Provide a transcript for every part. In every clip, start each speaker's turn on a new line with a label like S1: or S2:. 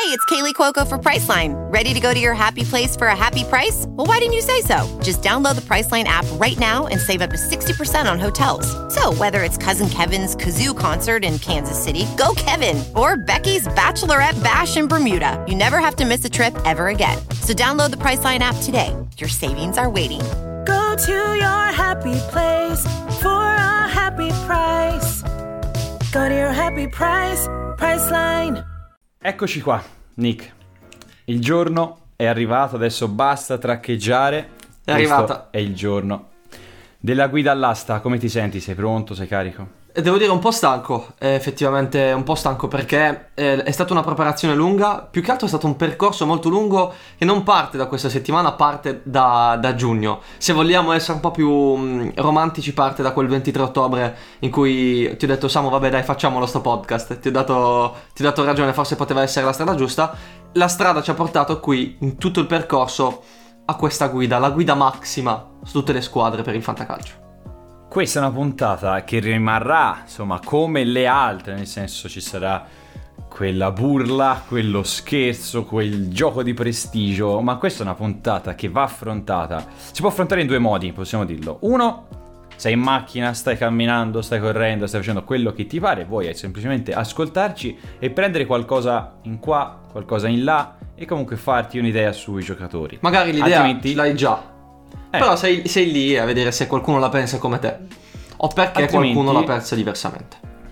S1: Hey, it's Kaylee Cuoco for Priceline. Ready to go to your happy place for a happy price? Well, why didn't you say so? Just download the Priceline app right now and save up to 60% on hotels. So whether it's Cousin Kevin's Kazoo Concert in Kansas City, go Kevin, or Becky's Bachelorette Bash in Bermuda, you never have to miss a trip ever again. So download the Priceline app today. Your savings are waiting.
S2: Go to your happy place for a happy price. Go to your happy price, Priceline.
S3: Eccoci qua, Nick. Il giorno è arrivato, adesso basta traccheggiare.
S4: È arrivata.
S3: È il giorno della guida all'asta. Come ti senti? Sei pronto? Sei carico?
S4: Devo dire un po' stanco, effettivamente un po' stanco perché è stata una preparazione lunga, più che altro è stato un percorso molto lungo che non parte da questa settimana, parte da giugno. Se vogliamo essere un po' più romantici, parte da quel 23 ottobre in cui ti ho detto Samu, vabbè dai, facciamolo sto podcast, ti ho dato ragione, forse poteva essere la strada giusta. La strada ci ha portato qui in tutto il percorso a questa guida, la guida massima su tutte le squadre per il fantacalcio.
S3: Questa è una puntata che rimarrà, insomma, come le altre, nel senso ci sarà quella burla, quello scherzo, quel gioco di prestigio, ma questa è una puntata che va affrontata, si può affrontare in due modi, possiamo dirlo. Uno, sei in macchina, stai camminando, stai correndo, stai facendo quello che ti pare, vuoi semplicemente ascoltarci e prendere qualcosa in qua, qualcosa in là e comunque farti un'idea sui giocatori.
S4: Magari l'idea l'hai già. Però sei lì a vedere se qualcuno la pensa come te o perché qualcuno la pensa diversamente.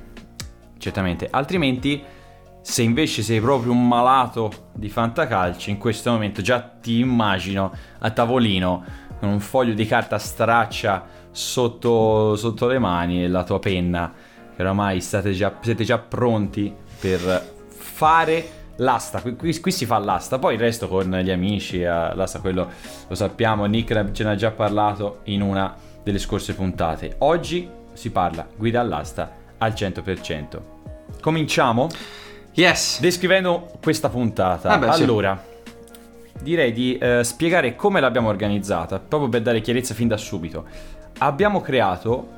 S3: Certamente, altrimenti se invece sei proprio un malato di fantacalcio, in questo momento già ti immagino a tavolino con un foglio di carta straccia sotto le mani e la tua penna, che oramai siete già pronti per fare l'asta. Qui si fa l'asta, poi il resto con gli amici, l'asta quello lo sappiamo, Nick ce ne ha già parlato in una delle scorse puntate. Oggi si parla guida all'asta al 100%. Cominciamo?
S4: Yes.
S3: Descrivendo questa puntata. Allora, direi di spiegare come l'abbiamo organizzata, proprio per dare chiarezza fin da subito. Abbiamo creato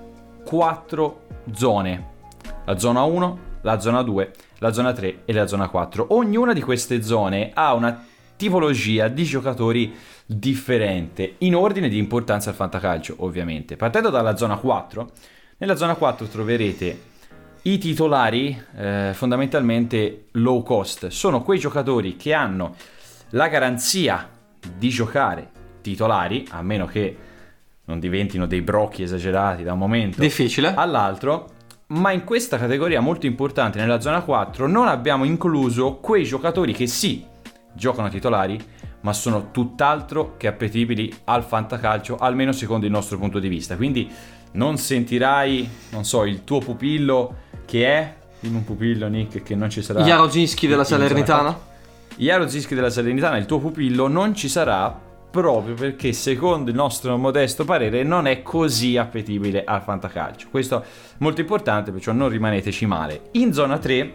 S3: 4 zone: la zona 1, la zona 2, la zona 3 e la zona 4. Ognuna di queste zone ha una tipologia di giocatori differente, in ordine di importanza al fantacalcio, ovviamente. Partendo dalla zona 4, nella zona 4 troverete i titolari, fondamentalmente low cost. Sono quei giocatori che hanno la garanzia di giocare titolari, a meno che non diventino dei brocchi esagerati da un momento
S4: difficile
S3: all'altro. Ma in questa categoria molto importante, nella zona 4, non abbiamo incluso quei giocatori che sì, giocano titolari, ma sono tutt'altro che appetibili al fantacalcio, almeno secondo il nostro punto di vista. Quindi non sentirai, non so, il tuo pupillo che è, in un pupillo, Nick, che non ci sarà.
S4: Jarozinski della Salernitana.
S3: Jarozinski della Salernitana, il tuo pupillo non ci sarà, proprio perché secondo il nostro modesto parere non è così appetibile al fantacalcio. Questo è molto importante, perciò non rimaneteci male. In zona 3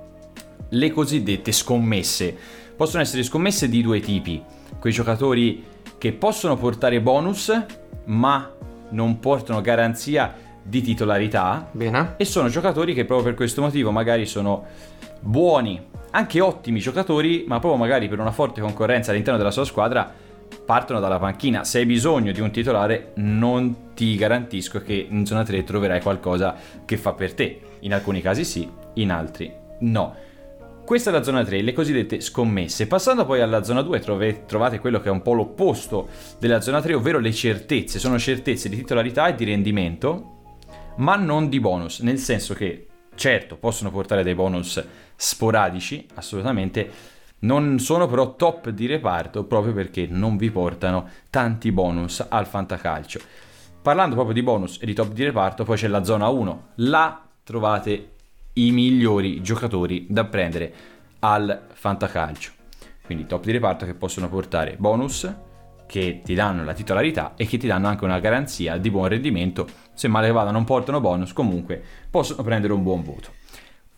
S3: le cosiddette scommesse possono essere scommesse di due tipi: quei giocatori che possono portare bonus ma non portano garanzia di titolarità.
S4: Bene.
S3: E sono giocatori che proprio per questo motivo magari sono buoni, anche ottimi giocatori, ma proprio magari per una forte concorrenza all'interno della sua squadra partono dalla panchina. Se hai bisogno di un titolare, non ti garantisco che in zona 3 troverai qualcosa che fa per te. In alcuni casi sì, in altri no. Questa è la zona 3, le cosiddette scommesse. Passando poi alla zona 2 trovate quello che è un po' l'opposto della zona 3, ovvero le certezze. Sono certezze di titolarità e di rendimento, ma non di bonus, nel senso che certo possono portare dei bonus sporadici, assolutamente. Non sono però top di reparto, proprio perché non vi portano tanti bonus al fantacalcio. Parlando proprio di bonus e di top di reparto, poi c'è la zona 1. Là trovate i migliori giocatori da prendere al fantacalcio. Quindi top di reparto che possono portare bonus, che ti danno la titolarità e che ti danno anche una garanzia di buon rendimento. Se male che vada non portano bonus, comunque possono prendere un buon voto.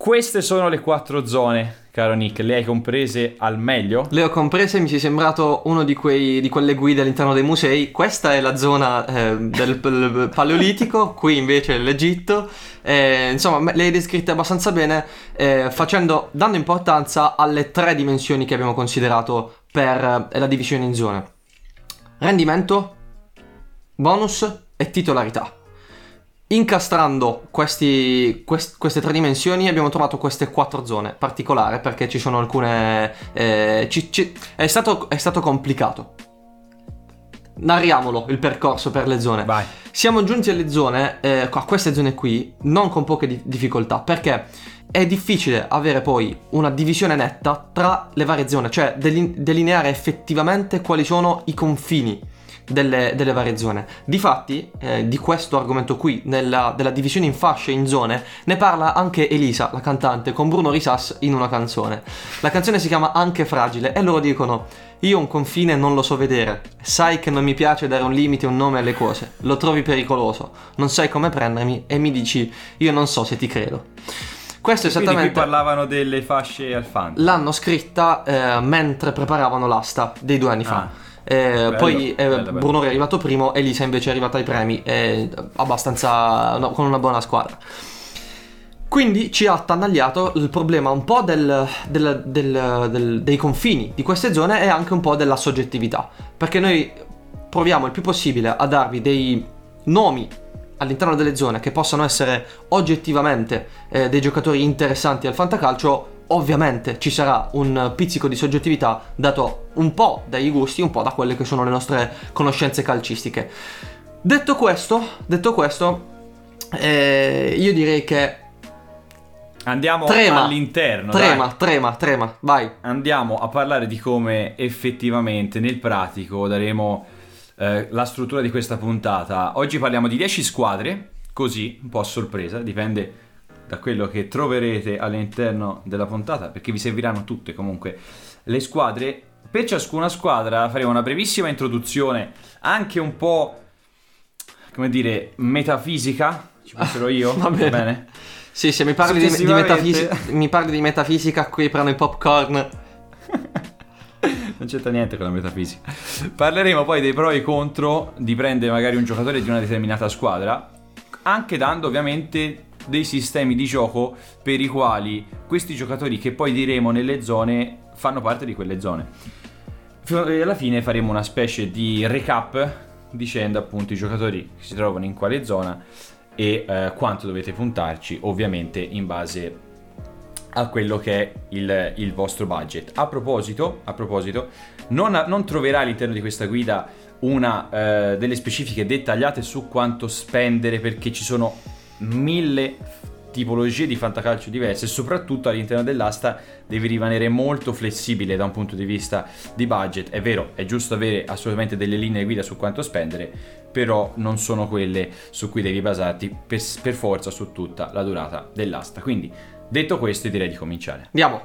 S3: Queste sono le 4 zone, caro Nick, le hai comprese al meglio?
S4: Le ho comprese, mi sei sembrato uno di quelle guide all'interno dei musei. Questa è la zona del Paleolitico, qui invece è l'Egitto. Insomma, le hai descritte abbastanza bene, dando importanza alle 3 dimensioni che abbiamo considerato per la divisione in zone: rendimento, bonus e titolarità. Incastrando queste 3 dimensioni abbiamo trovato queste 4 zone particolari, perché ci sono alcune... è stato complicato. Narriamolo il percorso per le zone.
S3: Vai.
S4: Siamo giunti alle zone, a queste zone qui, non con poche difficoltà, perché è difficile avere poi una divisione netta tra le varie zone, cioè delineare effettivamente quali sono i confini delle varie zone. Difatti, di questo argomento qui, della divisione in fasce e in zone, ne parla anche Elisa, la cantante, con Bruno Risas in una canzone. La canzone si chiama Anche Fragile e loro dicono: io un confine non lo so vedere, sai che non mi piace dare un limite e un nome alle cose, lo trovi pericoloso, non sai come prendermi e mi dici io non so se ti credo. Questo esattamente.
S3: Quindi qui parlavano delle fasce al fan.
S4: L'hanno scritta mentre preparavano l'asta dei 2 anni fa.
S3: Bello,
S4: poi
S3: bello.
S4: Bruno è arrivato primo, Elisa invece è arrivata ai premi, abbastanza con una buona squadra. Quindi ci ha attanagliato il problema un po' dei confini di queste zone e anche un po' della soggettività, perché noi proviamo il più possibile a darvi dei nomi all'interno delle zone che possano essere oggettivamente dei giocatori interessanti al fantacalcio. Ovviamente ci sarà un pizzico di soggettività dato un po' dai gusti, un po' da quelle che sono le nostre conoscenze calcistiche. Detto questo, io direi che
S3: andiamo all'interno.
S4: Trema, vai.
S3: Andiamo a parlare di come effettivamente nel pratico daremo la struttura di questa puntata. Oggi parliamo di 10 squadre, così un po' a sorpresa, dipende da quello che troverete all'interno della puntata, perché vi serviranno tutte comunque le squadre. Per ciascuna squadra faremo una brevissima introduzione, anche un po', come dire, metafisica, ci penserò io.
S4: Va bene? Sì, se mi parli di metafisica, qui prendo i popcorn.
S3: Non c'entra niente con la metafisica. Parleremo poi dei pro e i contro di prendere magari un giocatore di una determinata squadra, anche dando ovviamente dei sistemi di gioco per i quali questi giocatori che poi diremo nelle zone fanno parte di quelle zone. E alla fine faremo una specie di recap dicendo appunto i giocatori che si trovano in quale zona e quanto dovete puntarci, ovviamente in base a quello che è il vostro budget. A proposito, non troverai all'interno di questa guida delle specifiche dettagliate su quanto spendere, perché ci sono 1000 tipologie di fantacalcio diverse e soprattutto all'interno dell'asta devi rimanere molto flessibile da un punto di vista di budget. È vero, è giusto avere assolutamente delle linee guida su quanto spendere, però non sono quelle su cui devi basarti per forza su tutta la durata dell'asta. Quindi, detto questo, direi di cominciare.
S4: Andiamo.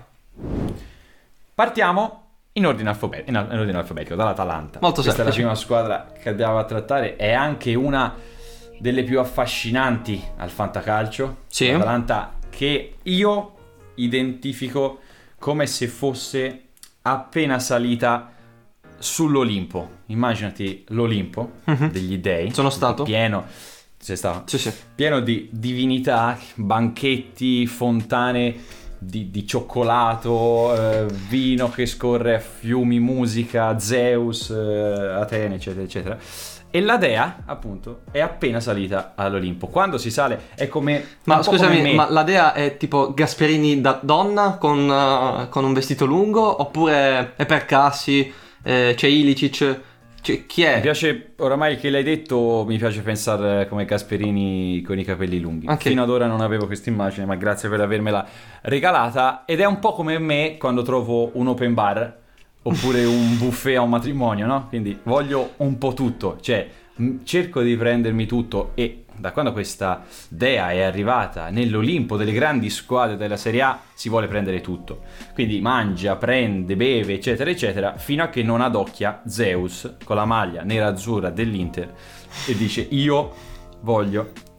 S3: Partiamo in ordine alfabetico dall'Atalanta.
S4: Molto
S3: Questa
S4: semplice.
S3: è la prima squadra che andiamo a trattare, è anche una delle più affascinanti al fantacalcio.
S4: Sì.
S3: L'Atalanta che io identifico come se fosse appena salita sull'Olimpo. Immaginati l'Olimpo degli dei.
S4: Sono stato.
S3: Pieno. Sei stato?
S4: Sì.
S3: Pieno di divinità, banchetti, fontane di cioccolato, vino che scorre a fiumi, musica, Zeus, Atene, eccetera, eccetera. E la dea, appunto, è appena salita all'Olimpo. Quando si sale è come...
S4: Ma scusami, ma la dea è tipo Gasperini da donna con un vestito lungo? Oppure è Percassi, c'è Ilicic? Cioè, chi è?
S3: Mi piace, oramai che l'hai detto, mi piace pensare come Gasperini con i capelli lunghi.
S4: Okay.
S3: Fino ad ora non avevo questa immagine, ma grazie per avermela regalata. Ed è un po' come me quando trovo un open bar oppure un buffet a un matrimonio, no? Quindi voglio un po' tutto, cioè cerco di prendermi tutto, e da quando questa dea è arrivata nell'Olimpo delle grandi squadre della Serie A si vuole prendere tutto. Quindi mangia, prende, beve, eccetera, eccetera, fino a che non adocchia Zeus con la maglia nera-azzurra dell'Inter e dice io voglio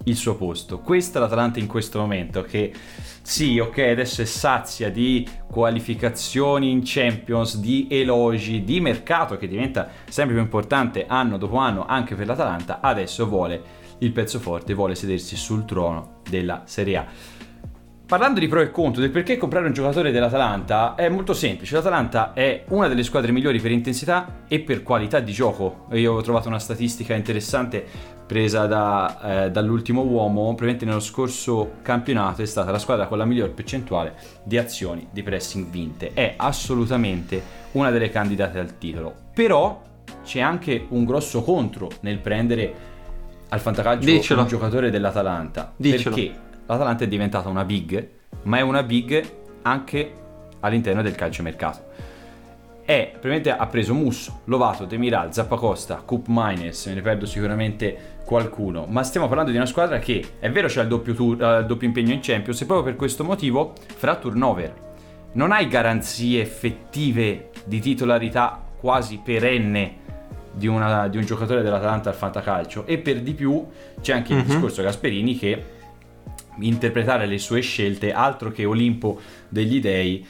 S3: il suo posto. Questa è l'Atalanta in questo momento, che sì, ok, adesso è sazia di qualificazioni in Champions, di elogi, di mercato che diventa sempre più importante anno dopo anno anche per l'Atalanta. Adesso vuole il pezzo forte, vuole sedersi sul trono della Serie A. Parlando di pro e contro del perché comprare un giocatore dell'Atalanta, è molto semplice. L'Atalanta è una delle squadre migliori per intensità e per qualità di gioco. Io ho trovato una statistica interessante presa dall'ultimo uomo. Probabilmente nello scorso campionato è stata la squadra con la miglior percentuale di azioni di pressing vinte. È assolutamente una delle candidate al titolo. Però c'è anche un grosso contro nel prendere al fantacalcio un giocatore dell'Atalanta.
S4: Diccelo.
S3: Perché l'Atalanta è diventata una big, ma è una big anche all'interno del calciomercato. Probabilmente ha preso Musso, Lovato, Demiral, Zappacosta, Koop Meiners, me ne perdo sicuramente qualcuno, ma stiamo parlando di una squadra che è vero c'è il doppio impegno in Champions, e proprio per questo motivo fra turnover. Non hai garanzie effettive di titolarità quasi perenne di un giocatore dell'Atalanta al fantacalcio, e per di più c'è anche il discorso Gasperini che interpretare le sue scelte, altro che Olimpo degli dei,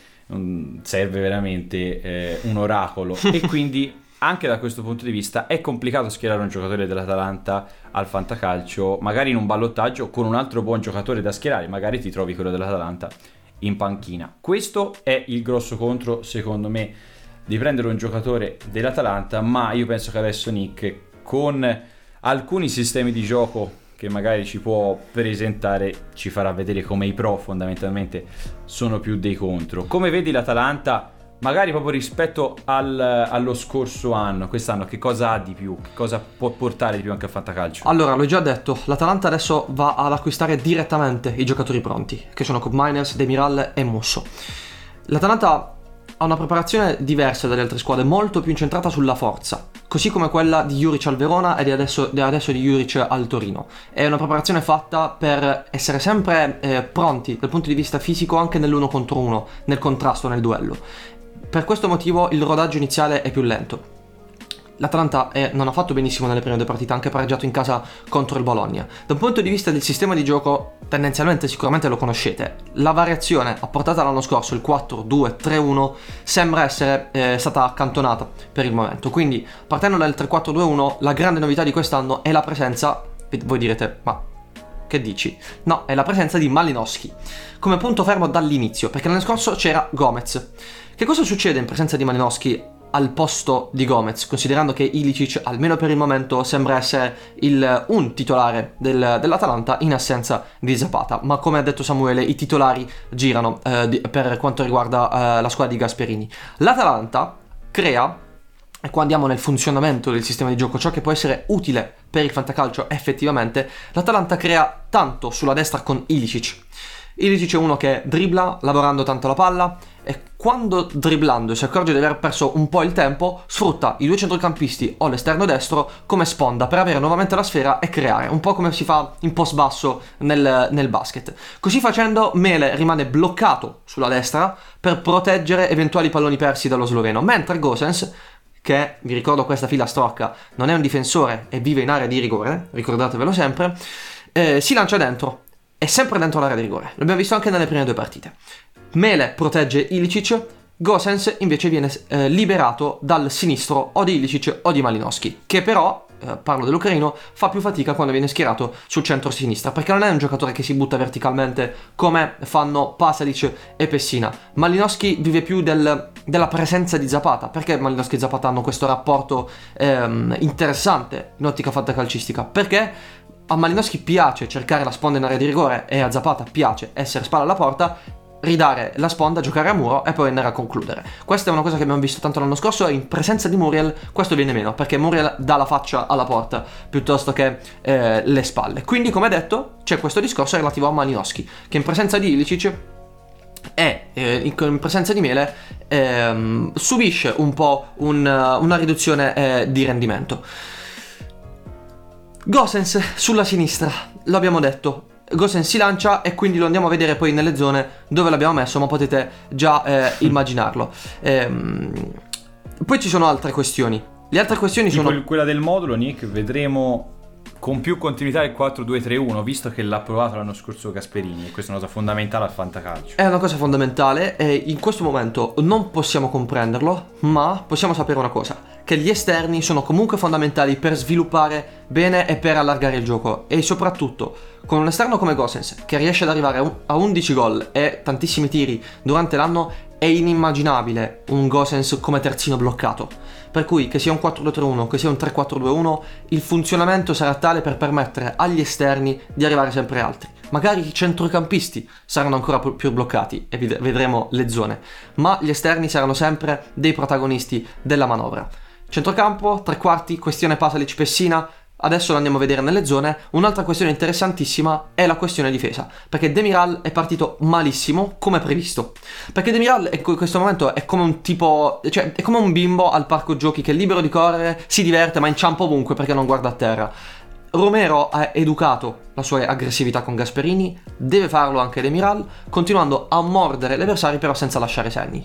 S3: serve veramente un oracolo e quindi anche da questo punto di vista è complicato schierare un giocatore dell'Atalanta al fantacalcio, magari in un ballottaggio con un altro buon giocatore da schierare, magari ti trovi quello dell'Atalanta in panchina. Questo è il grosso contro, secondo me, di prendere un giocatore dell'Atalanta, ma io penso che adesso Nick, con alcuni sistemi di gioco che magari ci può presentare, ci farà vedere come i pro fondamentalmente sono più dei contro. Come vedi l'Atalanta, magari proprio rispetto allo scorso anno, quest'anno, che cosa ha di più? Che cosa può portare di più anche al fantacalcio?
S4: Allora, l'ho già detto, l'Atalanta adesso va ad acquistare direttamente i giocatori pronti, che sono Koop Meiners, Demiral e Musso. L'Atalanta ha una preparazione diversa dalle altre squadre, molto più incentrata sulla forza, così come quella di Juric al Verona e adesso di Juric al Torino. È una preparazione fatta per essere sempre pronti dal punto di vista fisico anche nell'1 contro 1, nel contrasto, nel duello. Per questo motivo il rodaggio iniziale è più lento. L'Atalanta non ha fatto benissimo nelle prime due partite, anche pareggiato in casa contro il Bologna. Da un punto di vista del sistema di gioco, tendenzialmente sicuramente lo conoscete. La variazione apportata l'anno scorso, il 4-2-3-1, sembra essere stata accantonata per il momento. Quindi, partendo dal 3-4-2-1, la grande novità di quest'anno è la presenza, voi direte, ma che dici? No, è la presenza di Malinowski come punto fermo dall'inizio, perché l'anno scorso c'era Gomez. Che cosa succede in presenza di Malinowski al posto di Gomez, considerando che Ilicic, almeno per il momento, sembra essere un titolare dell'Atalanta in assenza di Zapata, ma come ha detto Samuele, i titolari girano per quanto riguarda la squadra di Gasperini. L'Atalanta crea, e qua andiamo nel funzionamento del sistema di gioco, ciò che può essere utile per il fantacalcio effettivamente, l'Atalanta crea tanto sulla destra con Ilicic. Ilicic è uno che dribbla lavorando tanto la palla, e quando dribblando si accorge di aver perso un po' il tempo, sfrutta i due centrocampisti o l'esterno destro come sponda per avere nuovamente la sfera e creare, un po' come si fa in post basso nel basket. Così facendo Mele rimane bloccato sulla destra per proteggere eventuali palloni persi dallo sloveno, mentre Gosens, che vi ricordo questa filastrocca, non è un difensore e vive in area di rigore, ricordatevelo sempre, si lancia dentro. È sempre dentro l'area di rigore, l'abbiamo visto anche nelle prime due partite. Mele protegge Ilicic, Gosens invece viene liberato dal sinistro o di Ilicic o di Malinowski, che però, parlo dell'ucraino, fa più fatica quando viene schierato sul centro-sinistra, perché non è un giocatore che si butta verticalmente come fanno Pasalic e Pessina. Malinowski vive più della presenza di Zapata. Perché Malinowski e Zapata hanno questo rapporto interessante in ottica fantacalcistica? Perché a Malinowski piace cercare la sponda in area di rigore e a Zapata piace essere spalla alla porta, ridare la sponda, giocare a muro e poi andare a concludere. Questa è una cosa che abbiamo visto tanto l'anno scorso, e in presenza di Muriel questo viene meno, perché Muriel dà la faccia alla porta piuttosto che le spalle. Quindi, come detto, c'è questo discorso relativo a Malinowski, che in presenza di Ilicic e in presenza di Mele subisce un po' una riduzione di rendimento. Gosens sulla sinistra, lo abbiamo detto, Gosens si lancia e quindi lo andiamo a vedere poi nelle zone dove l'abbiamo messo, ma potete già immaginarlo. Poi ci sono altre questioni. Le altre questioni
S3: tipo
S4: sono
S3: quella del modulo, Nick, vedremo con più continuità il 4-2-3-1, visto che l'ha provato l'anno scorso Gasperini, e questa è una cosa fondamentale al fantacalcio.
S4: È una cosa fondamentale e in questo momento non possiamo comprenderlo, ma possiamo sapere una cosa, che gli esterni sono comunque fondamentali per sviluppare bene e per allargare il gioco, e soprattutto con un esterno come Gosens che riesce ad arrivare a 11 gol e tantissimi tiri durante l'anno, è inimmaginabile un Gosens come terzino bloccato. Per cui che sia un 4-2-3-1, che sia un 3-4-2-1, il funzionamento sarà tale per permettere agli esterni di arrivare sempre altri. Magari i centrocampisti saranno ancora più bloccati e vedremo le zone, ma gli esterni saranno sempre dei protagonisti della manovra. Centrocampo, tre quarti, questione Pasalic-Pessina. Adesso lo andiamo a vedere nelle zone. Un'altra questione interessantissima è la questione difesa, perché Demiral è partito malissimo come previsto, perché Demiral in questo momento è come un tipo, cioè è come un bimbo al parco giochi che è libero di correre, si diverte ma inciampa ovunque perché non guarda a terra. Romero ha educato la sua aggressività con Gasperini, deve farlo anche Demiral, continuando a mordere gli avversari però senza lasciare segni.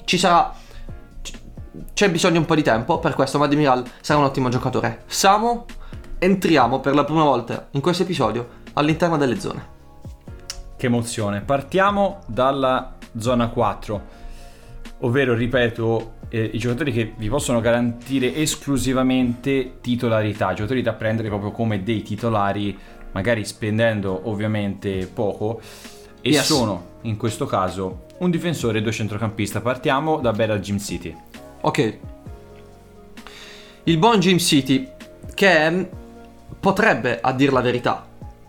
S4: C'è bisogno un po' di tempo per questo, ma Demiral sarà un ottimo giocatore. Samu, entriamo per la prima volta in questo episodio all'interno delle zone.
S3: Che emozione. Partiamo dalla zona 4, ovvero, ripeto, i giocatori che vi possono garantire esclusivamente titolarità, giocatori da prendere proprio come dei titolari, magari spendendo ovviamente poco, e
S4: Yes.
S3: sono in questo caso un difensore e due centrocampista. Partiamo da Beral Jim City.
S4: Ok, il buon Jim City, che potrebbe, a dir la verità,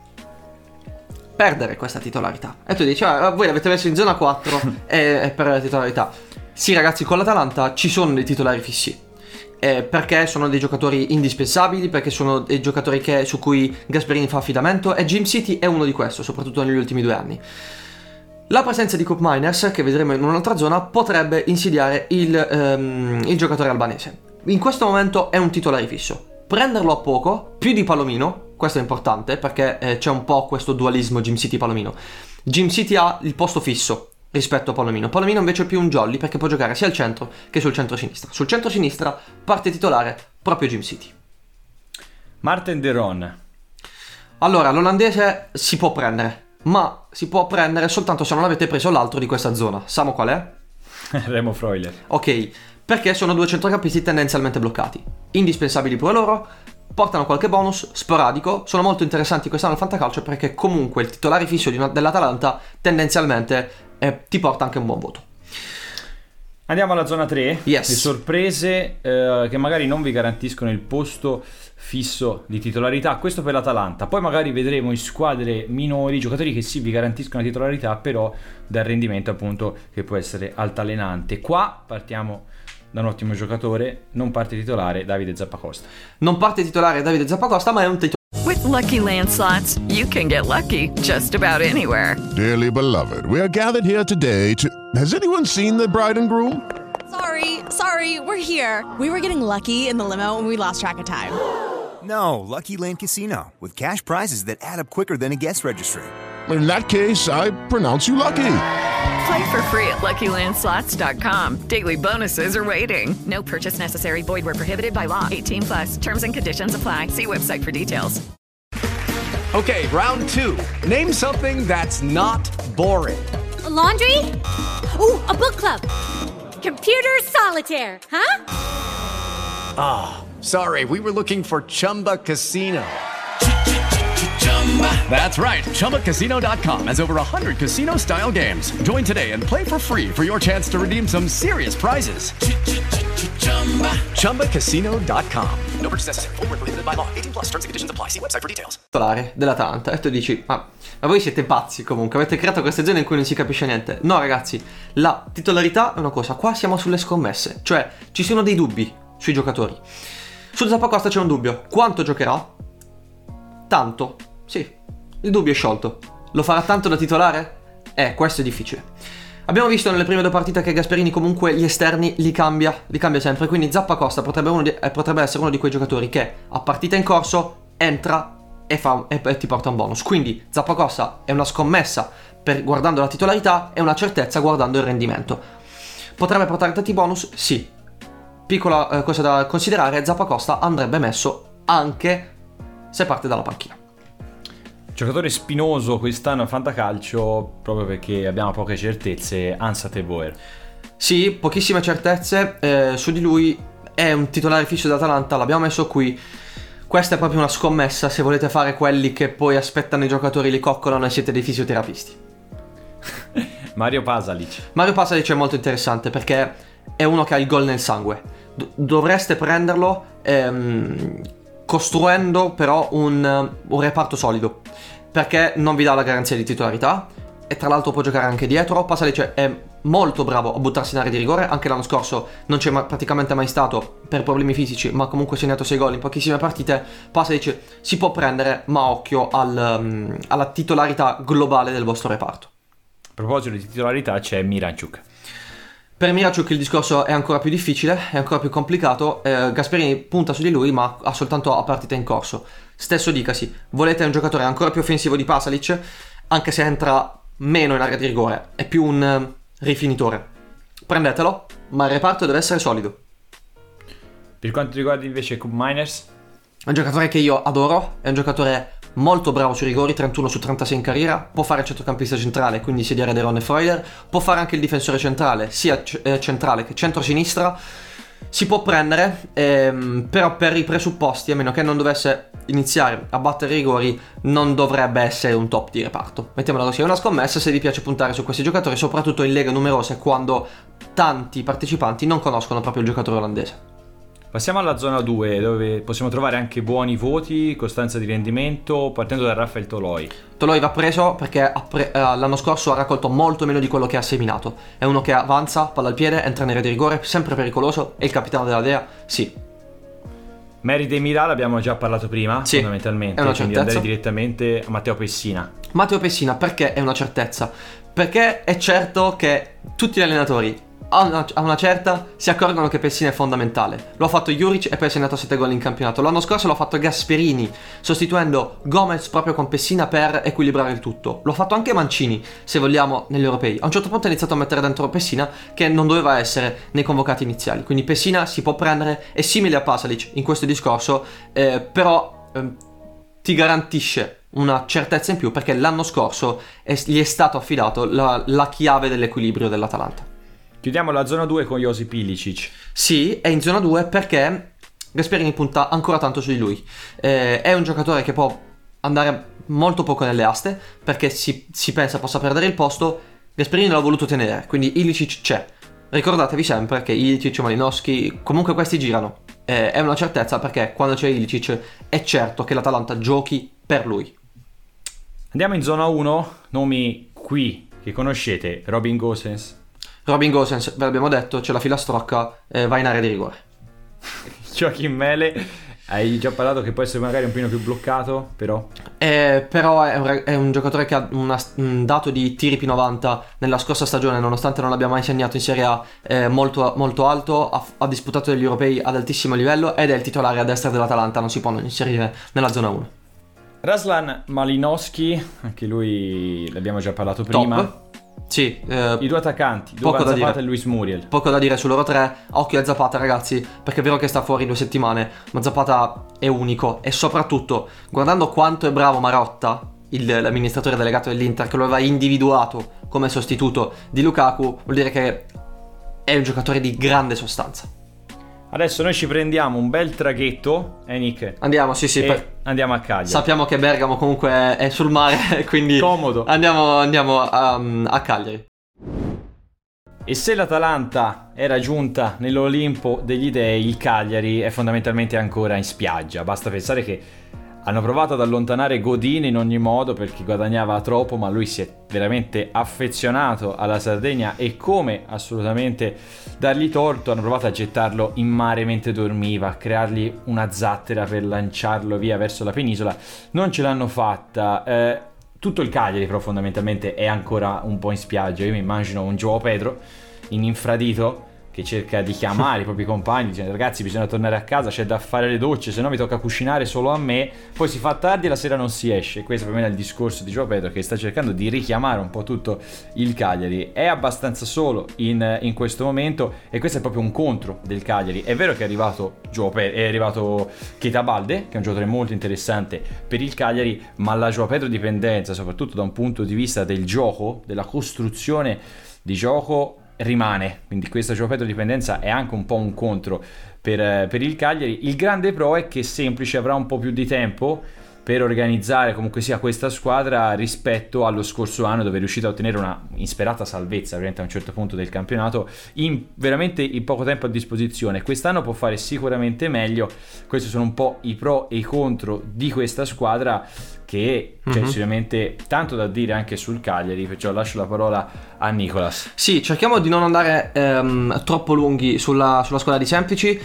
S4: perdere questa titolarità. E tu dici, voi l'avete messo in zona 4 e per la titolarità. Sì ragazzi, con l'Atalanta ci sono dei titolari fissi, perché sono dei giocatori indispensabili, perché sono dei giocatori su cui Gasperini fa affidamento, e Jim City è uno di questi, soprattutto negli ultimi 2 anni. La presenza di Koop Meiners, che vedremo in un'altra zona, potrebbe insidiare il giocatore albanese. In questo momento è un titolare fisso. Prenderlo a poco, più di Palomino, questo è importante perché c'è un po' questo dualismo Jim City-Palomino. Jim City ha il posto fisso rispetto a Palomino. Palomino invece è più un jolly perché può giocare sia al centro che sul centro-sinistra. Sul centro-sinistra parte titolare proprio Jim City.
S3: Marten de Roon.
S4: Allora, l'olandese si può prendere, ma si può prendere soltanto se non avete preso l'altro di questa zona. Samo qual è?
S3: Remo Freuler.
S4: Ok, perché sono due centrocampisti tendenzialmente bloccati, indispensabili pure loro, portano qualche bonus sporadico, sono molto interessanti quest'anno al fantacalcio perché comunque il titolare fisso dell'Atalanta tendenzialmente ti porta anche un buon voto.
S3: Andiamo alla zona 3,
S4: Yes.
S3: le sorprese che magari non vi garantiscono il posto fisso di titolarità, questo per l'Atalanta. Poi magari vedremo in squadre minori giocatori che sì vi garantiscono la titolarità, però dal rendimento appunto che può essere altalenante. Qua partiamo da un ottimo giocatore, non parte titolare, Davide Zappacosta.
S4: Non parte titolare Davide Zappacosta, ma è un
S5: With Lucky Land Slots, you can get lucky just about anywhere.
S6: Dearly beloved, we are gathered here today to... Has anyone seen the bride and groom?
S7: Sorry, we're here. We were getting lucky in the limo and we lost track of time.
S8: No, Lucky Land Casino, with cash prizes that add up quicker than a guest registry.
S6: In that case, I pronounce you lucky.
S5: Play for free at LuckyLandSlots.com. Daily bonuses are waiting. No purchase necessary. Void where prohibited by law. 18+. Terms and conditions apply. See website for details.
S9: Okay, round 2. Name something that's not boring.
S10: A laundry? Ooh, a book club. Computer solitaire, huh?
S9: Sorry, we were looking for Chumba Casino. That's right. ChumbaCasino.com has over 100 casino-style games. Join today and play for free for your chance to redeem some serious prizes. ChumbaCasino.com. No purchase necessary. Void where prohibited by law. 18+. Terms and conditions apply. See website for details.
S4: titolare dell'Atalanta e tu dici ma voi siete pazzi, comunque avete creato queste zone in cui non si capisce niente. No ragazzi, la titolarità è una cosa, qua siamo sulle scommesse, cioè ci sono dei dubbi sui giocatori. Su Zappacosta c'è un dubbio: quanto giocherà? Tanto, sì, il dubbio è sciolto. Lo farà tanto da titolare? Questo è difficile. Abbiamo visto nelle prime 2 partite che Gasperini comunque gli esterni li cambia sempre, quindi Zappacosta potrebbe essere uno di quei giocatori che a partita in corso entra e ti porta un bonus. Quindi Zappacosta è una scommessa guardando la titolarità e una certezza guardando il rendimento. Potrebbe portare tanti bonus? Sì. Piccola cosa da considerare: Zappacosta andrebbe messo anche se parte dalla panchina.
S3: Giocatore spinoso quest'anno a Fantacalcio, proprio perché abbiamo poche certezze, Ansat Teboer.
S4: Sì, pochissime certezze su di lui, è un titolare fisso dell'Atalanta, l'abbiamo messo qui. Questa è proprio una scommessa se volete fare quelli che poi aspettano i giocatori, li coccolano e siete dei fisioterapisti.
S3: Mario Pasalic.
S4: Mario Pasalic è molto interessante perché è uno che ha il gol nel sangue. Dovreste prenderlo costruendo però un reparto solido, perché non vi dà la garanzia di titolarità e tra l'altro può giocare anche dietro. Pasalic è molto bravo a buttarsi in area di rigore, anche l'anno scorso non c'è praticamente mai stato per problemi fisici, ma comunque ha segnato 6 gol in pochissime partite. Pasalic si può prendere, ma occhio alla titolarità globale del vostro reparto.
S3: A proposito di titolarità c'è Miranchuk.
S4: Per Miranchuk il discorso è ancora più difficile, è ancora più complicato. Gasperini punta su di lui, ma ha soltanto a partita in corso. Stesso dicasi, volete un giocatore ancora più offensivo di Pasalic, anche se entra meno in area di rigore, è più un rifinitore. Prendetelo, ma il reparto deve essere solido.
S3: Per quanto riguarda invece Koop Meiners,
S4: è un giocatore che io adoro, è un giocatore molto bravo sui rigori, 31 su 36 in carriera, può fare il centrocampista centrale, quindi sediare De Ron e Freuler, può fare anche il difensore centrale, sia centrale che centro-sinistra, si può prendere, però per i presupposti, a meno che non dovesse iniziare a battere i rigori, non dovrebbe essere un top di reparto. Mettiamola così, è una scommessa se vi piace puntare su questi giocatori, soprattutto in leghe numerose, quando tanti partecipanti non conoscono proprio il giocatore olandese.
S3: Passiamo alla zona 2, dove possiamo trovare anche buoni voti, costanza di rendimento, partendo da Rafael Toloi.
S4: Toloi va preso perché l'anno scorso ha raccolto molto meno di quello che ha seminato. È uno che avanza, palla al piede, entra in area di rigore, sempre pericoloso, è il capitano della Dea, sì.
S3: Meri Demiral abbiamo già parlato prima,
S4: sì,
S3: fondamentalmente,
S4: è una
S3: quindi
S4: certezza.
S3: andare direttamente a Matteo Pessina.
S4: Matteo Pessina perché è una certezza? Perché è certo che tutti gli allenatori a una certa si accorgono che Pessina è fondamentale. Lo ha fatto Juric e poi ha segnato 7 gol in campionato. L'anno scorso l'ha fatto Gasperini, sostituendo Gomez proprio con Pessina per equilibrare il tutto. Lo ha fatto anche Mancini, se vogliamo, negli europei. A un certo punto ha iniziato a mettere dentro Pessina, che non doveva essere nei convocati iniziali. Quindi Pessina si può prendere, è simile a Pasalic in questo discorso, però ti garantisce una certezza in più, perché l'anno scorso gli è stato affidato la chiave dell'equilibrio dell'Atalanta.
S3: Chiudiamo la zona 2 con Josip Ilicic.
S4: Sì, è in zona 2 perché Gasperini punta ancora tanto su di lui. È un giocatore che può andare molto poco nelle aste, perché si pensa possa perdere il posto. Gasperini l'ha voluto tenere, quindi Ilicic c'è. Ricordatevi sempre che Ilicic, Malinowski, comunque questi girano. È una certezza perché quando c'è Ilicic è certo che l'Atalanta giochi per lui.
S3: Andiamo in zona 1, nomi qui che conoscete, Robin Gosens.
S4: Robin Gosens, ve l'abbiamo detto, c'è la filastrocca, va in area di rigore.
S3: Joachim Mele, hai già parlato che può essere magari un pochino più bloccato, però
S4: è un giocatore che ha un dato di tiri P90 nella scorsa stagione, nonostante non l'abbia mai segnato in Serie A, molto, molto alto, ha disputato degli europei ad altissimo livello ed è il titolare a destra dell'Atalanta, non si può non inserire nella zona 1.
S3: Raslan Malinowski, anche lui l'abbiamo già parlato prima.
S4: Top. Sì,
S3: i due attaccanti, Duvan Zapata e Luis Muriel.
S4: Poco da dire su loro tre. Occhio a Zapata, ragazzi, perché è vero che sta fuori 2 settimane, ma Zapata è unico. E soprattutto, guardando quanto è bravo Marotta, l'amministratore delegato dell'Inter, che lo aveva individuato come sostituto di Lukaku, vuol dire che è un giocatore di grande sostanza.
S3: Adesso noi ci prendiamo un bel traghetto, Nick?
S4: Andiamo, sì,
S3: andiamo a Cagliari.
S4: Sappiamo che Bergamo comunque è sul mare, quindi
S3: comodo.
S4: Andiamo a Cagliari.
S3: E se l'Atalanta era giunta nell'Olimpo degli dei, il Cagliari è fondamentalmente ancora in spiaggia. Basta pensare che hanno provato ad allontanare Godin in ogni modo perché guadagnava troppo, ma lui si è veramente affezionato alla Sardegna e come assolutamente dargli torto, hanno provato a gettarlo in mare mentre dormiva, a creargli una zattera per lanciarlo via verso la penisola. Non ce l'hanno fatta. Tutto il Cagliari però fondamentalmente è ancora un po' in spiaggia. Io mi immagino un João Pedro in infradito che cerca di chiamare i propri compagni dicendo ragazzi bisogna tornare a casa, c'è da fare le docce, se no mi tocca cucinare solo a me, poi si fa tardi e la sera non si esce. Questo per me è il discorso di João Pedro, che sta cercando di richiamare un po' tutto il Cagliari. È abbastanza solo in questo momento e questo è proprio un contro del Cagliari. È vero che è arrivato Keita Balde, che è un giocatore molto interessante per il Cagliari, ma la João Pedro dipendenza, soprattutto da un punto di vista del gioco, della costruzione di gioco, rimane. Quindi questa João Pedro dipendenza è anche un po' un contro per il Cagliari. Il grande pro è che Semplice avrà un po' più di tempo per organizzare comunque sia questa squadra rispetto allo scorso anno, dove è riuscito a ottenere una insperata salvezza veramente a un certo punto del campionato veramente in poco tempo a disposizione. Quest'anno può fare sicuramente meglio. Questi sono un po' i pro e i contro di questa squadra, che c'è sicuramente tanto da dire anche sul Cagliari, perciò lascio la parola a Nicolas.
S4: Sì, cerchiamo di non andare troppo lunghi sulla squadra di Semplici,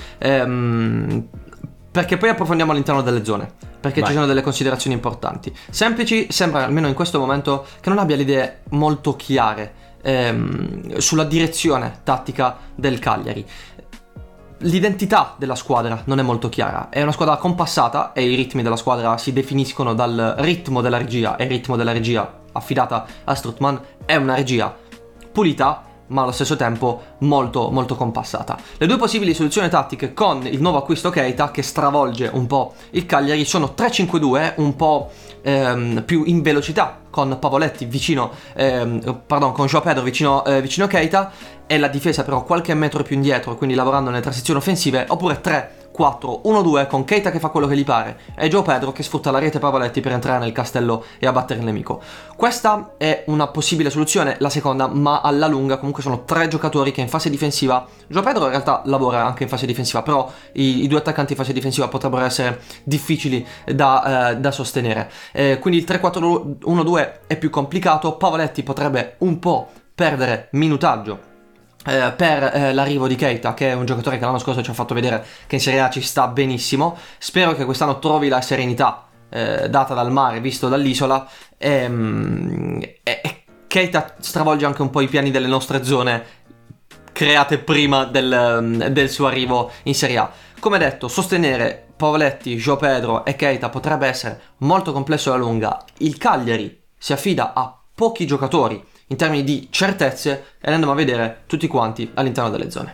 S4: perché poi approfondiamo all'interno delle zone, perché ci sono delle considerazioni importanti. Semplici sembra, almeno in questo momento, che non abbia le idee molto chiare sulla direzione tattica del Cagliari. L'identità della squadra non è molto chiara, è una squadra compassata e i ritmi della squadra si definiscono dal ritmo della regia, e il ritmo della regia affidata a Strootman è una regia pulita ma allo stesso tempo molto molto compassata. Le due possibili soluzioni tattiche con il nuovo acquisto Keita, che stravolge un po' il Cagliari, sono 3-5-2, un po' più in velocità, con Pavoletti vicino con João Pedro vicino Keita, e la difesa però qualche metro più indietro, quindi lavorando nelle transizioni offensive, oppure 3-4-1-2 con Keita che fa quello che gli pare e João Pedro che sfrutta la rete Pavoletti per entrare nel castello e abbattere il nemico. Questa è una possibile soluzione, la seconda, ma alla lunga comunque sono tre giocatori che in fase difensiva, João Pedro in realtà lavora anche in fase difensiva, però i due attaccanti in fase difensiva potrebbero essere difficili da sostenere, quindi il 3-4-1-2 è più complicato. Pavoletti potrebbe un po' perdere minutaggio per l'arrivo di Keita, che è un giocatore che l'anno scorso ci ha fatto vedere che in Serie A ci sta benissimo. Spero che quest'anno trovi la serenità data dal mare, visto dall'isola, e Keita stravolge anche un po' i piani delle nostre zone create prima del suo arrivo in Serie A. Come detto, sostenere Pavoletti, João Pedro e Keita potrebbe essere molto complesso alla lunga. Il Cagliari si affida a pochi giocatori in termini di certezze e ne andiamo a vedere tutti quanti all'interno delle zone.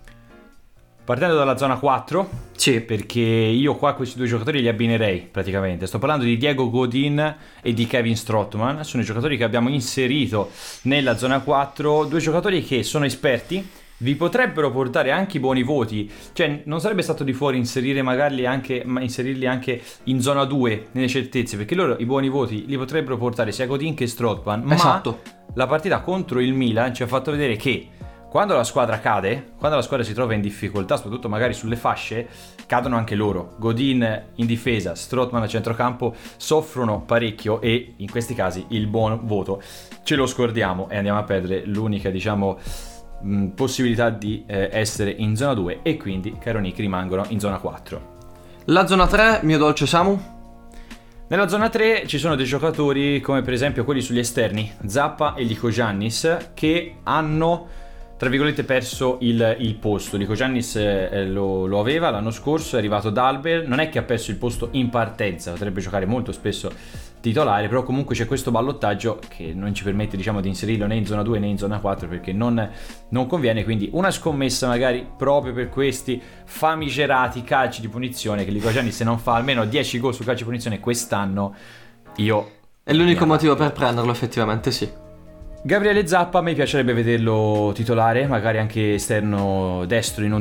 S3: Partendo dalla zona 4,
S4: sì,
S3: perché io qua questi due giocatori li abbinerei praticamente. Sto parlando di Diego Godin e di Kevin Strootman. Sono i giocatori che abbiamo inserito nella zona 4, due giocatori che sono esperti, vi potrebbero portare anche buoni voti, cioè non sarebbe stato di fuori inserirli anche in zona 2 nelle certezze, perché loro i buoni voti li potrebbero portare sia Godin che Strootman.
S4: Esatto.
S3: Ma la partita contro il Milan ci ha fatto vedere che quando la squadra cade, quando la squadra si trova in difficoltà, soprattutto magari sulle fasce, cadono anche loro. Godin in difesa, Strootman a centrocampo soffrono parecchio, e in questi casi il buon voto ce lo scordiamo e andiamo a perdere l'unica, possibilità di essere in zona 2, e quindi caro Nick rimangono in zona 4.
S4: La zona 3, mio dolce Samu?
S3: Nella zona 3 ci sono dei giocatori come per esempio quelli sugli esterni, Zappa e Lykogiannis, che hanno tra virgolette perso il posto. Lykogiannis lo aveva l'anno scorso, è arrivato Dalber, non è che ha perso il posto in partenza, potrebbe giocare molto spesso titolare, però comunque c'è questo ballottaggio che non ci permette di inserirlo né in zona 2 né in zona 4, perché non conviene. Quindi una scommessa magari proprio per questi famigerati calci di punizione, che Lykogiannis se non fa almeno 10 gol su calci di punizione quest'anno,
S4: è l'unico motivo per prenderlo, effettivamente sì.
S3: Gabriele Zappa a me piacerebbe vederlo titolare, magari anche esterno destro in un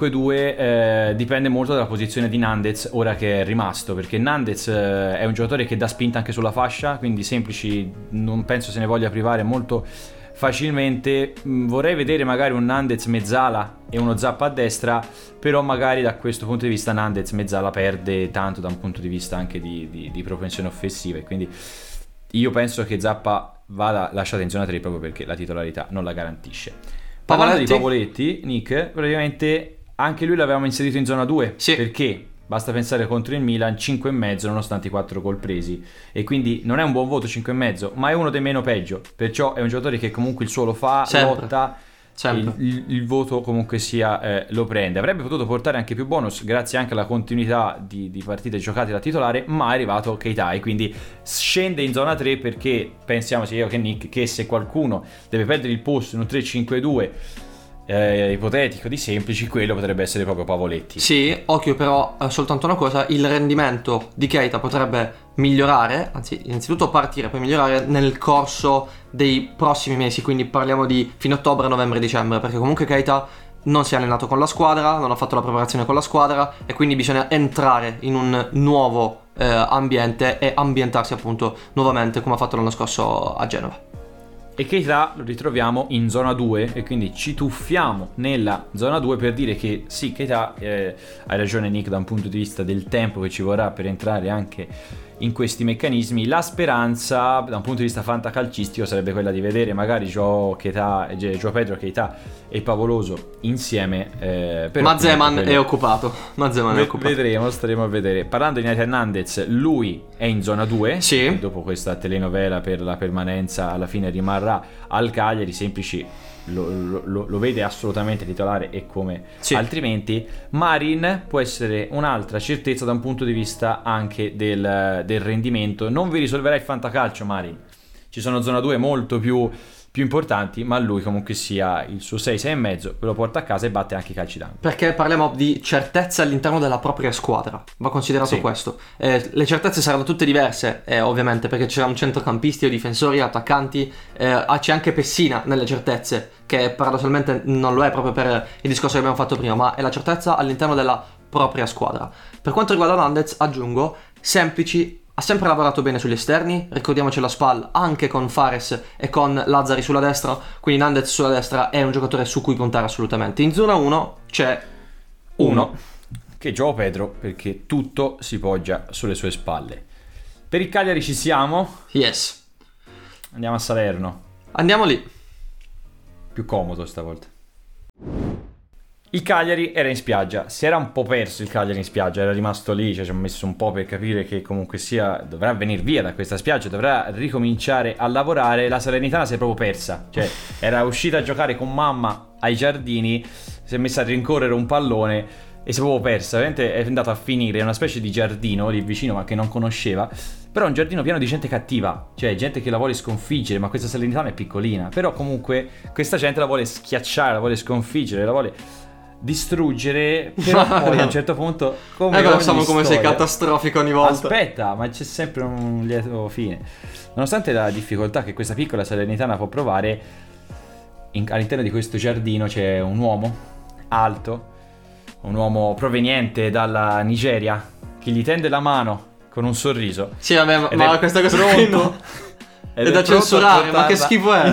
S3: 3-5-2, dipende molto dalla posizione di Nandez ora che è rimasto, perché Nandez è un giocatore che dà spinta anche sulla fascia, quindi Semplici non penso se ne voglia privare molto facilmente. Vorrei vedere magari un Nandez mezzala e uno Zappa a destra, però magari da questo punto di vista Nandez mezzala perde tanto da un punto di vista anche di propensione offensiva, e quindi io penso che Zappa vada lasciata in zona 3 proprio perché la titolarità non la garantisce. Parlando di Pavoletti, Nick, praticamente anche lui l'avevamo inserito in zona 2, sì, perché basta pensare contro il Milan 5,5 nonostante i 4 gol presi, e quindi non è un buon voto 5,5, ma è uno dei meno peggio, perciò è un giocatore che comunque il suo lo fa, sempre lotta, il voto comunque sia lo prende. Avrebbe potuto portare anche più bonus grazie anche alla continuità di partite giocate da titolare, ma è arrivato Keita e quindi scende in zona 3, perché pensiamo sia io che Nick che se qualcuno deve perdere il posto in un 3-5-2 ipotetico di semplici, quello potrebbe essere proprio Pavoletti.
S4: Sì, occhio però, soltanto una cosa, il rendimento di Keita potrebbe migliorare, anzi innanzitutto partire, poi migliorare nel corso dei prossimi mesi, quindi parliamo di fine ottobre, novembre, dicembre, perché comunque Keita non si è allenato con la squadra, non ha fatto la preparazione con la squadra e quindi bisogna entrare in un nuovo ambiente e ambientarsi appunto nuovamente come ha fatto l'anno scorso a Genova.
S3: E Keita lo ritroviamo in zona 2 e quindi ci tuffiamo nella zona 2 per dire che sì, Keita, hai ragione Nick, da un punto di vista del tempo che ci vorrà per entrare anche in questi meccanismi. La speranza da un punto di vista fantacalcistico sarebbe quella di vedere magari Joao Pedro, Keita e Pavoloso insieme, però
S4: ma Zeman è occupato.
S3: Vedremo, staremo a vedere. Parlando di Nathan Hernandez, lui è in zona 2,
S4: sì.
S3: Dopo questa telenovela per la permanenza alla fine rimarrà al Cagliari. Semplici lo vede assolutamente titolare e come sì. Altrimenti Marin può essere un'altra certezza da un punto di vista anche del rendimento. Non vi risolverà il fantacalcio Marin, ci sono zona 2 molto più importanti, ma lui comunque sia il suo 6-6,5 ve lo porta a casa e batte anche i calci d'angolo.
S4: Perché parliamo di certezza all'interno della propria squadra, va considerato sì. Questo le certezze saranno tutte diverse ovviamente, perché c'erano centrocampisti o difensori, attaccanti, c'è anche Pessina nelle certezze, che paradossalmente non lo è proprio per il discorso che abbiamo fatto prima, ma è la certezza all'interno della propria squadra. Per quanto riguarda Hernandez, aggiungo, Semplici ha sempre lavorato bene sugli esterni, ricordiamoci la SPAL anche con Fares e con Lazzari sulla destra, quindi Hernandez sulla destra è un giocatore su cui puntare assolutamente. In zona 1 c'è uno
S3: che è Joao Pedro, perché tutto si poggia sulle sue spalle. Per il Cagliari ci siamo?
S4: Yes.
S3: Andiamo a Salerno.
S4: Andiamo lì.
S3: Più comodo stavolta. Il Cagliari era in spiaggia, si era un po' perso il Cagliari in spiaggia, era rimasto lì, cioè ci ha messo un po' per capire che comunque sia dovrà venire via da questa spiaggia, dovrà ricominciare a lavorare. La Salernitana si è proprio persa, cioè era uscita a giocare con mamma ai giardini, si è messa a rincorrere un pallone e si è proprio persa, veramente è andata a finire in una specie di giardino lì vicino ma che non conosceva, però un giardino pieno di gente cattiva, cioè gente che la vuole sconfiggere, ma questa Salernitana è piccolina, però comunque questa gente la vuole schiacciare, la vuole sconfiggere, la vuole distruggere, però poi a un certo punto
S4: sappiamo come sei catastrofico ogni volta.
S3: Aspetta, ma c'è sempre un lieto fine. Nonostante la difficoltà che questa piccola Salernitana può provare, all'interno di questo giardino c'è un uomo alto, un uomo proveniente dalla Nigeria, che gli tende la mano con un sorriso.
S4: Sì, vabbè, ma questa cosa pronto è da censurare, ma che schifo è.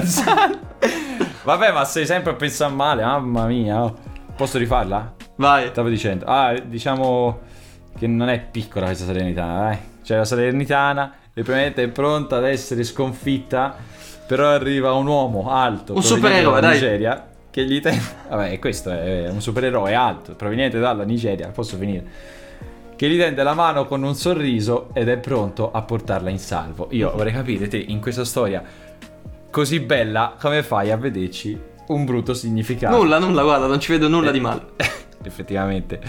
S3: Vabbè, ma sei sempre a pensare male, mamma mia. Posso rifarla?
S4: Vai.
S3: Stavo dicendo, diciamo che non è piccola questa Salernitana, dai. Cioè la Salernitana probabilmente è pronta ad essere sconfitta, però arriva un uomo alto,
S4: un supereroe, dai,
S3: Nigeria, che gli vabbè, questo è un supereroe alto, proveniente dalla Nigeria, posso finire, che gli tende la mano con un sorriso ed è pronto a portarla in salvo. Io vorrei capire, te in questa storia così bella, come fai a vederci un brutto significato?
S4: Nulla, guarda, non ci vedo nulla di male.
S3: Effettivamente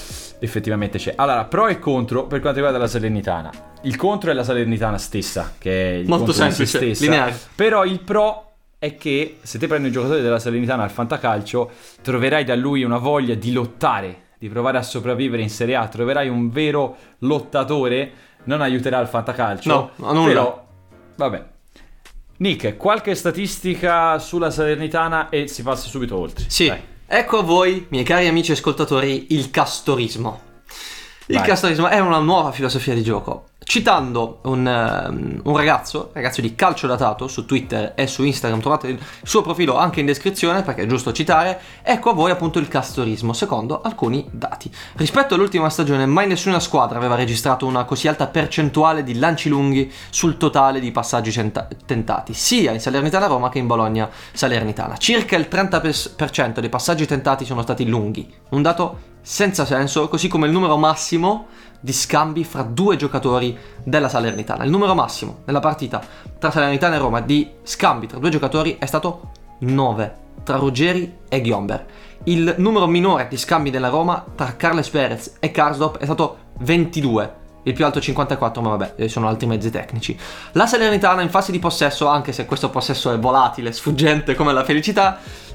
S3: c'è. Allora, pro e contro per quanto riguarda la Salernitana. Il contro è la Salernitana stessa, che è il
S4: molto semplice,
S3: stessa,
S4: lineare.
S3: Però il pro è che se te prendi un giocatore della Salernitana al fantacalcio, troverai da lui una voglia di lottare, di provare a sopravvivere in Serie A, troverai un vero lottatore. Non aiuterà il fantacalcio,
S4: no, nulla.
S3: Però vabbè. Nick, qualche statistica sulla Salernitana e si passa subito oltre.
S4: Sì, dai. Ecco a voi, miei cari amici ascoltatori, il castorismo. Il castorismo è una nuova filosofia di gioco. Citando un ragazzo di Calcio Datato su Twitter e su Instagram, trovate il suo profilo anche in descrizione perché è giusto citare, ecco a voi appunto il castorismo secondo alcuni dati. Rispetto all'ultima stagione mai nessuna squadra aveva registrato una così alta percentuale di lanci lunghi sul totale di passaggi tentati, sia in Salernitana Roma che in Bologna Salernitana. Circa il 30% dei passaggi tentati sono stati lunghi, un dato senza senso, così come il numero massimo di scambi fra due giocatori della Salernitana. Il numero massimo nella partita tra Salernitana e Roma di scambi tra due giocatori è stato 9 tra Ruggeri e Ghiomber. Il numero minore di scambi della Roma tra Carles Perez e Karsdorp è stato 22, il più alto 54, ma vabbè, sono altri mezzi tecnici. La Salernitana in fase di possesso, anche se questo possesso è volatile, sfuggente come la felicità,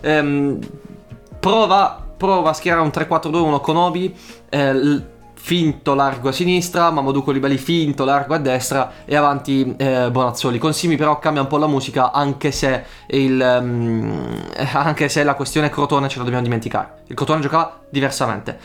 S4: prova a schierare un 3-4-2-1 con Obi, finto largo a sinistra, Mamadou Koulibaly finto largo a destra e avanti Bonazzoli. Con Simi però cambia un po' la musica, anche se la questione Crotone ce la dobbiamo dimenticare. Il Crotone giocava diversamente,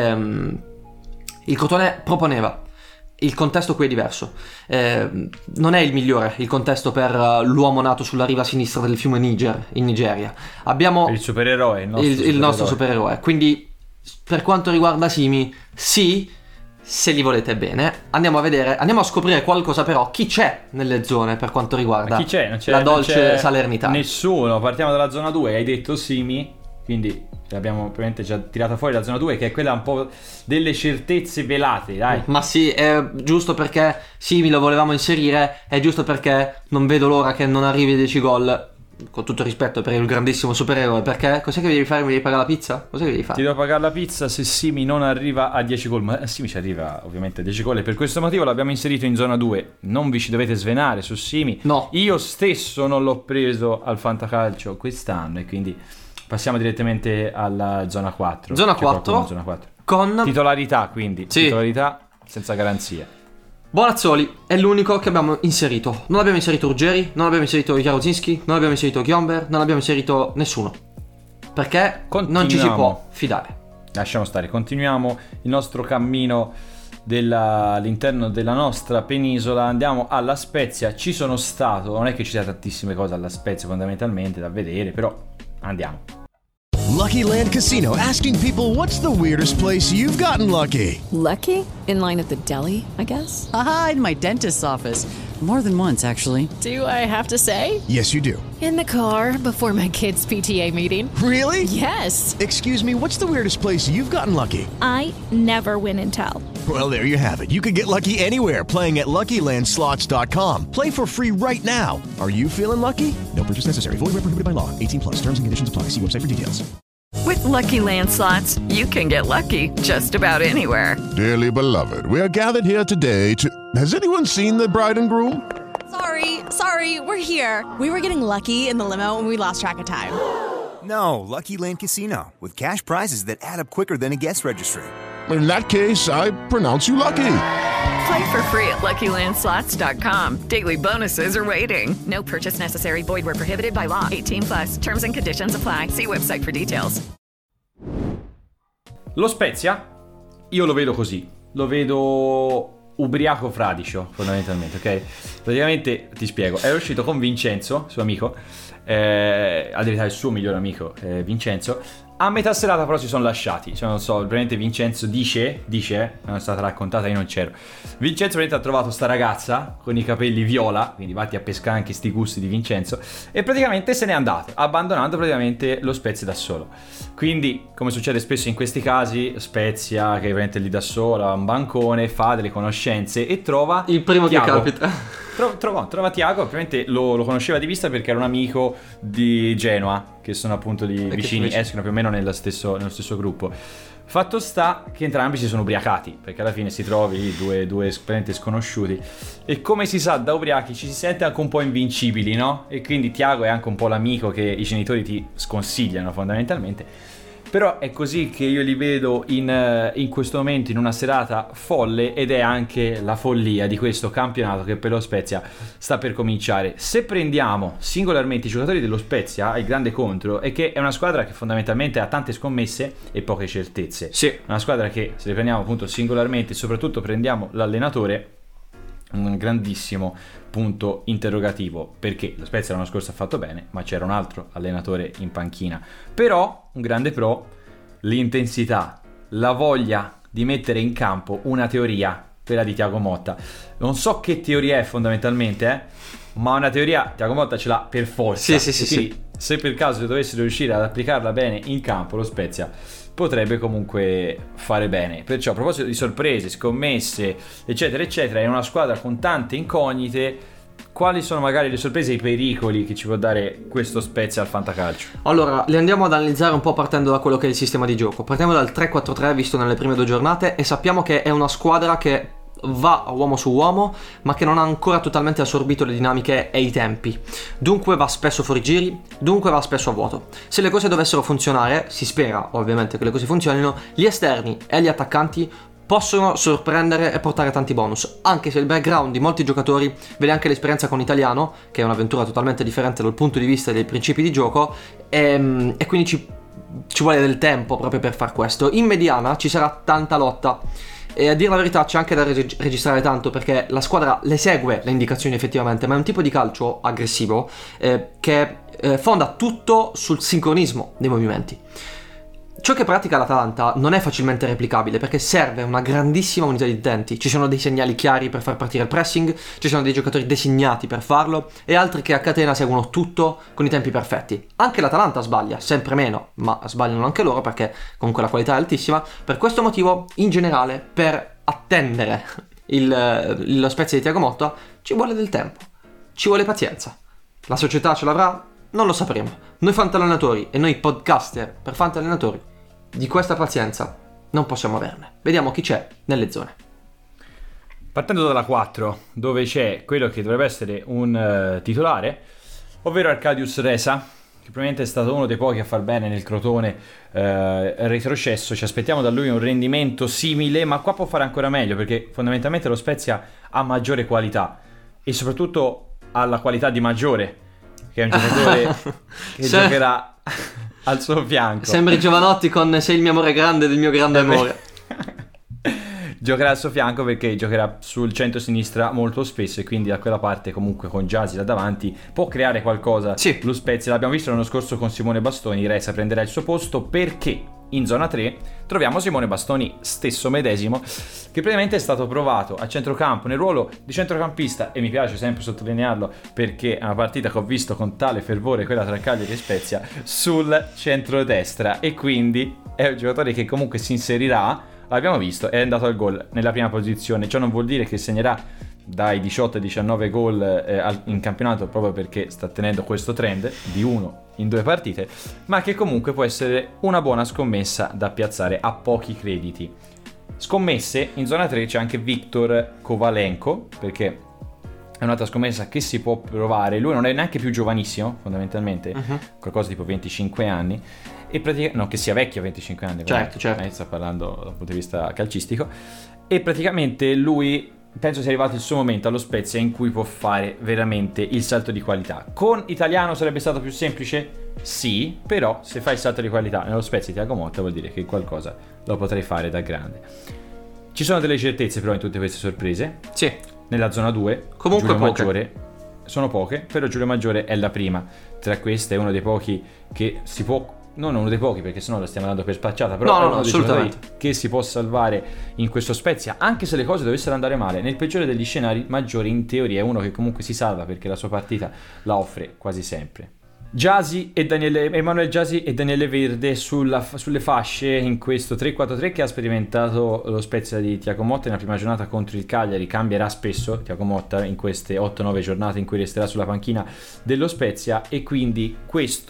S4: il Crotone proponeva. Il contesto qui è diverso, non è il migliore il contesto per l'uomo nato sulla riva sinistra del fiume Niger in Nigeria. Abbiamo
S3: il supereroe,
S4: il nostro supereroe. Quindi per quanto riguarda Simi, sì, se li volete bene, andiamo a scoprire qualcosa però. Chi c'è nelle zone per quanto riguarda
S3: chi c'è? Non c'è,
S4: la dolce
S3: non c'è
S4: Salernitana?
S3: Nessuno. Partiamo dalla zona 2, hai detto Simi, quindi l'abbiamo ovviamente già tirata fuori la zona 2, che è quella un po' delle certezze velate, dai.
S4: Ma sì, è giusto perché Simi lo volevamo inserire, è giusto perché non vedo l'ora che non arrivi 10 gol. Con tutto rispetto per il grandissimo supereroe, perché cos'è che devi fare? Mi devi pagare la pizza? Cos'è che devi fare?
S3: Ti devo pagare la pizza se Simi non arriva a 10 gol. Ma Simi ci arriva ovviamente a 10 gol e per questo motivo l'abbiamo inserito in zona 2. Non vi ci dovete svenare su Simi.
S4: No.
S3: Io stesso non l'ho preso al Fantacalcio quest'anno e quindi passiamo direttamente alla zona 4.
S4: Zona 4 con
S3: titolarità, quindi
S4: sì.
S3: Titolarità senza garanzie.
S4: Bonazzoli è l'unico che abbiamo inserito. Non abbiamo inserito Ruggeri, non abbiamo inserito Jaruzinski, non abbiamo inserito Ghiomber, non abbiamo inserito nessuno. Perché non ci si può fidare.
S3: Lasciamo stare, continuiamo il nostro cammino all'interno della nostra penisola. Andiamo alla Spezia. Ci sono stato, non è che ci sia tantissime cose alla Spezia fondamentalmente da vedere, però andiamo.
S6: Lucky Land Casino, asking people, what's the weirdest place you've gotten lucky?
S11: Lucky? In line at the deli, I guess?
S12: Aha, in my dentist's office. More than once, actually.
S11: Do I have to say?
S6: Yes, you do.
S11: In the car before my kids' PTA meeting.
S6: Really?
S11: Yes.
S6: Excuse me, what's the weirdest place you've gotten lucky?
S13: I never win and tell.
S6: Well, there you have it. You can get lucky anywhere, playing at LuckyLandSlots.com. Play for free right now. Are you feeling lucky? No purchase necessary. Void where prohibited by law. 18+. Terms and conditions apply. See website for details.
S5: With Lucky Land Slots, you can get lucky just about anywhere.
S6: Dearly beloved, we are gathered here today to... Has anyone seen the bride and groom?
S7: Sorry, we're here. We were getting lucky in the limo and we lost track of time.
S8: No, Lucky Land Casino, with cash prizes that add up quicker than a guest registry.
S6: In that case, I pronounce you lucky.
S5: Play for free at LuckyLandSlots.com. Daily bonuses are waiting. No purchase necessary. Void where prohibited by law. 18+. Terms and conditions apply. See website for details.
S3: Lo Spezia, io lo vedo così. Lo vedo ubriaco fradicio, fondamentalmente, ok? Praticamente, ti spiego. Era uscito con Vincenzo, suo amico. A verità il suo migliore amico, Vincenzo. A metà serata però si sono lasciati, cioè non so, probabilmente Vincenzo dice, non è stata raccontata, io non c'ero. Vincenzo probabilmente ha trovato sta ragazza con i capelli viola, quindi vatti a pescare anche sti gusti di Vincenzo, e praticamente se n'è andato, abbandonando praticamente lo Spezia da solo. Quindi, come succede spesso in questi casi, Spezia che veramente lì da sola, un bancone, fa delle conoscenze e trova
S4: il primo
S3: Thiago.
S4: Che capita.
S3: Trova Thiago, ovviamente lo conosceva di vista perché era un amico di Genoa, che sono appunto lì vicini, escono più o meno nello stesso gruppo. Fatto sta che entrambi si sono ubriacati, perché alla fine si trovi due esponenti sconosciuti e come si sa da ubriachi ci si sente anche un po' invincibili, no? E quindi Thiago è anche un po' l'amico che i genitori ti sconsigliano fondamentalmente. Però è così che io li vedo in questo momento in una serata folle, ed è anche la follia di questo campionato che per lo Spezia sta per cominciare. Se prendiamo singolarmente i giocatori dello Spezia, il grande contro è che è una squadra che fondamentalmente ha tante scommesse e poche certezze.
S4: Sì.
S3: Una squadra che, se le prendiamo appunto singolarmente e soprattutto prendiamo l'allenatore, un grandissimo punto interrogativo, perché lo Spezia l'anno scorso ha fatto bene, ma c'era un altro allenatore in panchina. Però un grande pro, l'intensità, la voglia di mettere in campo una teoria, quella di Thiago Motta. Non so che teoria è fondamentalmente, ma una teoria Thiago Motta ce l'ha per forza.
S4: Sì.
S3: Se per caso dovessero riuscire ad applicarla bene in campo, lo Spezia potrebbe comunque fare bene. Perciò, a proposito di sorprese, scommesse, eccetera eccetera, è una squadra con tante incognite. quali sono magari le sorprese e i pericoli che ci può dare questo Spezia al fantacalcio?
S4: Allora, li andiamo ad analizzare un po' partendo da quello che è il sistema di gioco. Partiamo dal 3-4-3 visto nelle prime 2 giornate e sappiamo che è una squadra che va a uomo su uomo ma che non ha ancora totalmente assorbito le dinamiche e i tempi, dunque va spesso fuori giri, dunque va spesso a vuoto. Se le cose dovessero funzionare, si spera ovviamente che le cose funzionino, gli esterni e gli attaccanti possono sorprendere e portare tanti bonus, anche se il background di molti giocatori vede anche l'esperienza con Italiano, che è un'avventura totalmente differente dal punto di vista dei principi di gioco, e quindi ci vuole del tempo proprio per far questo. In mediana ci sarà tanta lotta e a dire la verità c'è anche da registrare tanto, perché la squadra le segue le indicazioni effettivamente, ma è un tipo di calcio aggressivo che fonda tutto sul sincronismo dei movimenti. Ciò che pratica l'Atalanta non è facilmente replicabile perché serve una grandissima unità di intenti. Ci sono dei segnali chiari per far partire il pressing, ci sono dei giocatori designati per farlo e altri che a catena seguono tutto con i tempi perfetti. Anche l'Atalanta sbaglia, sempre meno, ma sbagliano anche loro perché comunque la qualità è altissima. Per questo motivo, in generale, per attendere lo Spezia di Thiago Motta ci vuole del tempo, ci vuole pazienza. La società ce l'avrà? Non lo sapremo. Noi fantallenatori e noi podcaster per fantallenatori di questa pazienza non possiamo averne. Vediamo chi c'è nelle zone.
S3: Partendo dalla 4, dove c'è quello che dovrebbe essere un titolare, ovvero Arkadiusz Reza, che probabilmente è stato uno dei pochi a far bene nel Crotone retrocesso. Ci aspettiamo da lui un rendimento simile, ma qua può fare ancora meglio perché fondamentalmente lo Spezia ha maggiore qualità e soprattutto ha la qualità di Maggiore, che è un giocatore che giocherà al suo fianco.
S4: Sembri Giovanotti con Sei il mio amore grande del mio grande amore.
S3: Giocherà al suo fianco perché giocherà sul centro-sinistra molto spesso e quindi da quella parte comunque con Gyasi là davanti può creare qualcosa.
S4: Sì.
S3: Lo Spezia l'abbiamo visto l'anno scorso con Simone Bastoni. Reza prenderà il suo posto perché in zona 3 troviamo Simone Bastoni, stesso medesimo, che praticamente è stato provato a centrocampo nel ruolo di centrocampista, e mi piace sempre sottolinearlo perché è una partita che ho visto con tale fervore, quella tra Cagliari e Spezia, sul centrodestra, e quindi è un giocatore che comunque si inserirà. L'abbiamo visto, è andato al gol nella prima posizione. Ciò non vuol dire che segnerà dai 18 ai 19 gol in campionato, proprio perché sta tenendo questo trend di 1 in 2 partite, ma che comunque può essere una buona scommessa da piazzare a pochi crediti. Scommesse, in zona 3 c'è anche Viktor Kovalenko, perché è un'altra scommessa che si può provare. Lui non è neanche più giovanissimo, fondamentalmente, qualcosa tipo 25 anni, e no, che sia vecchio a 25 anni,
S4: certo.
S3: Sto parlando dal punto di vista calcistico, e praticamente lui penso sia arrivato il suo momento allo Spezia in cui può fare veramente il salto di qualità. Con Italiano sarebbe stato più semplice? Sì, però se fai il salto di qualità nello Spezia di Thiago Motta vuol dire che qualcosa lo potrei fare da grande. Ci sono delle certezze però in tutte queste sorprese.
S4: Sì.
S3: Nella zona 2
S4: comunque
S3: Giulio
S4: poche.
S3: Maggiore, sono poche, però Giulio Maggiore è la prima. Tra queste è uno dei pochi che si può, non uno dei pochi perché sennò la stiamo dando per spacciata, però è uno dei giocatori che si può salvare in questo Spezia, anche se le cose dovessero andare male. Nel peggiore degli scenari Maggiore in teoria è uno che comunque si salva perché la sua partita la offre quasi sempre. Emanuele Gyasi e Daniele Verde sulle fasce in questo 3-4-3 che ha sperimentato lo Spezia di Thiago Motta nella prima giornata contro il Cagliari. Cambierà spesso Thiago Motta in queste 8-9 giornate in cui resterà sulla panchina dello Spezia, e quindi questi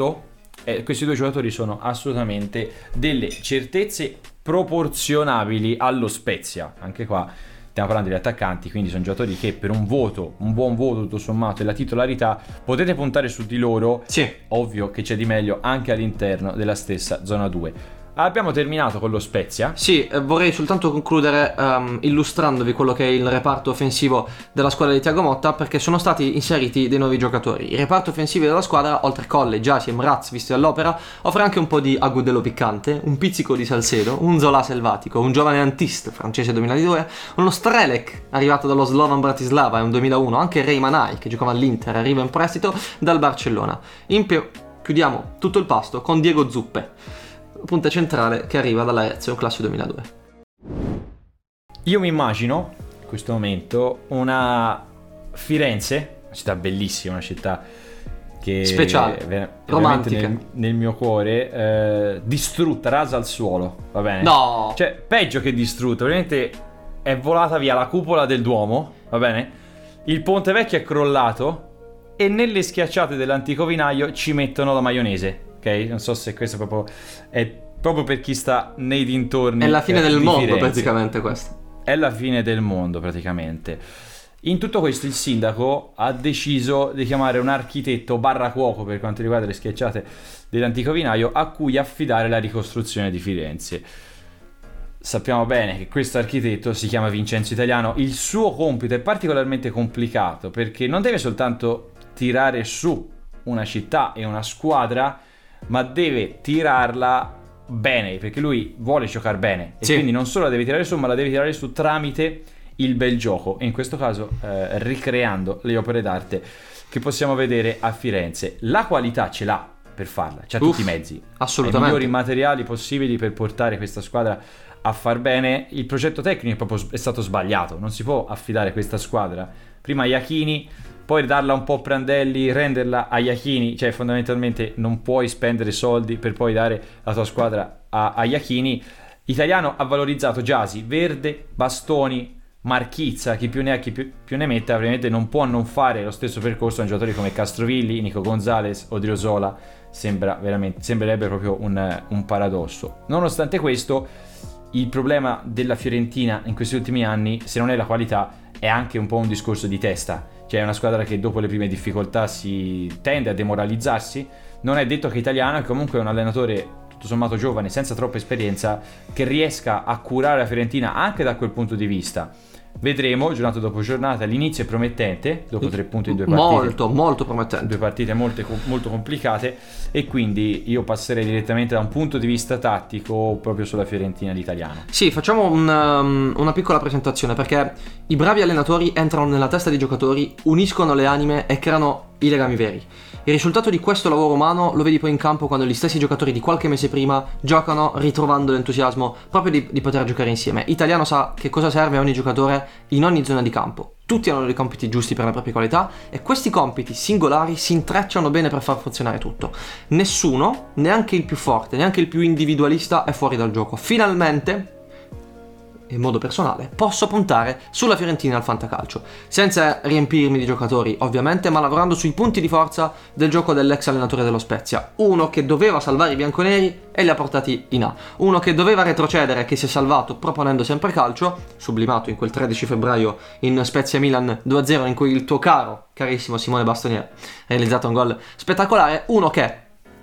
S3: 2 giocatori sono assolutamente delle certezze proporzionabili allo Spezia. Anche qua stiamo parlando degli attaccanti, quindi sono giocatori che per un buon voto tutto sommato e la titolarità potete puntare su di loro.
S4: Sì.
S3: Ovvio che c'è di meglio anche all'interno della stessa zona 2. Abbiamo terminato con lo Spezia.
S4: Sì, vorrei soltanto concludere illustrandovi quello che è il reparto offensivo della squadra di Thiago Motta, perché sono stati inseriti dei nuovi giocatori. I reparti offensivi della squadra, oltre Colle, Gyasi e Mraz visti all'opera, offre anche un po' di Agudelo piccante, un pizzico di Salcedo, un Zola selvatico, un giovane Antist francese 2002, uno Strelec arrivato dallo Slovan Bratislava è un 2001, anche Ray Manai che giocava all'Inter arriva in prestito dal Barcellona. In più chiudiamo tutto il pasto con Diego Zuppe, punta centrale che arriva dalla Ezio, classe 2002.
S3: Io mi immagino in questo momento una Firenze, una città bellissima, una città che
S4: speciale, romantica
S3: nel mio cuore, distrutta, rasa al suolo, va bene?
S4: No!
S3: Cioè, peggio che distrutta, ovviamente è volata via la cupola del Duomo, va bene? il Ponte Vecchio è crollato e nelle schiacciate dell'antico vinaio ci mettono la maionese, ok? Non so se questo è proprio per chi sta nei dintorni.
S4: È la fine del
S3: di
S4: mondo
S3: Firenze.
S4: praticamente questo.
S3: È la fine del mondo praticamente. In tutto questo il sindaco ha deciso di chiamare un architetto / cuoco per quanto riguarda le schiacciate dell'antico vinaio a cui affidare la ricostruzione di Firenze. Sappiamo bene che questo architetto si chiama Vincenzo Italiano. Il suo compito è particolarmente complicato perché non deve soltanto tirare su una città e una squadra, ma deve tirarla bene, perché lui vuole giocare bene e quindi non solo la deve tirare su, ma la deve tirare su tramite il bel gioco, e in questo caso ricreando le opere d'arte che possiamo vedere a Firenze. La qualità ce l'ha per farla, c'ha tutti i mezzi,
S4: assolutamente,
S3: i migliori materiali possibili per portare questa squadra a far bene. Il progetto tecnico è stato sbagliato, non si può affidare questa squadra prima a Iachini, poi darla un po' a Prandelli, renderla a Iachini, cioè fondamentalmente non puoi spendere soldi per poi dare la tua squadra a Iachini. Italiano ha valorizzato Gyasi, Verde, Bastoni, Marchizza, chi più ne ha chi più ne metta. Ovviamente non può non fare lo stesso percorso a giocatori come Castrovilli, Nico Gonzalez, Odriozola. Sembrerebbe proprio un paradosso. Nonostante questo, il problema della Fiorentina in questi ultimi anni, se non è la qualità, è anche un po' un discorso di testa. Cioè è una squadra che dopo le prime difficoltà si tende a demoralizzarsi. Non è detto che Italiano è comunque un allenatore tutto sommato giovane, senza troppa esperienza, che riesca a curare la Fiorentina anche da quel punto di vista. Vedremo giornata dopo giornata. L'inizio è promettente, dopo 3 punti in 2 partite,
S4: molto promettente,
S3: 2 partite molto complicate, e quindi io passerei direttamente da un punto di vista tattico proprio sulla Fiorentina di Italiano.
S4: Sì, facciamo una piccola presentazione, perché i bravi allenatori entrano nella testa dei giocatori, uniscono le anime e creano i legami veri. Il risultato di questo lavoro umano lo vedi poi in campo quando gli stessi giocatori di qualche mese prima giocano ritrovando l'entusiasmo proprio di poter giocare insieme. Italiano sa che cosa serve a ogni giocatore in ogni zona di campo. Tutti hanno dei compiti giusti per le proprie qualità e questi compiti singolari si intrecciano bene per far funzionare tutto. Nessuno, neanche il più forte, neanche il più individualista, è fuori dal gioco. Finalmente, in modo personale, posso puntare sulla Fiorentina al fantacalcio, senza riempirmi di giocatori ovviamente, ma lavorando sui punti di forza del gioco dell'ex allenatore dello Spezia. Uno che doveva salvare i bianconeri e li ha portati in A, uno che doveva retrocedere e che si è salvato proponendo sempre calcio, sublimato in quel 13 febbraio in Spezia Milan 2-0, in cui il tuo carissimo Simone Bastoni ha realizzato un gol spettacolare. Uno che,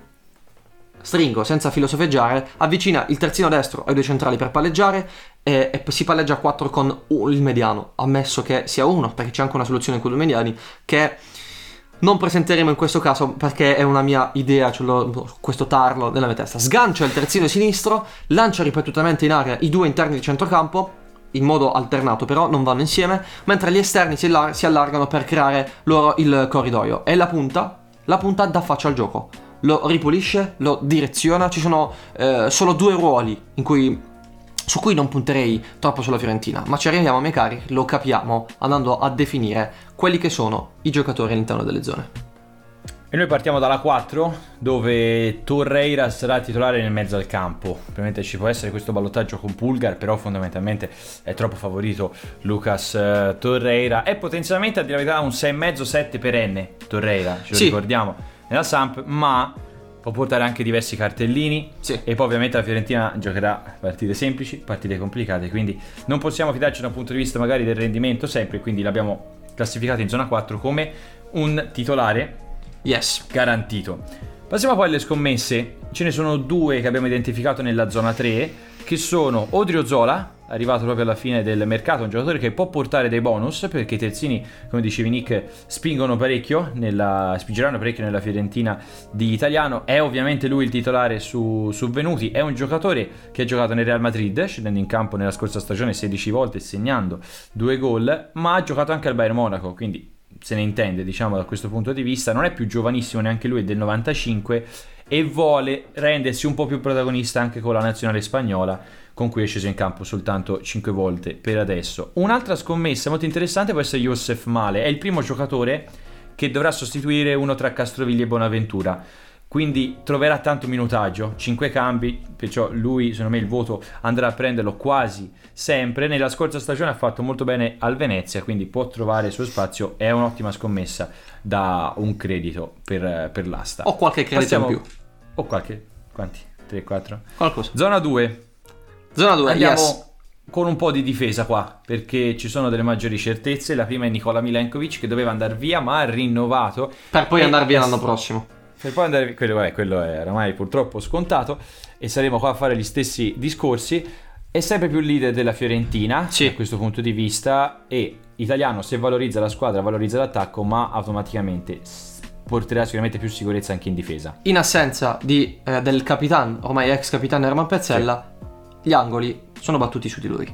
S4: stringo senza filosofeggiare, avvicina il terzino destro ai 2 centrali per palleggiare e si palleggia a 4 con il mediano, ammesso che sia uno, perché c'è anche una soluzione con 2 mediani che non presenteremo in questo caso perché è una mia idea, questo tarlo nella mia testa. Sgancia il terzino sinistro, lancia ripetutamente in aria i 2 interni di centrocampo in modo alternato, però non vanno insieme, mentre gli esterni si allargano per creare loro il corridoio, e la punta dà faccia al gioco, lo ripulisce, lo direziona. Ci sono solo 2 ruoli su cui non punterei troppo sulla Fiorentina, ma ci arriviamo, miei cari, lo capiamo andando a definire quelli che sono i giocatori all'interno delle zone.
S3: E noi partiamo dalla 4, dove Torreira sarà titolare nel mezzo al campo. Ovviamente ci può essere questo ballottaggio con Pulgar, però fondamentalmente è troppo favorito Lucas Torreira. È potenzialmente, a dire la verità, un 6,5-7 perenne Torreira, ce lo ricordiamo, nella Samp, ma può portare anche diversi cartellini. E poi ovviamente la Fiorentina giocherà partite semplici, partite complicate, quindi non possiamo fidarci da un punto di vista magari del rendimento sempre, quindi l'abbiamo classificato in zona 4 come un titolare garantito. Passiamo poi alle scommesse. Ce ne sono 2 che abbiamo identificato nella zona 3, che sono Odriozola, arrivato proprio alla fine del mercato, un giocatore che può portare dei bonus, perché i terzini, come dicevi Nick, spingeranno parecchio nella Fiorentina di Italiano. È ovviamente lui il titolare su Venuti. È un giocatore che ha giocato nel Real Madrid, scendendo in campo nella scorsa stagione 16 volte e segnando 2 gol, ma ha giocato anche al Bayern Monaco, quindi se ne intende, diciamo, da questo punto di vista. Non è più giovanissimo, neanche lui, è del 95, e vuole rendersi un po' più protagonista anche con la nazionale spagnola, con cui è sceso in campo soltanto 5 volte per adesso. Un'altra scommessa molto interessante può essere Youssef Male. È il primo giocatore che dovrà sostituire uno tra Castrovilli e Bonaventura. quindi troverà tanto minutaggio, 5 cambi, perciò lui, secondo me, il voto andrà a prenderlo quasi sempre. Nella scorsa stagione ha fatto molto bene al Venezia, quindi può trovare il suo spazio, è un'ottima scommessa da un credito per l'asta.
S4: O qualche credito in più.
S3: O qualche, quanti? 3, 4?
S4: Qualcosa.
S3: Zona 2.
S4: Andiamo
S3: yes. Con un po' di difesa qua, perché ci sono delle maggiori certezze. La prima è Nikola Milenkovic, che doveva andare via ma ha rinnovato
S4: per poi andare via l'anno prossimo.
S3: Per poi andare via, quello è oramai purtroppo scontato, e saremo qua a fare gli stessi discorsi. È sempre più leader della Fiorentina, da questo punto di vista, e italiano, se valorizza la squadra valorizza l'attacco, ma automaticamente porterà sicuramente più sicurezza anche in difesa.
S4: In assenza del capitano, ormai ex capitano Herman Pezzella, gli angoli sono battuti su di lui.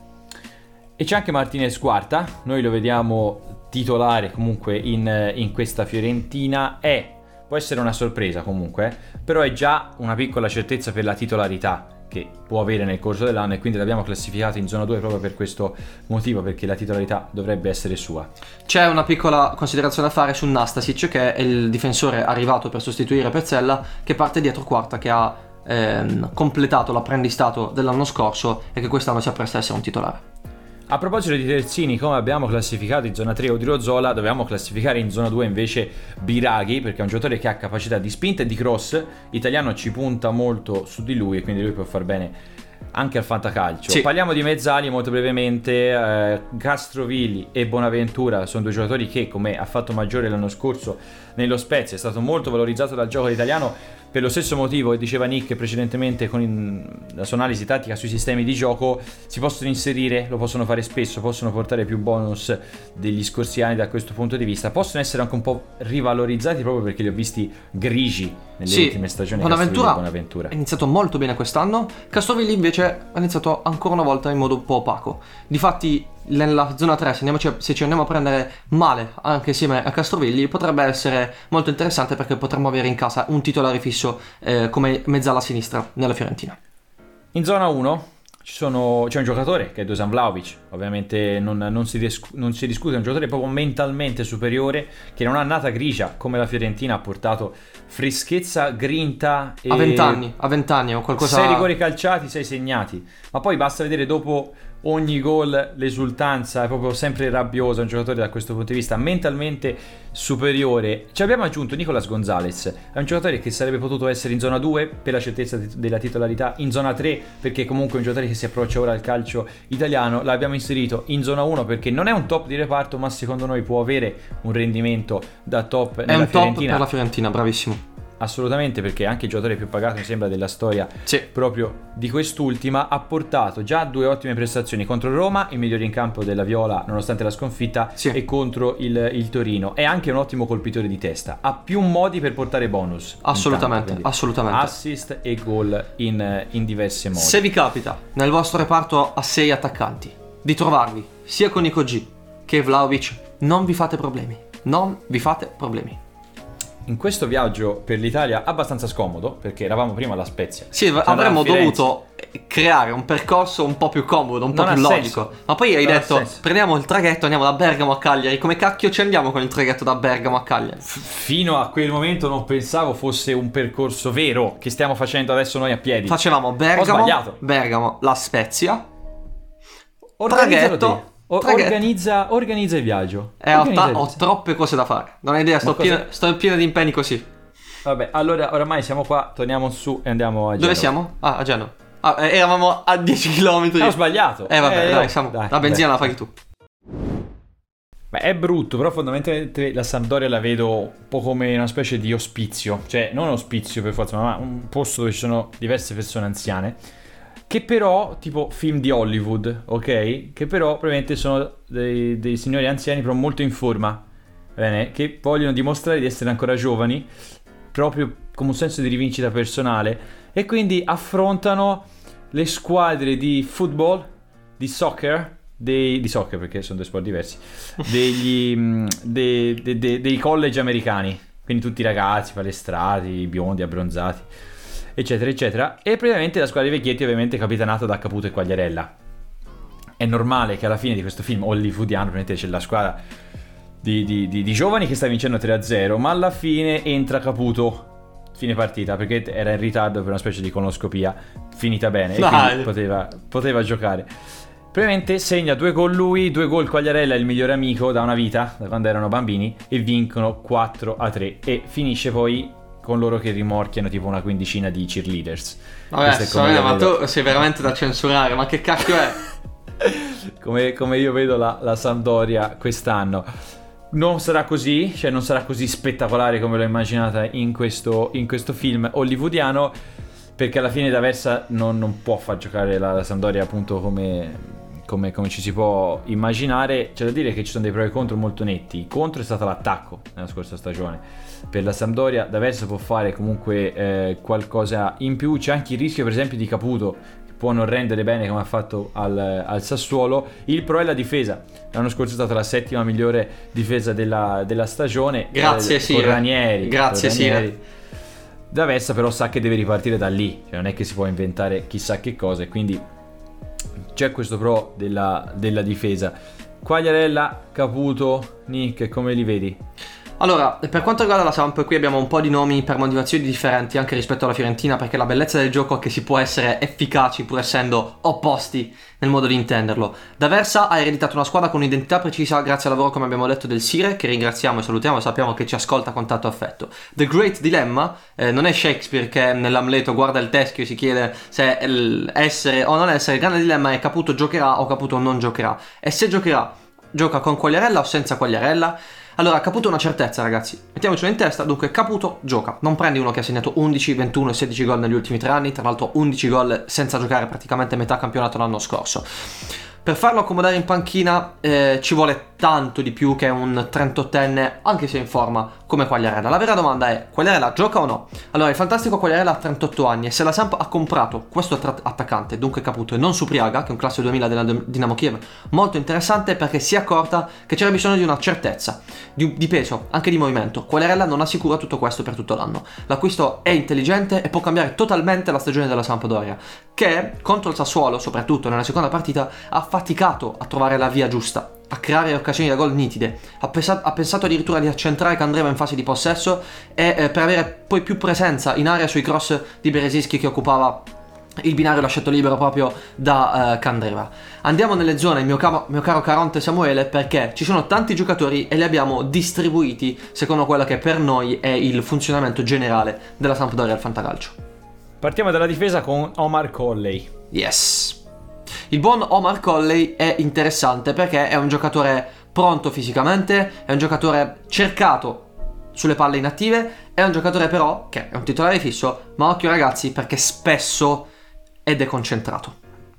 S3: E c'è anche Martinez Quarta, noi lo vediamo titolare comunque in questa Fiorentina. Può essere una sorpresa comunque, però è già una piccola certezza per la titolarità che può avere nel corso dell'anno, e quindi l'abbiamo classificato in zona 2 proprio per questo motivo, perché la titolarità dovrebbe essere sua.
S4: C'è una piccola considerazione da fare su Nastasic, che è il difensore arrivato per sostituire Pezzella, che parte dietro Quarta, che ha completato l'apprendistato dell'anno scorso e che quest'anno si appresta a essere un titolare.
S3: A proposito di terzini, come abbiamo classificato in zona 3 Odriozola, dobbiamo classificare in zona 2 invece Biraghi, perché è un giocatore che ha capacità di spinta e di cross. Italiano ci punta molto su di lui, e quindi lui può far bene anche al fantacalcio. Parliamo di mezzali molto brevemente. Castrovilli e Bonaventura sono due giocatori che, come ha fatto Maggiore l'anno scorso nello Spezia, è stato molto valorizzato dal gioco italiano, per lo stesso motivo che diceva Nick precedentemente con la sua analisi tattica sui sistemi di gioco. Si possono inserire, lo possono fare spesso, possono portare più bonus degli scorsi anni da questo punto di vista, possono essere anche un po' rivalorizzati proprio perché li ho visti grigi nelle ultime stagioni.
S4: Bonaventura ha iniziato molto bene quest'anno, Castrovilli invece ha iniziato ancora una volta in modo un po' opaco. Difatti nella zona 3, se ci andiamo a prendere male anche insieme a Castrovilli, potrebbe essere molto interessante, perché potremmo avere in casa un titolare fisso come mezzala sinistra nella Fiorentina.
S3: In zona 1 c'è un giocatore che è Dusan Vlahovic, ovviamente non si discute, è un giocatore proprio mentalmente superiore, che non ha annata grigia come la Fiorentina, ha portato freschezza, grinta e
S4: a 20 anni o qualcosa.
S3: 6 rigori calciati, 6 segnati, ma poi basta vedere dopo ogni gol l'esultanza, è proprio sempre rabbioso. È un giocatore da questo punto di vista mentalmente superiore. Ci abbiamo aggiunto Nicolas Gonzalez, è un giocatore che sarebbe potuto essere in zona 2 per la certezza della titolarità, in zona 3 perché comunque è un giocatore che si approccia ora al calcio italiano. L'abbiamo inserito in zona 1 perché non è un top di reparto, ma secondo noi può avere un rendimento da top nella
S4: Fiorentina. È un
S3: top
S4: per la Fiorentina, bravissimo.
S3: Assolutamente, perché anche il giocatore più pagato, mi sembra, della storia proprio di quest'ultima. Ha portato già 2 ottime prestazioni contro Roma, il migliore in campo della Viola nonostante la sconfitta, e contro il Torino. È anche un ottimo colpitore di testa, ha più modi per portare bonus.
S4: Assolutamente.
S3: Assist e gol in diversi modi.
S4: Se vi capita nel vostro reparto a 6 attaccanti di trovarvi sia con Nico G che Vlahovic, non vi fate problemi.
S3: In questo viaggio per l'Italia abbastanza scomodo, perché eravamo prima alla Spezia.
S4: Avremmo dovuto creare un percorso un po' più comodo, un po' più logico. Ma poi hai detto prendiamo il traghetto, andiamo da Bergamo a Cagliari. Come cacchio ci andiamo con il traghetto da Bergamo a Cagliari?
S3: Fino a quel momento non pensavo fosse un percorso vero che stiamo facendo adesso noi a piedi.
S4: Facevamo Bergamo, La Spezia, traghetto.
S3: Organizza il viaggio.
S4: Ho troppe cose da fare. Non hai idea, sto pieno di impegni così.
S3: Vabbè, allora oramai siamo qua, torniamo su e andiamo a Genova.
S4: Dove siamo? A Genova. Eravamo a 10 km.
S3: Ho sbagliato.
S4: Dai, la benzina la paghi tu.
S3: Beh, è brutto, però fondamentalmente la Sampdoria la vedo un po' come una specie di ospizio. Cioè, non ospizio per forza, ma un posto dove ci sono diverse persone anziane, che però, tipo film di Hollywood, ok? Che però probabilmente sono dei signori anziani però molto in forma, bene? Che vogliono dimostrare di essere ancora giovani, proprio come un senso di rivincita personale, e quindi affrontano le squadre di football, di soccer, di soccer perché sono 2 sport diversi, dei college americani, quindi tutti ragazzi palestrati, biondi, abbronzati, eccetera eccetera, e praticamente la squadra dei vecchietti ovviamente capitanata da Caputo e Quagliarella. È normale che alla fine di questo film hollywoodiano praticamente c'è la squadra di giovani che sta vincendo 3-0, ma alla fine entra Caputo fine partita, perché era in ritardo per una specie di colonoscopia, finita bene, e quindi poteva giocare. Probabilmente segna 2 gol lui, 2 gol Quagliarella, il migliore amico da una vita, da quando erano bambini, e vincono 4-3 e finisce poi con loro che rimorchiano tipo una quindicina di cheerleaders.
S4: Vabbè, ma tu sei veramente da censurare, ma che cacchio è?
S3: come io vedo la Sampdoria quest'anno. Non sarà così, cioè non sarà così spettacolare come l'ho immaginata in questo film hollywoodiano, perché alla fine D'Aversa non può far giocare la Sampdoria appunto come ci si può immaginare. C'è da dire che ci sono dei pro e contro molto netti. Il contro è stato l'attacco nella scorsa stagione per la Sampdoria. D'Aversa può fare comunque qualcosa in più. C'è anche il rischio per esempio di Caputo, che può non rendere bene come ha fatto al Sassuolo. Il pro è la difesa. L'anno scorso è stata la 7ª migliore difesa della stagione.
S4: Grazie Sire.
S3: Ranieri.
S4: Grazie Sire.
S3: D'Aversa però sa che deve ripartire da lì, cioè non è che si può inventare chissà che cosa, e quindi c'è questo pro della difesa. Quagliarella, Caputo, Nick, come li vedi?
S4: Allora, per quanto riguarda la Samp, qui abbiamo un po' di nomi per motivazioni differenti anche rispetto alla Fiorentina, perché la bellezza del gioco è che si può essere efficaci pur essendo opposti nel modo di intenderlo. D'Aversa ha ereditato una squadra con un'identità precisa grazie al lavoro, come abbiamo detto, del Sire, che ringraziamo e salutiamo e sappiamo che ci ascolta con tanto affetto. The Great Dilemma non è Shakespeare che nell'Amleto guarda il teschio e si chiede se essere o non essere. Il grande dilemma è Caputo giocherà o Caputo non giocherà, e se giocherà, gioca con Quagliarella o senza Quagliarella. Allora, Caputo è una certezza, ragazzi, mettiamocelo in testa. Dunque Caputo gioca, non prendi uno che ha segnato 11, 21 e 16 gol negli ultimi 3 anni, tra l'altro 11 gol senza giocare praticamente metà campionato l'anno scorso. Per farlo accomodare in panchina ci vuole tanto di più che un 38enne, anche se in forma, come Quagliarella. La vera domanda è: Quagliarella gioca o no? Allora, il fantastico Quagliarella ha 38 anni e se la Samp ha comprato questo attaccante, dunque Caputo, e non Supriaga, che è un classe 2000 della Dinamo Kiev, molto interessante, perché si è accorta che c'era bisogno di una certezza, di peso, anche di movimento. Quagliarella non assicura tutto questo per tutto l'anno. L'acquisto è intelligente e può cambiare totalmente la stagione della Sampdoria, che contro il Sassuolo, soprattutto nella seconda partita, ha faticato a trovare la via giusta, a creare occasioni da gol nitide. Ha pensato addirittura di accentrare Candreva in fase di possesso e per avere poi più presenza in area sui cross di Berezinski, che occupava il binario lasciato libero proprio da Candreva. Andiamo nelle zone, mio caro Caronte Samuele, perché ci sono tanti giocatori e li abbiamo distribuiti secondo quello che per noi è il funzionamento generale della Sampdoria al fantacalcio.
S3: Partiamo dalla difesa con Omar Colley.
S4: Yes. Il buon Omar Colley è interessante perché è un giocatore pronto fisicamente, è un giocatore cercato sulle palle inattive, è un giocatore però che è un titolare fisso, ma occhio ragazzi, perché spesso è deconcentrato.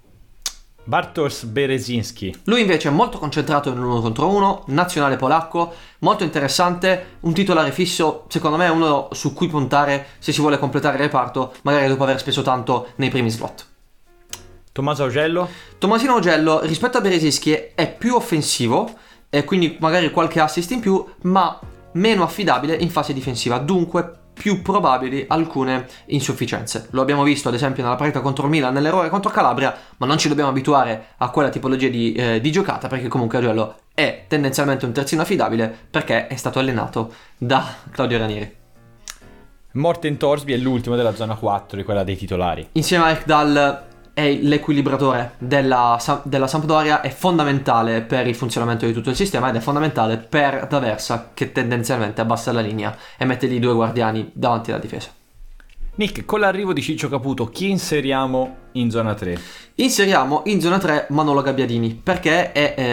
S3: Bartosz Berezinski.
S4: Lui invece è molto concentrato in 1 contro 1, nazionale polacco, molto interessante, un titolare fisso, secondo me è uno su cui puntare se si vuole completare il reparto, magari dopo aver speso tanto nei primi slot.
S3: Tommaso Augello.
S4: Tommasino Augello rispetto a Berezinski è più offensivo e quindi magari qualche assist in più, ma meno affidabile in fase difensiva, dunque più probabili alcune insufficienze. Lo abbiamo visto ad esempio nella partita contro il Milan, nell'errore contro Calabria, ma non ci dobbiamo abituare a quella tipologia di giocata, perché comunque Augello è tendenzialmente un terzino affidabile perché è stato allenato da Claudio Ranieri.
S3: Morten Torsby è l'ultimo della zona 4, di quella dei titolari.
S4: Insieme a Ekdal è l'equilibratore della Sampdoria, è fondamentale per il funzionamento di tutto il sistema ed è fondamentale per D'Aversa, che tendenzialmente abbassa la linea e mette lì 2 guardiani davanti alla difesa.
S3: Nick, con l'arrivo di Ciccio Caputo, chi inseriamo in zona 3?
S4: Inseriamo in zona 3 Manolo Gabbiadini, perché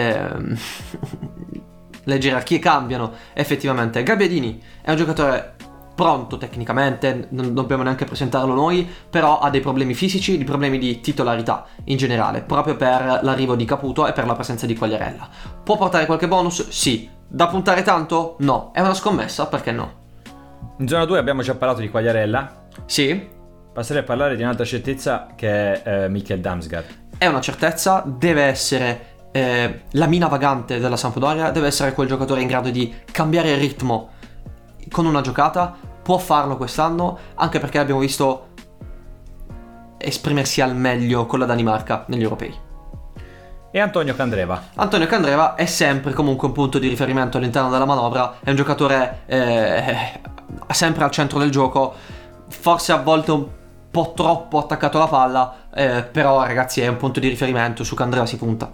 S4: le gerarchie cambiano effettivamente. Gabbiadini è un giocatore pronto tecnicamente, non dobbiamo neanche presentarlo noi, però ha dei problemi fisici, dei problemi di titolarità in generale, proprio per l'arrivo di Caputo e per la presenza di Quagliarella. Può portare qualche bonus? Sì. Da puntare tanto? No. È una scommessa? Perché no?
S3: In zona 2 abbiamo già parlato di Quagliarella.
S4: Sì.
S3: Passerei a parlare di un'altra certezza che è Mikkel Damsgaard.
S4: È una certezza, deve essere la mina vagante della Sampdoria, deve essere quel giocatore in grado di cambiare il ritmo con una giocata. Può farlo quest'anno, anche perché l'abbiamo visto esprimersi al meglio con la Danimarca negli europei.
S3: E Antonio Candreva.
S4: Antonio Candreva è sempre comunque un punto di riferimento all'interno della manovra, è un giocatore sempre al centro del gioco, forse a volte un po' troppo attaccato alla palla, però ragazzi è un punto di riferimento su cui Andrea si punta.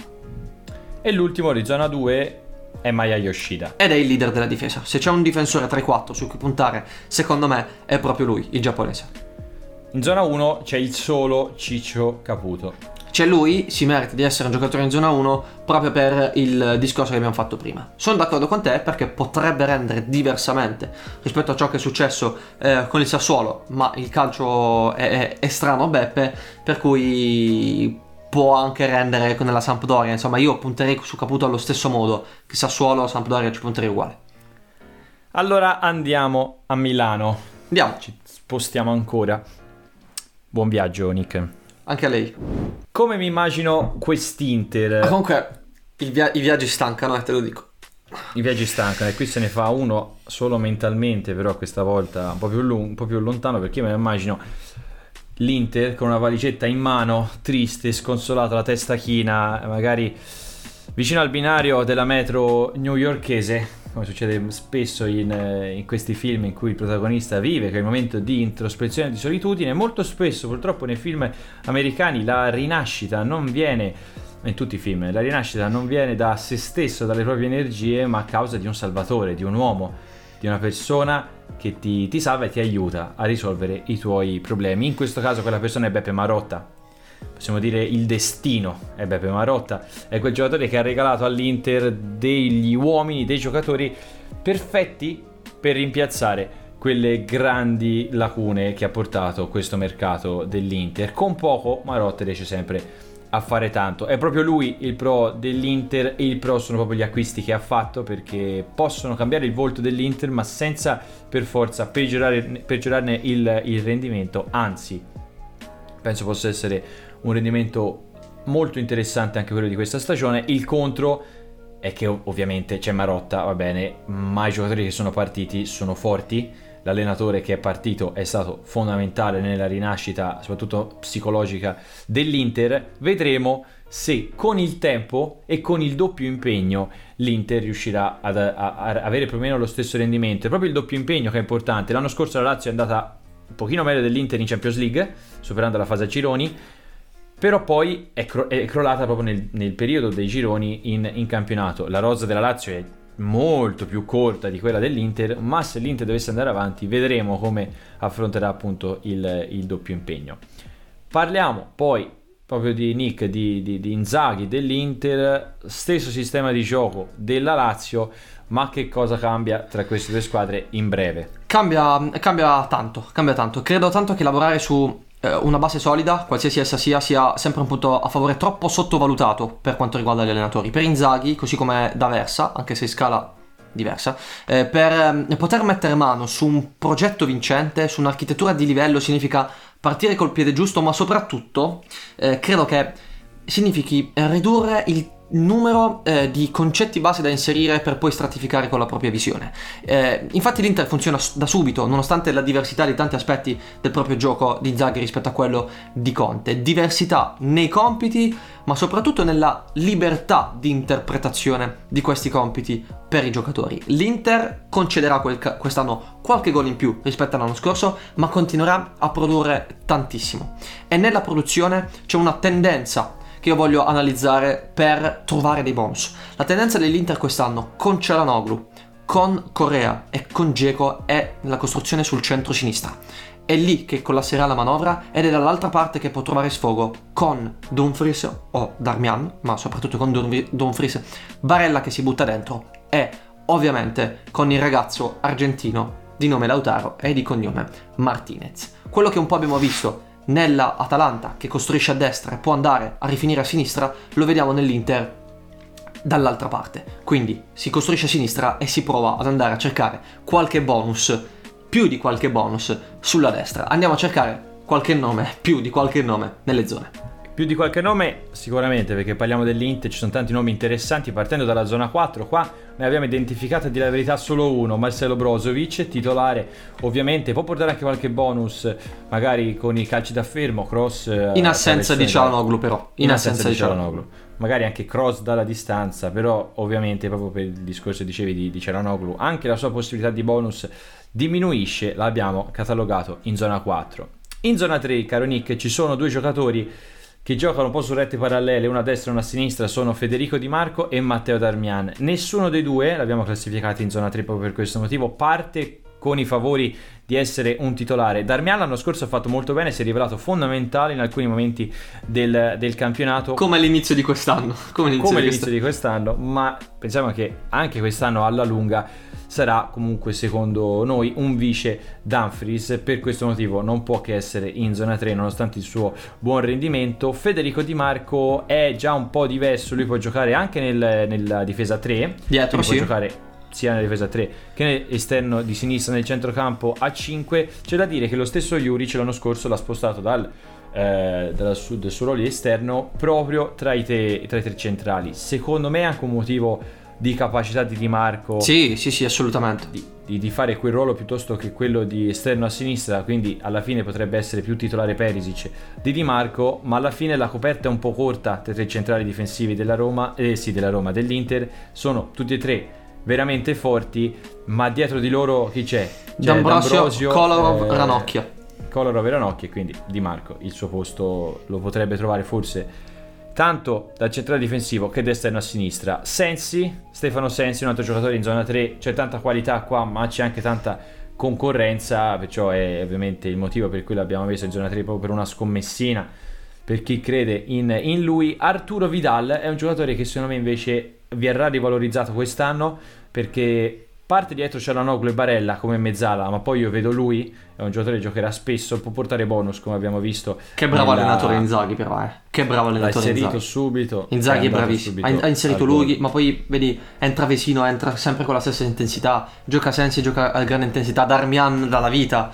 S3: E l'ultimo di zona 2 è Maya Yoshida.
S4: Ed è il leader della difesa. Se c'è un difensore tra i 4 su cui puntare, secondo me è proprio lui, il giapponese.
S3: In zona 1 c'è il solo Ciccio Caputo.
S4: C'è lui, si merita di essere un giocatore in zona 1 proprio per il discorso che abbiamo fatto prima. Sono d'accordo con te perché potrebbe rendere diversamente rispetto a ciò che è successo con il Sassuolo, ma il calcio è strano, Beppe, per cui può anche rendere nella Sampdoria. Insomma, io punterei su Caputo allo stesso modo che Sassuolo, Sampdoria, ci punterei uguale.
S3: Allora andiamo a Milano.
S4: Andiamo.
S3: Ci spostiamo ancora. Buon viaggio, Nick.
S4: Anche a lei.
S3: Come mi immagino quest'Inter?
S4: Ma comunque i viaggi stancano, te lo dico.
S3: I viaggi stancano, e qui se ne fa uno solo mentalmente, però questa volta un po' più lontano, perché io me lo immagino l'Inter con una valigetta in mano, triste, sconsolato, la testa china, magari vicino al binario della metro newyorkese, come succede spesso in questi film in cui il protagonista vive quel momento di introspezione e di solitudine. Molto spesso purtroppo nei film americani la rinascita non viene, in tutti i film, la rinascita non viene da se stesso, dalle proprie energie, ma a causa di un salvatore, di un uomo, di una persona che ti salva e ti aiuta a risolvere i tuoi problemi. In questo caso quella persona è Beppe Marotta. Possiamo dire il destino è Beppe Marotta, è quel giocatore che ha regalato all'Inter degli uomini, dei giocatori perfetti per rimpiazzare quelle grandi lacune che ha portato questo mercato dell'Inter. Con poco Marotta riesce sempre a fare tanto. È proprio lui il pro dell'Inter, e il pro sono proprio gli acquisti che ha fatto, perché possono cambiare il volto dell'Inter ma senza per forza peggiorarne il rendimento. Anzi, penso possa essere un rendimento molto interessante anche quello di questa stagione. Il contro è che ovviamente c'è Marotta, va bene, ma i giocatori che sono partiti sono forti. L'allenatore che è partito è stato fondamentale nella rinascita, soprattutto psicologica, dell'Inter. Vedremo se con il tempo e con il doppio impegno l'Inter riuscirà ad avere più o meno lo stesso rendimento. È proprio il doppio impegno che è importante. L'anno scorso la Lazio è andata un pochino meglio dell'Inter in Champions League, superando la fase a gironi, però poi è crollata proprio nel periodo dei gironi in campionato. La rosa della Lazio è molto più corta di quella dell'Inter, ma se l'Inter dovesse andare avanti vedremo come affronterà appunto il doppio impegno. Parliamo poi proprio di Nick, di Inzaghi, dell'Inter, stesso sistema di gioco della Lazio, ma che cosa cambia tra queste due squadre in breve? Cambia tanto. Credo tanto che lavorare su una base solida, qualsiasi essa sia sempre un punto a favore troppo sottovalutato per quanto riguarda gli allenatori. Per Inzaghi, così come D'Aversa, anche se in scala diversa, per poter mettere mano su un progetto vincente, su un'architettura di livello, significa partire col piede giusto, ma soprattutto credo che significhi ridurre il numero di concetti base da inserire per poi stratificare con la propria visione. Infatti l'Inter funziona da subito, nonostante la diversità di tanti aspetti del proprio gioco di Inzaghi rispetto a quello di Conte. Diversità nei compiti, ma soprattutto nella libertà di interpretazione di questi compiti per i giocatori. L'Inter concederà quest'anno qualche gol in più rispetto all'anno scorso, ma continuerà a produrre tantissimo. E nella produzione c'è una tendenza che io voglio analizzare per trovare dei bonus. La tendenza dell'Inter quest'anno con Çalhanoğlu, con Correa e con Dzeko è la costruzione sul centro-sinistra. È lì che collasserà la manovra ed è dall'altra parte che può trovare sfogo con Dumfries o Darmian, ma soprattutto con Dumfries, Barella che si butta dentro e ovviamente con il ragazzo argentino di nome Lautaro e di cognome Martinez. Quello che un po' abbiamo visto nella Atalanta, che costruisce a destra e può andare a rifinire a sinistra, lo vediamo nell'Inter dall'altra parte. Quindi si costruisce a sinistra e si prova ad andare a cercare qualche bonus, più di qualche bonus sulla destra. Andiamo a cercare qualche nome, più di qualche nome nelle zone. Più di qualche nome sicuramente, perché parliamo dell'Inter, ci sono tanti nomi interessanti. Partendo dalla zona 4, qua ne abbiamo identificato, a dire la verità, solo uno, Marcelo Brozovic, titolare. Ovviamente può portare anche qualche bonus, magari con i calci da fermo, cross
S4: in assenza di Çalhanoğlu, però
S3: in assenza di Çalhanoğlu, magari anche cross dalla distanza, però ovviamente proprio per il discorso che dicevi di Çalhanoğlu, anche la sua possibilità di bonus diminuisce. L'abbiamo catalogato in zona 4. In zona 3, caro Nick, ci sono due giocatori che giocano un po' su rette parallele, una a destra e una a sinistra, sono Federico Di Marco e Matteo Darmian. Nessuno dei due, l'abbiamo classificato in zona 3 proprio per questo motivo, parte con i favori di essere un titolare. Darmian l'anno scorso ha fatto molto bene, si è rivelato fondamentale in alcuni momenti del campionato,
S4: come all'inizio di quest'anno,
S3: di quest'anno, ma pensiamo che anche quest'anno alla lunga sarà comunque, secondo noi, un vice Dumfries. Per questo motivo non può che essere in zona 3 nonostante il suo buon rendimento. Federico Di Marco è già un po' diverso, lui può giocare anche nella difesa 3,
S4: dietro, sì,
S3: può giocare sia nella difesa 3 che nell'esterno di sinistra, nel centrocampo a 5. C'è da dire che lo stesso Juric l'anno scorso l'ha spostato del suo ruolo di esterno proprio tra i tre centrali. Secondo me è anche un motivo di capacità di Di Marco,
S4: sì, assolutamente,
S3: di fare quel ruolo piuttosto che quello di esterno a sinistra, quindi alla fine potrebbe essere più titolare Perisic di Di Marco, ma alla fine la coperta è un po' corta tra i tre centrali difensivi dell'Inter. Sono tutti e tre veramente forti, ma dietro di loro chi c'è?
S4: D'Ambrosio, Kolarov, Ranocchia,
S3: e quindi Di Marco il suo posto lo potrebbe trovare forse tanto dal centrale difensivo che da esterno a sinistra. Stefano Sensi, un altro giocatore in zona 3. C'è tanta qualità qua, ma c'è anche tanta concorrenza, perciò è ovviamente il motivo per cui l'abbiamo messo in zona 3, proprio per una scommessina per chi crede in lui. Arturo Vidal è un giocatore che secondo me invece verrà rivalorizzato quest'anno, perché parte dietro Çalhanoğlu e Barella come mezzala, ma poi io vedo lui, è un giocatore che giocherà spesso, può portare bonus come abbiamo visto.
S4: Che bravo allenatore Inzaghi, però che bravo allenatore
S3: Inzaghi. L'ha inserito subito.
S4: Inzaghi è bravissimo, ha inserito lui, ma poi vedi, entra Vesino, entra sempre con la stessa intensità, gioca Sensi, gioca a grande intensità, Darmian dalla vita,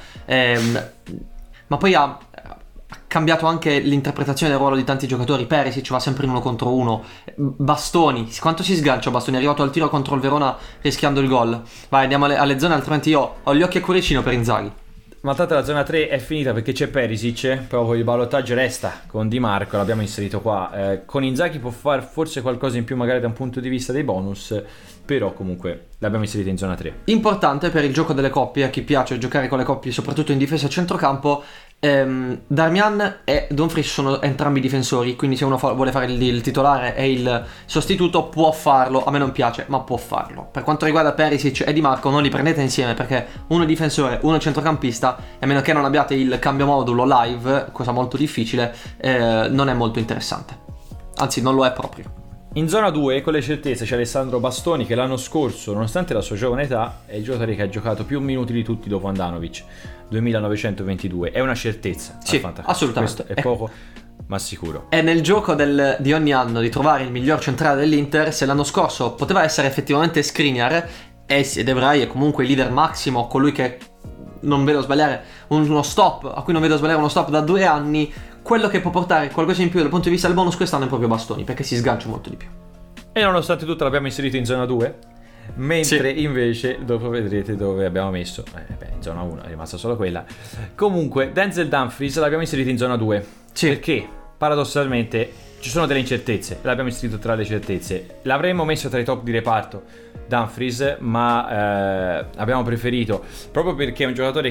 S4: ma poi ha cambiato anche l'interpretazione del ruolo di tanti giocatori. Perisic va sempre in 1 contro 1, Bastoni, quanto si sgancia Bastoni, è arrivato al tiro contro il Verona rischiando il gol. Vai, andiamo alle zone, altrimenti io ho gli occhi a cuoricino per Inzaghi.
S3: Ma tanto la zona 3 è finita perché c'è Perisic, proprio il ballottaggio resta con Di Marco, l'abbiamo inserito qua. Con Inzaghi può fare forse qualcosa in più magari da un punto di vista dei bonus, però comunque l'abbiamo inserita in zona 3.
S4: Importante per il gioco delle coppie, a chi piace giocare con le coppie soprattutto in difesa a centrocampo. Darmian e Dumfries sono entrambi difensori, quindi se uno vuole fare il titolare e il sostituto può farlo. A me non piace, ma può farlo. Per quanto riguarda Perisic e Di Marco, non li prendete insieme, perché uno è difensore, uno è centrocampista, e a meno che non abbiate il cambio modulo live, cosa molto difficile, non è molto interessante, anzi non lo è proprio.
S3: In zona 2 con le certezze c'è Alessandro Bastoni, che l'anno scorso, nonostante la sua giovane età, è il giocatore che ha giocato più minuti di tutti dopo Andanovic, 2922. È una certezza,
S4: sì, assolutamente.
S3: Questo è poco, ma sicuro.
S4: È nel gioco di ogni anno di trovare il miglior centrale dell'Inter. Se l'anno scorso poteva essere effettivamente Skriniar, e De Vrij è comunque il leader massimo, colui che non vedo sbagliare uno stop, a cui non vedo sbagliare uno stop da 2 anni, quello che può portare qualcosa in più dal punto di vista del bonus quest'anno è proprio Bastoni, perché si sgancia molto di più.
S3: E nonostante tutto l'abbiamo inserito in zona 2, mentre invece dopo vedrete dove abbiamo messo in zona 1 è rimasta solo quella. Comunque Denzel Dumfries l'abbiamo inserito in zona 2, perché paradossalmente ci sono delle incertezze, l'abbiamo inserito tra le certezze. L'avremmo messo tra i top di reparto Dumfries, ma abbiamo preferito, proprio perché è un giocatore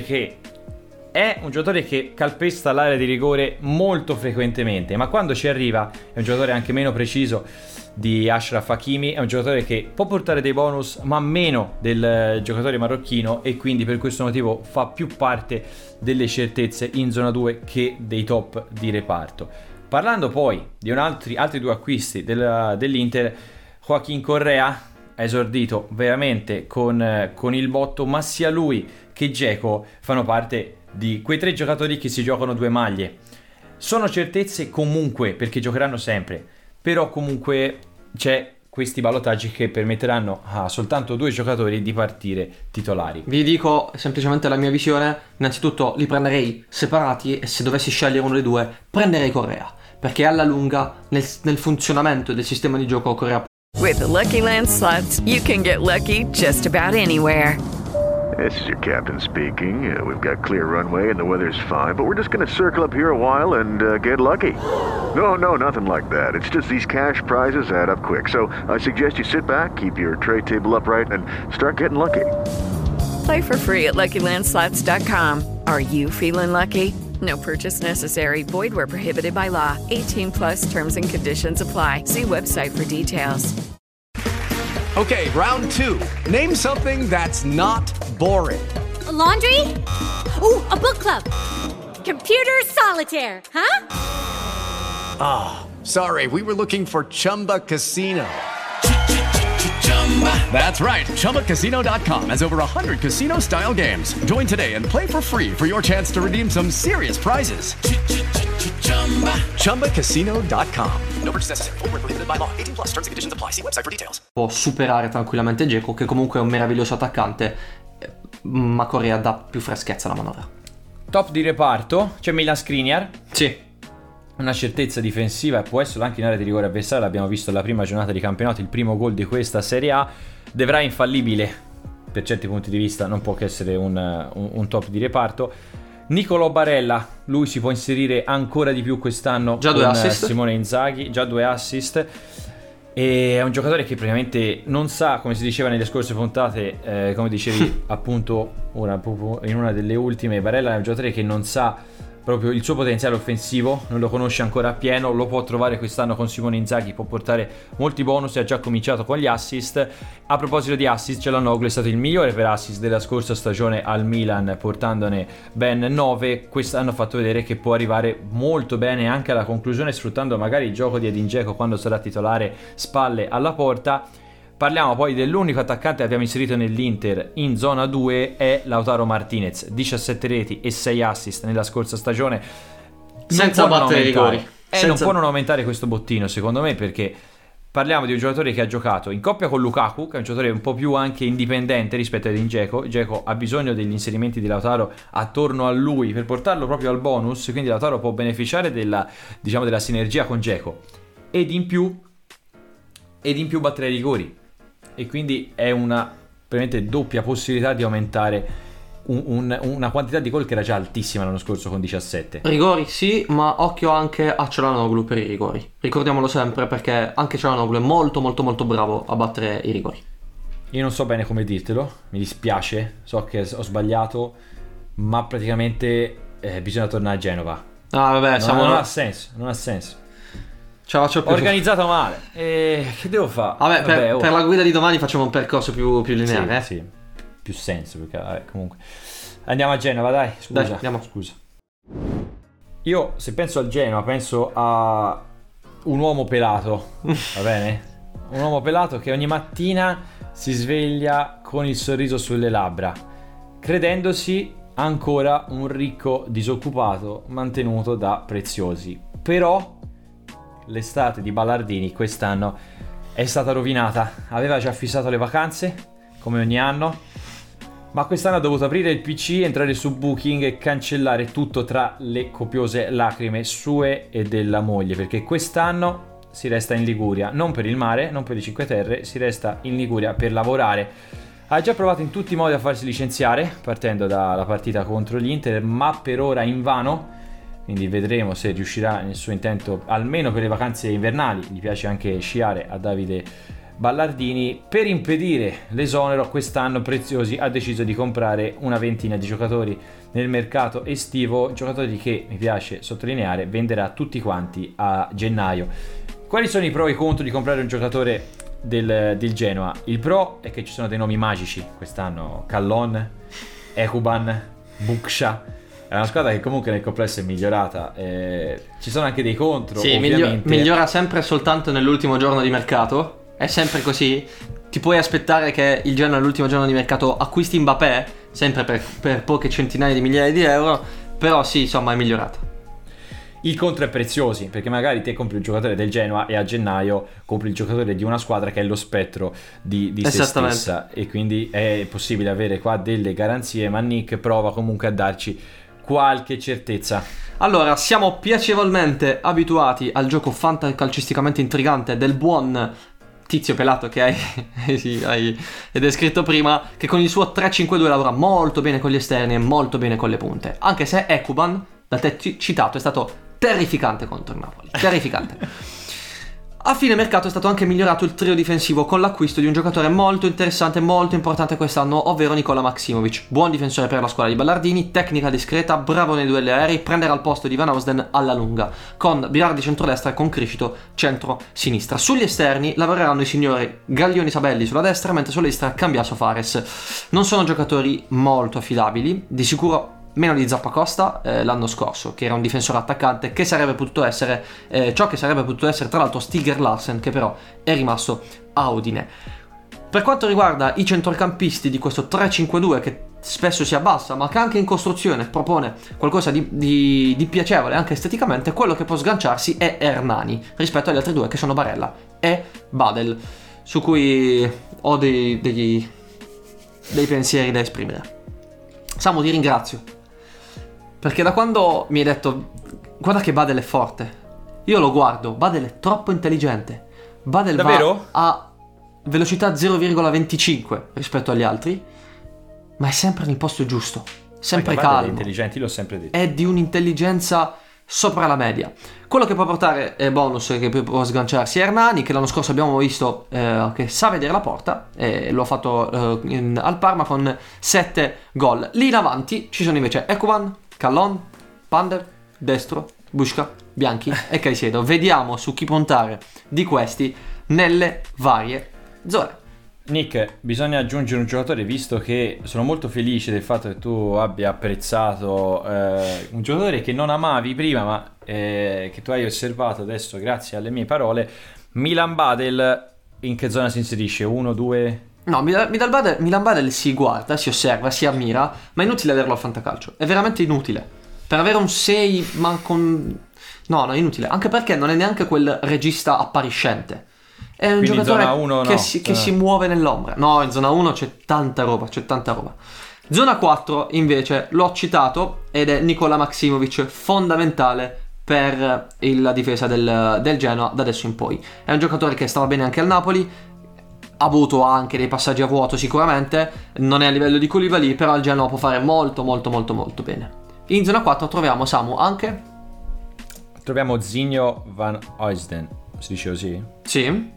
S3: che calpesta l'area di rigore molto frequentemente, ma quando ci arriva è un giocatore anche meno preciso di Achraf Hakimi, è un giocatore che può portare dei bonus ma meno del giocatore marocchino, e quindi per questo motivo fa più parte delle certezze in zona 2 che dei top di reparto. Parlando poi di altri 2 acquisti dell'Inter, Joaquin Correa ha esordito veramente con il botto, ma sia lui che Dzeko fanno parte di quei 3 giocatori che si giocano 2 maglie. Sono certezze comunque, perché giocheranno sempre, però comunque c'è questi ballottaggi che permetteranno a soltanto 2 giocatori di partire titolari.
S4: Vi dico semplicemente la mia visione. Innanzitutto li prenderei separati, e se dovessi scegliere uno dei 2 prenderei Correa, perché alla lunga nel funzionamento del sistema di gioco occorre.
S5: With the Lucky Land Slots, you can get lucky just about anywhere.
S14: This is your captain speaking. We've got clear runway and the weather's fine, but we're just going to circle up here a while and get lucky. No, nothing like that. It's just these cash prizes add up quick. So I suggest you sit back, keep your tray table upright, and start getting lucky.
S5: Play for free at LuckyLandSlots.com. Are you feeling lucky? No purchase necessary. Void where prohibited by law. 18 plus terms and conditions apply. See website for details.
S9: Okay, round 2. Name something that's not boring.
S10: A laundry? Ooh, a book club. Computer solitaire, huh?
S9: Ah, sorry, we were looking for Chumba Casino. That's right, ChumbaCasino.com has over 100 casino-style games. Join today and play for free for your chance to redeem some serious prizes. ChumbaCasino.com. No purchase necessary. Void where prohibited by law. 18 plus terms and conditions apply. See website for details.
S4: Può superare tranquillamente Dzeko, che comunque è un meraviglioso attaccante, ma Correa dà più freschezza alla manovra.
S3: Top di reparto, c'è Milan Skriniar.
S4: Sì.
S3: Una certezza difensiva e può essere anche in area di rigore avversaria. L'abbiamo visto alla prima giornata di campionato, il primo gol di questa Serie A. Devra è infallibile per certi punti di vista, non può che essere un top di reparto. Nicolò Barella, lui si può inserire ancora di più quest'anno
S4: già
S3: con
S4: 2 assist.
S3: Simone Inzaghi, già 2 assist. E è un giocatore che praticamente non sa, come si diceva nelle scorse puntate, come dicevi appunto ora in una delle ultime, Barella è un giocatore che non sa proprio il suo potenziale offensivo, non lo conosce ancora appieno, lo può trovare quest'anno con Simone Inzaghi, può portare molti bonus e ha già cominciato con gli assist. A proposito di assist, Çalhanoğlu è stato il migliore per assist della scorsa stagione al Milan, portandone ben 9. Quest'anno ha fatto vedere che può arrivare molto bene anche alla conclusione, sfruttando magari il gioco di Edin Dzeko quando sarà titolare spalle alla porta. Parliamo poi dell'unico attaccante che abbiamo inserito nell'Inter in zona 2, è Lautaro Martinez, 17 reti e 6 assist nella scorsa stagione.
S4: Senza battere i rigori.
S3: Non può non aumentare questo bottino, secondo me, perché parliamo di un giocatore che ha giocato in coppia con Lukaku, che è un giocatore un po' più anche indipendente rispetto a Edin Dzeko. Dzeko ha bisogno degli inserimenti di Lautaro attorno a lui per portarlo proprio al bonus, quindi Lautaro può beneficiare della sinergia con Dzeko ed in più battere i rigori. E quindi è una veramente doppia possibilità di aumentare una quantità di gol che era già altissima l'anno scorso con 17.
S4: Rigori sì, ma occhio anche a Çalhanoğlu per i rigori. Ricordiamolo sempre, perché anche Çalhanoğlu è molto molto molto bravo a battere i rigori.
S3: Io non so bene come dirtelo, mi dispiace, so che ho sbagliato, ma praticamente bisogna tornare a Genova.
S4: Ah vabbè,
S3: non ha senso. Organizzato male. Che devo fare?
S4: Vabbè, per la guida di domani facciamo un percorso più lineare.
S3: Sì. Più senso, perché comunque. Andiamo a Genova, dai. Scusa. Io se penso al Genoa penso a un uomo pelato, va bene? Un uomo pelato che ogni mattina si sveglia con il sorriso sulle labbra, credendosi ancora un ricco disoccupato mantenuto da preziosi. Però l'estate di Ballardini quest'anno è stata rovinata. Aveva già fissato le vacanze come ogni anno, ma quest'anno ha dovuto aprire il PC, entrare su Booking e cancellare tutto tra le copiose lacrime sue e della moglie, perché quest'anno si resta in Liguria, non per il mare, non per le Cinque Terre, si resta in Liguria per lavorare. Ha già provato in tutti i modi a farsi licenziare, partendo dalla partita contro l'Inter, ma per ora invano. Quindi vedremo se riuscirà nel suo intento, almeno per le vacanze invernali. Gli piace anche sciare a Davide Ballardini. Per impedire l'esonero, quest'anno Preziosi ha deciso di comprare una ventina di giocatori nel mercato estivo, giocatori che, mi piace sottolineare, venderà tutti quanti a gennaio. Quali sono i pro e i contro di comprare un giocatore del Genoa? Il pro è che ci sono dei nomi magici quest'anno: Kallon, Ekuban, Buksha. È una squadra che comunque nel complesso è migliorata. Ci sono anche dei contro.
S4: Sì,
S3: ovviamente.
S4: Migliora sempre soltanto nell'ultimo giorno di mercato. È sempre così. Ti puoi aspettare che il Genoa all'ultimo giorno di mercato acquisti Mbappé, sempre per poche centinaia di migliaia di euro. Però sì, insomma, è migliorata.
S3: Il contro è Preziosi, perché magari te compri un giocatore del Genoa e a gennaio compri il giocatore di una squadra che è lo spettro di se stessa, e quindi è possibile avere qua delle garanzie, ma Nick prova comunque a darci qualche certezza.
S4: Allora, siamo piacevolmente abituati al gioco fantacalcisticamente intrigante del buon Tizio Pelato che hai descritto prima, che con il suo 3-5-2 lavora molto bene con gli esterni e molto bene con le punte, anche se Ekuban, da te citato, è stato terrificante contro il Napoli, terrificante. A fine mercato è stato anche migliorato il trio difensivo con l'acquisto di un giocatore molto interessante e molto importante quest'anno, ovvero Nikola Maksimovic. Buon difensore per la squadra di Ballardini, tecnica discreta, bravo nei duelli aerei, prenderà il posto di Van Oosden alla lunga, con Birardi centrodestra e con Criscito centro-sinistra. Sugli esterni lavoreranno i signori Gaglioni Sabelli sulla destra, mentre sulla destra Cambiaso Fares. Non sono giocatori molto affidabili, di sicuro meno di Zappacosta l'anno scorso, che era un difensore attaccante che sarebbe potuto essere ciò che sarebbe potuto essere tra l'altro Stiger Larsen, che però è rimasto a Udine. Per quanto riguarda i centrocampisti di questo 3-5-2 che spesso si abbassa ma che anche in costruzione propone qualcosa di piacevole anche esteticamente, quello che può sganciarsi è Hernani rispetto agli altri due che sono Barella e Badel, su cui ho dei pensieri da esprimere. Samu, ti ringrazio, perché da quando mi hai detto guarda che Badel è forte, io lo guardo, Badel è troppo intelligente, Badel
S3: davvero?
S4: Va a velocità 0,25 rispetto agli altri, ma è sempre nel posto giusto, sempre calmo, è
S3: intelligente, l'ho sempre detto,
S4: è di un'intelligenza sopra la media. Quello che può portare bonus, che può sganciarsi, è Hernani, che l'anno scorso abbiamo visto che sa vedere la porta, e lo ha fatto al Parma con 7 gol. Lì in avanti ci sono invece Ekuban, Callon, Pander, Destro, Busca, Bianchi e Caicedo. Vediamo su chi puntare di questi nelle varie zone.
S3: Nick, bisogna aggiungere un giocatore, visto che sono molto felice del fatto che tu abbia apprezzato un giocatore che non amavi prima ma che tu hai osservato adesso grazie alle mie parole. Milan Badel in che zona si inserisce? 1, 2?
S4: No, Milan Badel si guarda, si osserva, si ammira, ma è inutile averlo al fantacalcio, è veramente inutile. Per avere un 6 ma con... No, è inutile, anche perché non è neanche quel regista appariscente. È un
S3: quindi
S4: giocatore
S3: zona 1,
S4: che si muove nell'ombra. No, in zona 1 c'è tanta roba. Zona 4 invece l'ho citato ed è Nikola Maksimovic, fondamentale per la difesa del Genoa da adesso in poi. È un giocatore che stava bene anche al Napoli, ha avuto anche dei passaggi a vuoto sicuramente, non è a livello di Koulibaly, però il Genoa può fare molto bene. In zona 4 troviamo, Samu, anche?
S3: Troviamo Zinho Van Oosden, si dice così?
S4: Sì.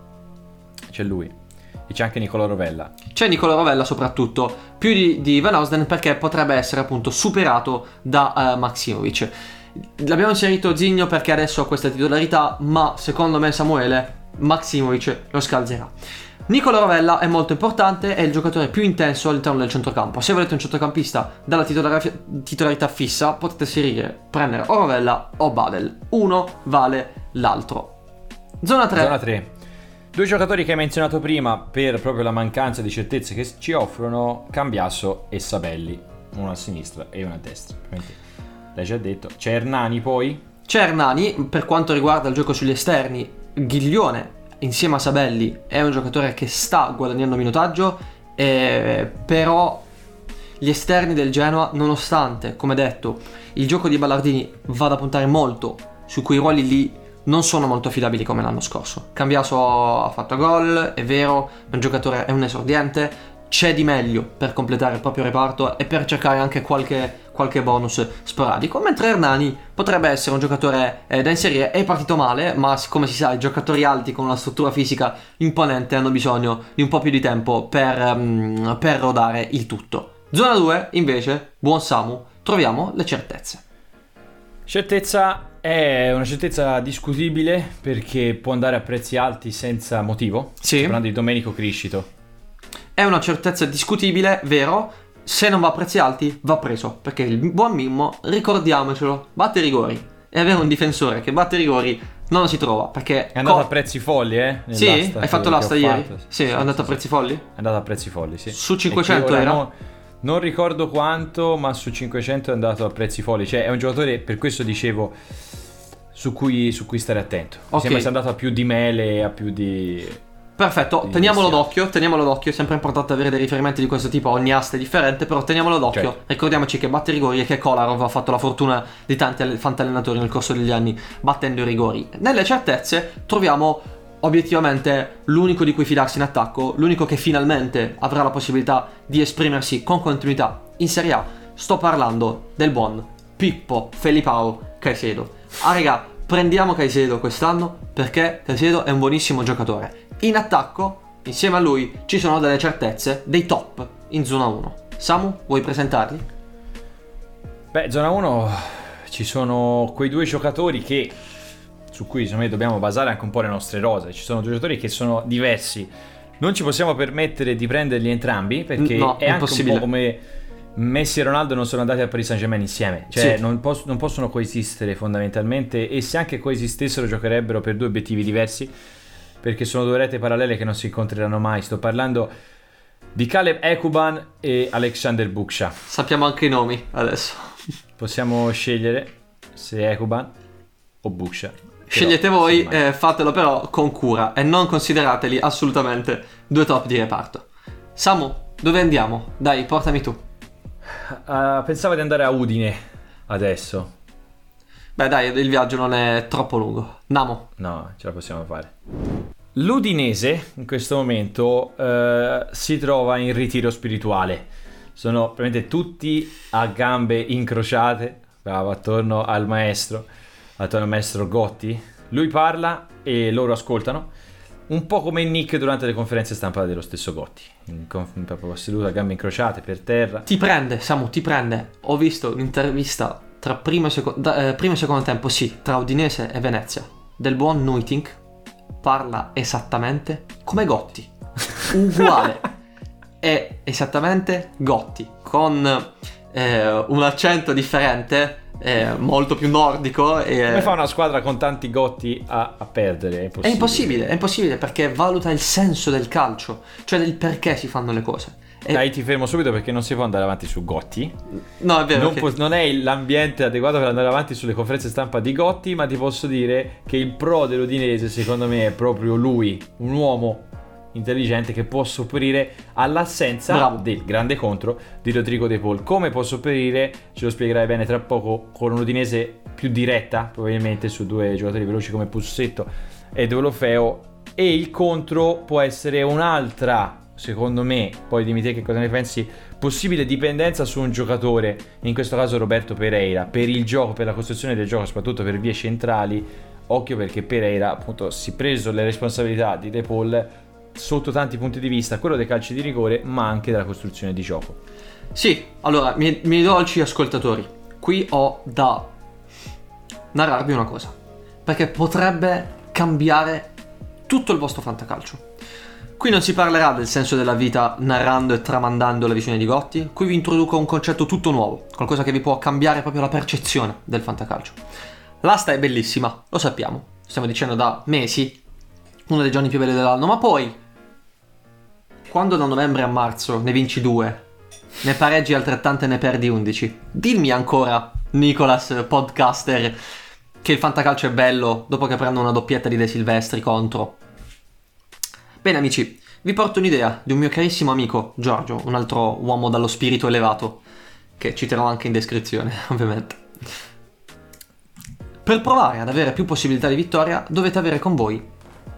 S3: C'è lui. E c'è anche Nicolò Rovella.
S4: C'è Nicolò Rovella soprattutto, più di Van Oosden, perché potrebbe essere appunto superato da Maksimovic. L'abbiamo inserito Zinho perché adesso ha questa titolarità, ma secondo me Samuele Maksimovic lo scalzerà. Nicolò Rovella è molto importante, è il giocatore più intenso all'interno del centrocampo. Se volete un centrocampista dalla titolarità fissa, potete prendere o Rovella o Badel. Uno vale l'altro. Zona 3.
S3: Due giocatori che hai menzionato prima per proprio la mancanza di certezze che ci offrono, Cambiaso e Sabelli, uno a sinistra e uno a destra. L'hai già detto. C'è Hernani poi?
S4: C'è Hernani, per quanto riguarda il gioco sugli esterni, Ghiglione insieme a Sabelli è un giocatore che sta guadagnando minutaggio, però gli esterni del Genoa, nonostante, come detto, il gioco di Ballardini vada a puntare molto su quei ruoli lì, non sono molto affidabili come l'anno scorso. Cambiaso ha fatto gol, è vero, è un giocatore, è un esordiente, c'è di meglio per completare il proprio reparto e per cercare anche qualche bonus sporadico, mentre Hernani potrebbe essere un giocatore da inserire. È partito male, ma come si sa i giocatori alti con una struttura fisica imponente hanno bisogno di un po' più di tempo per rodare il tutto. Zona 2 invece, buon Samu, troviamo le certezze.
S3: Certezza è una certezza discutibile perché può andare a prezzi alti senza motivo.
S4: Sì.
S3: Parlando di Domenico Criscito.
S4: È una certezza discutibile, vero? Se non va a prezzi alti va preso, perché il buon Mimmo, ricordiamocelo, batte i rigori, e avere un difensore che batte i rigori non si trova, perché
S3: è andato a prezzi folli,
S4: Sì, hai fatto l'asta ieri? Sì, è andato a prezzi folli? È
S3: andato a prezzi folli, sì.
S4: Su 500 era?
S3: Non ricordo quanto, ma su 500 è andato a prezzi folli. Cioè è un giocatore, per questo dicevo, su cui stare attento. Mi sembra sia andato a più di Mele, a più di
S4: Perfetto, teniamolo d'occhio, è sempre importante avere dei riferimenti di questo tipo, ogni asta è differente, però teniamolo d'occhio.
S3: Certo.
S4: Ricordiamoci che batte i rigori e che Kolarov ha fatto la fortuna di tanti fantallenatori nel corso degli anni battendo i rigori. Nelle certezze troviamo obiettivamente l'unico di cui fidarsi in attacco, l'unico che finalmente avrà la possibilità di esprimersi con continuità in Serie A. Sto parlando del buon Pippo Felipao Caicedo. Raga, prendiamo Caicedo quest'anno perché Caicedo è un buonissimo giocatore. In attacco, insieme a lui, ci sono delle certezze, dei top in zona 1. Samu, vuoi presentarli?
S3: Beh, zona 1 ci sono quei due giocatori su cui secondo me dobbiamo basare anche un po' le nostre rose. Ci sono due giocatori che sono diversi. Non ci possiamo permettere di prenderli entrambi perché è anche un po' come Messi e Ronaldo non sono andati al Paris Saint-Germain insieme. Cioè
S4: sì.
S3: non possono coesistere fondamentalmente, e se anche coesistessero giocherebbero per due obiettivi diversi, perché sono due rete parallele che non si incontreranno mai. Sto parlando di Caleb Ekuban e Alexander Buksha.
S4: Sappiamo anche i nomi adesso.
S3: Possiamo scegliere se Ekuban o Buksha.
S4: Scegliete voi, fatelo però con cura e non considerateli assolutamente due top di reparto. Samu, dove andiamo? Dai, portami tu.
S3: Pensavo di andare a Udine adesso.
S4: Beh dai, il viaggio non è troppo lungo. Namo.
S3: No, ce la possiamo fare. L'Udinese in questo momento si trova in ritiro spirituale. Sono praticamente tutti a gambe incrociate, bravo, attorno al maestro Gotti. Lui parla e loro ascoltano, un po' come Nick durante le conferenze stampa dello stesso Gotti, proprio seduto a gambe incrociate per terra.
S4: Ti prende, Samu, ti prende. Ho visto un'intervista tra primo e secondo tempo, sì, tra Udinese e Venezia, del buon Nuitink. Parla esattamente come Gotti, uguale. È esattamente Gotti, con un accento differente, molto più nordico.
S3: Come fa una squadra con tanti Gotti a perdere?
S4: È impossibile perché valuta il senso del calcio, cioè del perché si fanno le cose.
S3: Dai, ti fermo subito perché non si può andare avanti su Gotti.
S4: No, è vero.
S3: Non è l'ambiente adeguato per andare avanti sulle conferenze stampa di Gotti, ma ti posso dire che il pro dell'Udinese secondo me è proprio lui, un uomo intelligente che può sopperire all'assenza del grande contro di Rodrigo De Paul. Come può sopperire, ce lo spiegherai bene tra poco, con un'Udinese più diretta probabilmente su due giocatori veloci come Pussetto e Deulofeu, e il contro può essere un'altra, secondo me, poi dimmi te che cosa ne pensi, possibile dipendenza su un giocatore, in questo caso Roberto Pereira, per il gioco, per la costruzione del gioco, soprattutto per vie centrali. Occhio perché Pereira appunto si è preso le responsabilità di De Paul sotto tanti punti di vista, quello dei calci di rigore ma anche della costruzione di gioco.
S4: Sì, allora mi dolci ascoltatori, qui ho da narrarvi una cosa, perché potrebbe cambiare tutto il vostro fantacalcio. Qui non si parlerà del senso della vita narrando e tramandando la visione di Gotti. Qui vi introduco un concetto tutto nuovo, qualcosa che vi può cambiare proprio la percezione del fantacalcio. L'asta è bellissima, lo sappiamo, stiamo dicendo da mesi, uno dei giorni più belli dell'anno, ma poi quando da novembre a marzo ne vinci 2, ne pareggi altrettante e ne perdi 11, dimmi ancora, Nicolas podcaster, che il fantacalcio è bello dopo che prendo una doppietta di De Silvestri contro. Bene amici, vi porto un'idea di un mio carissimo amico Giorgio, un altro uomo dallo spirito elevato, che citerò anche in descrizione ovviamente. Per provare ad avere più possibilità di vittoria dovete avere con voi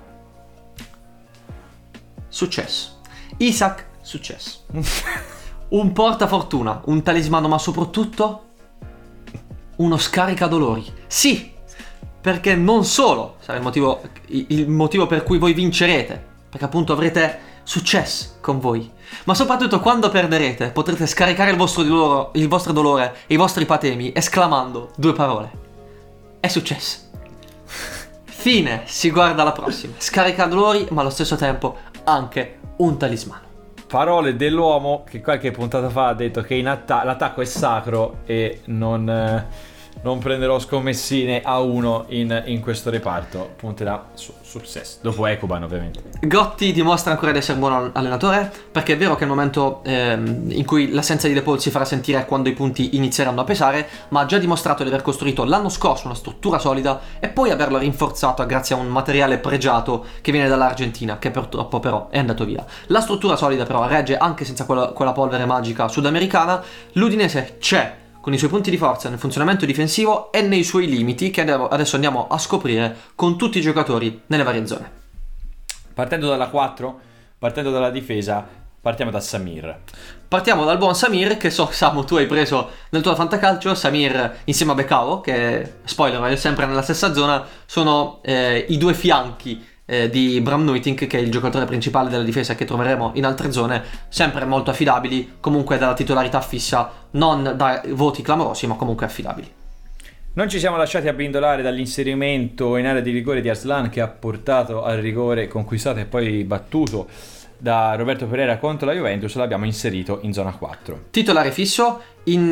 S4: successo. Isaac successo. Un portafortuna, un talismano, ma soprattutto uno scaricadolori. Sì, perché non solo sarà il motivo per cui voi vincerete, perché appunto avrete successo con voi, ma soprattutto quando perderete potrete scaricare il vostro dolore e i vostri patemi esclamando 2 parole: è successo. Fine, si guarda alla prossima. Scaricadolori, ma allo stesso tempo anche un talismano.
S3: Parole dell'uomo che qualche puntata fa ha detto che l'attacco è sacro e non non prenderò scommessine a 1 in questo reparto. Punterà su successo, dopo Ekuban ovviamente.
S4: Gotti dimostra ancora di essere un buon allenatore, perché è vero che è il momento in cui l'assenza di De Paul si farà sentire quando i punti inizieranno a pesare, ma ha già dimostrato di aver costruito l'anno scorso una struttura solida e poi averla rinforzata grazie a un materiale pregiato che viene dall'Argentina, che purtroppo però è andato via. La struttura solida però regge anche senza quella polvere magica sudamericana. L'Udinese c'è con i suoi punti di forza nel funzionamento difensivo e nei suoi limiti, che adesso andiamo a scoprire con tutti i giocatori nelle varie zone.
S3: Partendo dalla 4, partendo dalla difesa, partiamo da Samir.
S4: Partiamo dal buon Samir, che so Samu tu hai preso nel tuo fantacalcio. Samir insieme a Becao, che spoiler è sempre nella stessa zona, sono i due fianchi di Bram Nuitink, che è il giocatore principale della difesa che troveremo in altre zone, sempre molto affidabili, comunque dalla titolarità fissa, non da voti clamorosi ma comunque affidabili.
S3: Non ci siamo lasciati abbindolare dall'inserimento in area di rigore di Arslan, che ha portato al rigore conquistato e poi battuto da Roberto Pereira contro la Juventus. L'abbiamo inserito in zona 4.
S4: Titolare fisso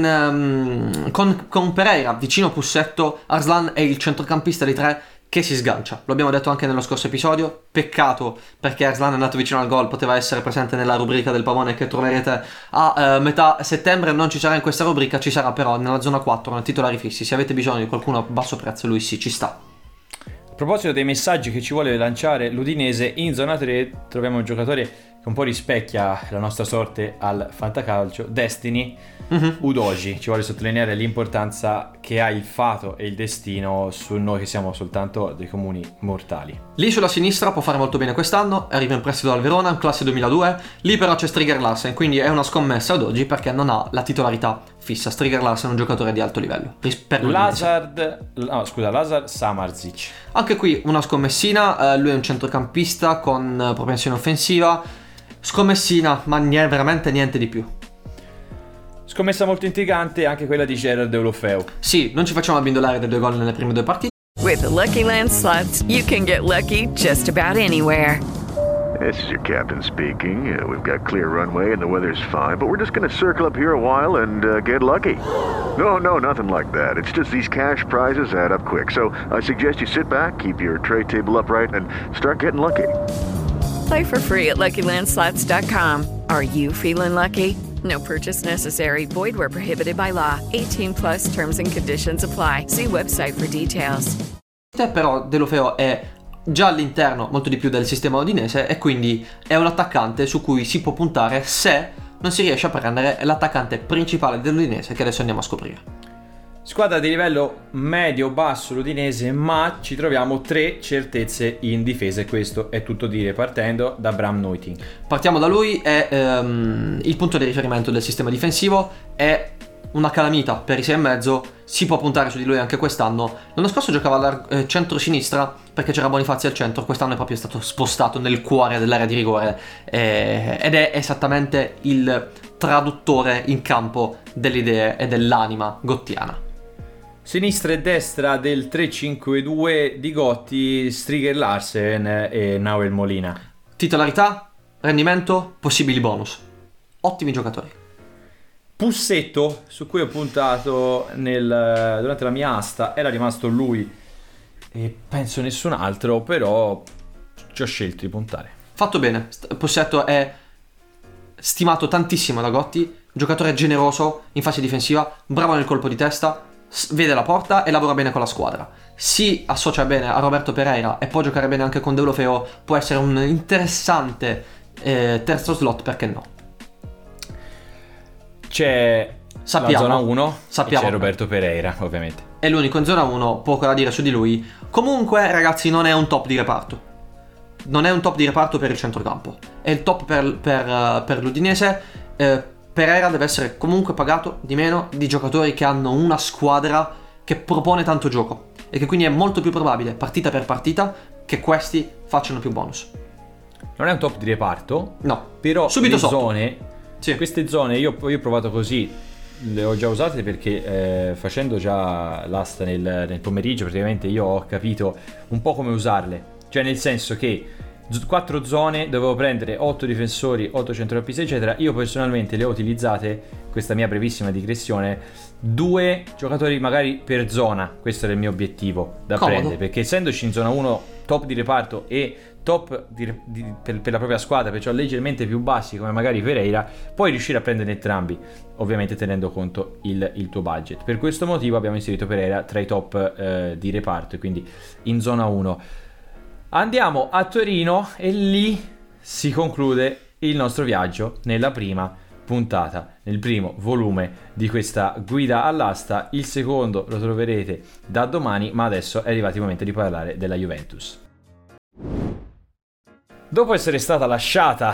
S4: con Pereira vicino Pussetto. Arslan è il centrocampista dei tre che si sgancia, lo abbiamo detto anche nello scorso episodio. Peccato, perché Arslan è andato vicino al gol, poteva essere presente nella rubrica del pavone che troverete a metà settembre. Non ci sarà in questa rubrica, ci sarà però nella zona 4, nei titolari fissi. Se avete bisogno di qualcuno a basso prezzo, lui sì, ci sta.
S3: A proposito dei messaggi che ci vuole lanciare l'Udinese, in zona 3 troviamo un giocatore che un po' rispecchia la nostra sorte al fantacalcio, Destiny. Udoji. Ci vuole sottolineare l'importanza che ha il fato e il destino su noi che siamo soltanto dei comuni mortali.
S4: Lì sulla sinistra può fare molto bene quest'anno, arriva in prestito dal Verona, classe 2002. Lì però c'è Striger Larsen, quindi è una scommessa Udoji perché non ha la titolarità fissa. Striger Larsen è un giocatore di alto livello.
S3: Lazar Samardzic.
S4: Anche qui una scommessina, lui è un centrocampista con propensione offensiva. Scommessina, ma veramente niente di più.
S3: Scommessa molto intrigante anche quella di Gerard Deulofeu.
S4: Sì, non ci facciamo abbindolare dai 2 gol nelle prime 2 partite.
S5: With the Lucky Land Slots, you can get lucky just about anywhere.
S14: This is your captain speaking. We've got clear runway and the weather's fine, but we're just going to circle up here a while and get lucky. No, nothing like that. It's just these cash prizes add up quick. So I suggest you sit back, keep your tray table upright, and start getting lucky.
S5: Play for free at LuckyLandSlots.com. Are you feeling lucky? No purchase necessary. Void where prohibited by law. 18 plus terms and conditions apply. See website for details.
S4: Però Deulofeu è già all'interno molto di più del sistema udinese e quindi è un attaccante su cui si può puntare se non si riesce a prendere l'attaccante principale dell'Udinese, che adesso andiamo a scoprire.
S3: Squadra di livello medio-basso l'Udinese, ma ci troviamo 3 certezze in difesa e questo è tutto dire, partendo da Bram Nuitink.
S4: Partiamo da lui, è il punto di riferimento del sistema difensivo, è una calamita per i 6,5, si può puntare su di lui anche quest'anno. L'anno scorso giocava al centro-sinistra perché c'era Bonifazzi al centro, quest'anno è proprio stato spostato nel cuore dell'area di rigore ed è esattamente il traduttore in campo delle idee e dell'anima gottiana.
S3: Sinistra e destra del 3-5-2 di Gotti, Striger Larsen e Nahuel Molina.
S4: Titolarità, rendimento, possibili bonus. Ottimi giocatori.
S3: Pussetto, su cui ho puntato durante la mia asta, era rimasto lui e penso nessun altro, però ci ho scelto di puntare.
S4: Fatto bene, Pussetto è stimato tantissimo da Gotti, giocatore generoso in fase difensiva, bravo nel colpo di testa, vede la porta e lavora bene con la squadra. Si associa bene a Roberto Pereira e può giocare bene anche con Deulofeu, può essere un interessante terzo slot, perché no?
S3: C'è la zona 1 e c'è Roberto Pereira, ovviamente.
S4: È l'unico in zona 1, poco da dire su di lui. Comunque, ragazzi, non è un top di reparto. Non è un top di reparto per il centrocampo. È il top per l'Udinese. Pereira deve essere comunque pagato di meno di giocatori che hanno una squadra che propone tanto gioco e che quindi è molto più probabile, partita per partita, che questi facciano più bonus.
S3: Non è un top di reparto,
S4: no,
S3: però
S4: subito
S3: le
S4: sotto.
S3: Zone, sì. Queste zone io ho provato così, le ho già usate perché facendo già l'asta nel pomeriggio praticamente io ho capito un po' come usarle, cioè nel senso che 4 zone, dovevo prendere 8 difensori, 8 centrocampisti eccetera. Io personalmente le ho utilizzate, questa mia brevissima digressione, 2 giocatori magari per zona. Questo era il mio obiettivo da prendere, perché essendoci in zona 1 top di reparto e top per la propria squadra, perciò leggermente più bassi come magari Pereira, puoi riuscire a prendere entrambi, ovviamente tenendo conto il tuo budget. Per questo motivo abbiamo inserito Pereira tra i top di reparto, e quindi in zona 1. Andiamo a Torino e lì si conclude il nostro viaggio nella prima puntata, nel primo volume di questa guida all'asta. Il secondo lo troverete da domani, ma adesso è arrivato il momento di parlare della Juventus. Dopo essere stata lasciata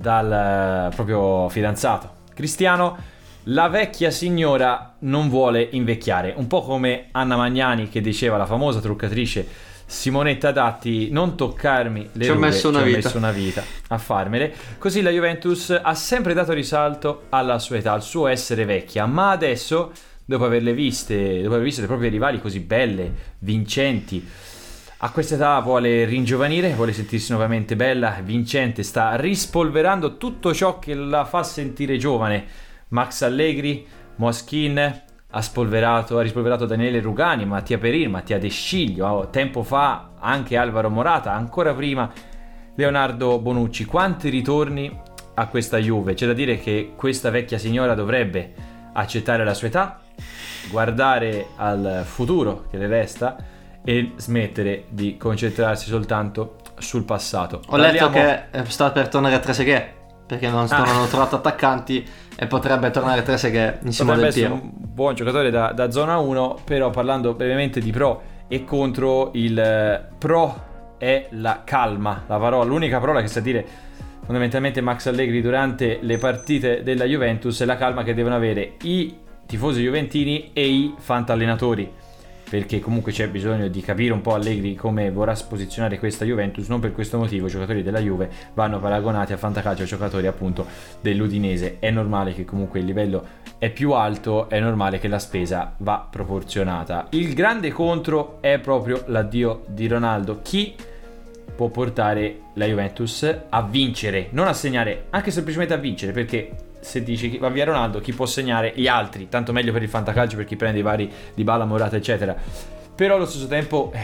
S3: dal proprio fidanzato Cristiano, la vecchia signora non vuole invecchiare, un po' come Anna Magnani che diceva, la famosa truccatrice Simonetta Datti, non toccarmi le rughe, ci ho messo una vita a farmele. Così la Juventus ha sempre dato risalto alla sua età, al suo essere vecchia, ma adesso, dopo aver visto le proprie rivali così belle, vincenti, a questa età vuole ringiovanire, vuole sentirsi nuovamente bella, vincente, sta rispolverando tutto ciò che la fa sentire giovane. Max Allegri, Moschin, ha rispolverato Daniele Rugani, Mattia Perin, Mattia De Sciglio, tempo fa anche Alvaro Morata, ancora prima Leonardo Bonucci. Quanti ritorni a questa Juve. C'è da dire che questa vecchia signora dovrebbe accettare la sua età, guardare al futuro che le resta e smettere di concentrarsi soltanto sul passato.
S4: Ho letto che sta per tornare a Trezeguet, perché non hanno trovato attaccanti e potrebbe tornare Trezeguet in Simone Del Piero.
S3: Un buon giocatore da zona 1, però parlando brevemente di pro e contro, il pro è la calma, l'unica parola che sa dire fondamentalmente Max Allegri durante le partite della Juventus è la calma che devono avere i tifosi juventini e i fantallenatori, perché comunque c'è bisogno di capire un po' Allegri come vorrà posizionare questa Juventus. Non per questo motivo i giocatori della Juve vanno paragonati a fantacalcio, giocatori appunto dell'Udinese. È normale che comunque il livello è più alto, è normale che la spesa va proporzionata. Il grande contro è proprio l'addio di Ronaldo. Chi può portare la Juventus a vincere, non a segnare, anche semplicemente a vincere, perché se dici che va via Ronaldo, chi può segnare? Gli altri, tanto meglio per il fantacalcio, per chi prende i vari Dybala, Morata eccetera. Però allo stesso tempo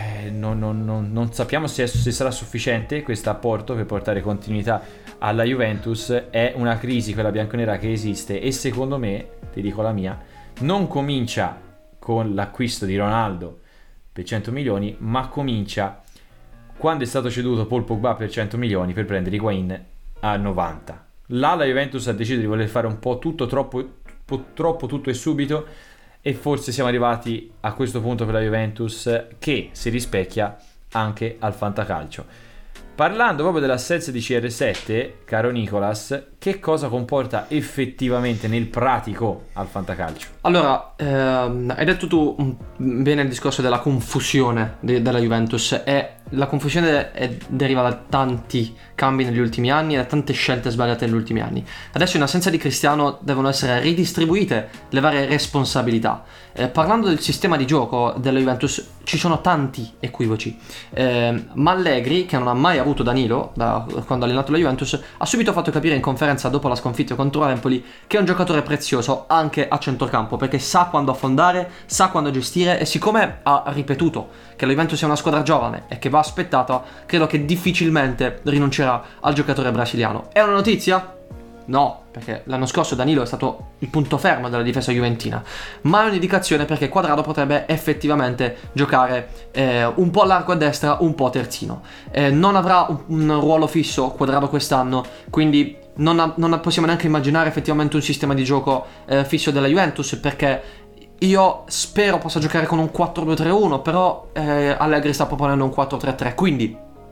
S3: non sappiamo se sarà sufficiente questo apporto per portare continuità alla Juventus. È una crisi quella bianconera che esiste, e secondo me, ti dico la mia, non comincia con l'acquisto di Ronaldo per 100 milioni, ma comincia quando è stato ceduto Paul Pogba per 100 milioni per prendere Higuain a 90. Là la Juventus ha deciso di voler fare un po' tutto, troppo tutto e subito, e forse siamo arrivati a questo punto per la Juventus che si rispecchia anche al fantacalcio. Parlando proprio dell'assenza di CR7, caro Nicolas, che cosa comporta effettivamente nel pratico al fantacalcio?
S4: Allora, hai detto tu bene il discorso della confusione della Juventus, e la confusione deriva da tanti cambi negli ultimi anni e da tante scelte sbagliate negli ultimi anni. Adesso in assenza di Cristiano devono essere ridistribuite le varie responsabilità. Parlando del sistema di gioco della Juventus ci sono tanti equivoci, ma Allegri, che non ha mai avuto Danilo da quando ha allenato la Juventus, ha subito fatto capire in conferenza dopo la sconfitta contro Empoli che è un giocatore prezioso anche a centrocampo, perché sa quando affondare, sa quando gestire, e siccome ha ripetuto che la Juventus è una squadra giovane e che va aspettata, credo che difficilmente rinuncerà al giocatore brasiliano. È una notizia? No, perché l'anno scorso Danilo è stato il punto fermo della difesa juventina, ma è un'indicazione perché Quadrado potrebbe effettivamente giocare un po' largo a destra, un po' terzino. Non avrà un ruolo fisso Quadrado quest'anno, quindi non possiamo neanche immaginare effettivamente un sistema di gioco fisso della Juventus, perché io spero possa giocare con un 4-2-3-1, però Allegri sta proponendo un 4-3-3, quindi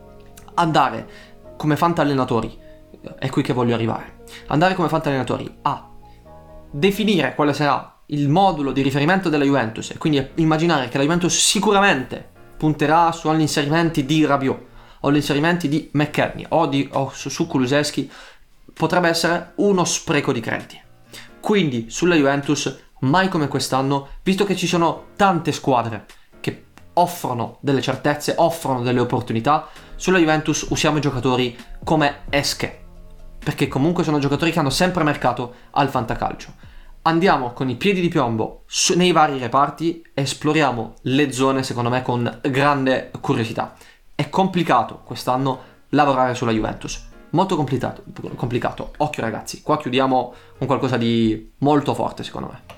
S4: andare come fantallenatori, è qui che voglio arrivare, andare come fantallenatori a definire quale sarà il modulo di riferimento della Juventus, e quindi immaginare che la Juventus sicuramente punterà sugli inserimenti di Rabiot o gli inserimenti di McKennie o su Kulusevski, potrebbe essere uno spreco di crediti. Quindi sulla Juventus mai come quest'anno, visto che ci sono tante squadre che offrono delle certezze, offrono delle opportunità. Sulla Juventus usiamo i giocatori come esche, perché comunque sono giocatori che hanno sempre mercato al fantacalcio. Andiamo con i piedi di piombo nei vari reparti e esploriamo le zone, secondo me, con grande curiosità. È complicato quest'anno lavorare sulla Juventus, molto complicato. Occhio ragazzi, qua chiudiamo con qualcosa di molto forte secondo me.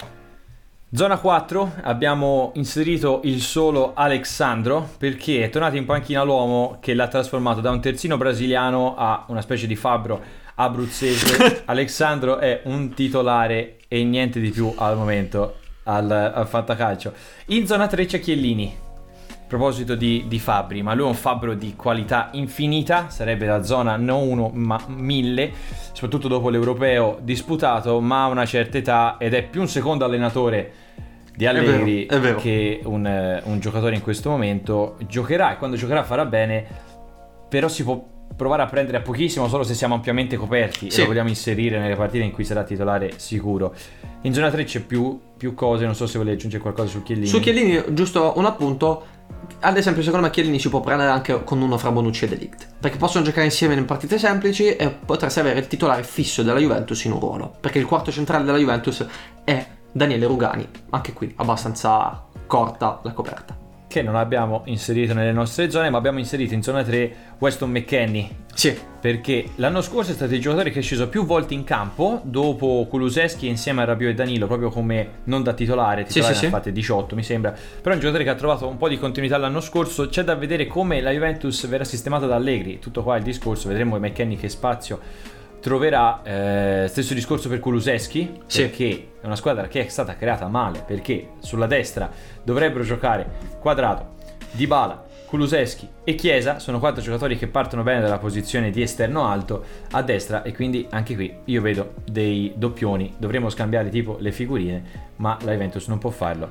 S3: Zona 4, abbiamo inserito il solo Alexandro perché è tornato in panchina l'uomo che l'ha trasformato da un terzino brasiliano a una specie di fabbro abruzzese. Alexandro è un titolare e niente di più al momento al fantacalcio. In zona 3 c'è Chiellini. A proposito di fabbri, ma lui è un fabbro di qualità infinita, sarebbe la zona non 1 ma 1000, soprattutto dopo l'europeo disputato, ma ha una certa età ed è più un secondo allenatore di Allegri
S4: è vero.
S3: che un giocatore in questo momento. Giocherà e quando giocherà farà bene, però si può provare a prendere a pochissimo solo se siamo ampiamente coperti e lo vogliamo inserire nelle partite in cui sarà titolare sicuro. In zona 3 c'è più cose, non so se vuole aggiungere qualcosa su Chiellini.
S4: Su Chiellini giusto un appunto, ad esempio secondo me Chiellini si può prendere anche con uno fra Bonucci e De Ligt, perché possono giocare insieme in partite semplici e potresti avere il titolare fisso della Juventus in un ruolo, perché il quarto centrale della Juventus è Daniele Rugani, anche qui abbastanza corta la coperta.
S3: Che non abbiamo inserito nelle nostre zone, ma abbiamo inserito in zona 3 Weston McKennie.
S4: Sì.
S3: Perché l'anno scorso è stato il giocatore che è sceso più volte in campo dopo Kulusevski insieme a Rabiot e Danilo, proprio come non da titolare ne ha fatte 18 mi sembra, però è un giocatore che ha trovato un po' di continuità l'anno scorso. C'è da vedere come la Juventus verrà sistemata da Allegri, tutto qua il discorso, vedremo McKennie che spazio troverà. Stesso discorso per Kulusevski, perché è una squadra che è stata creata male, perché sulla destra dovrebbero giocare Quadrato, Dybala, Kulusevski e Chiesa, sono 4 giocatori che partono bene dalla posizione di esterno alto a destra, e quindi anche qui io vedo dei doppioni. Dovremmo scambiare tipo le figurine, ma la Juventus non può farlo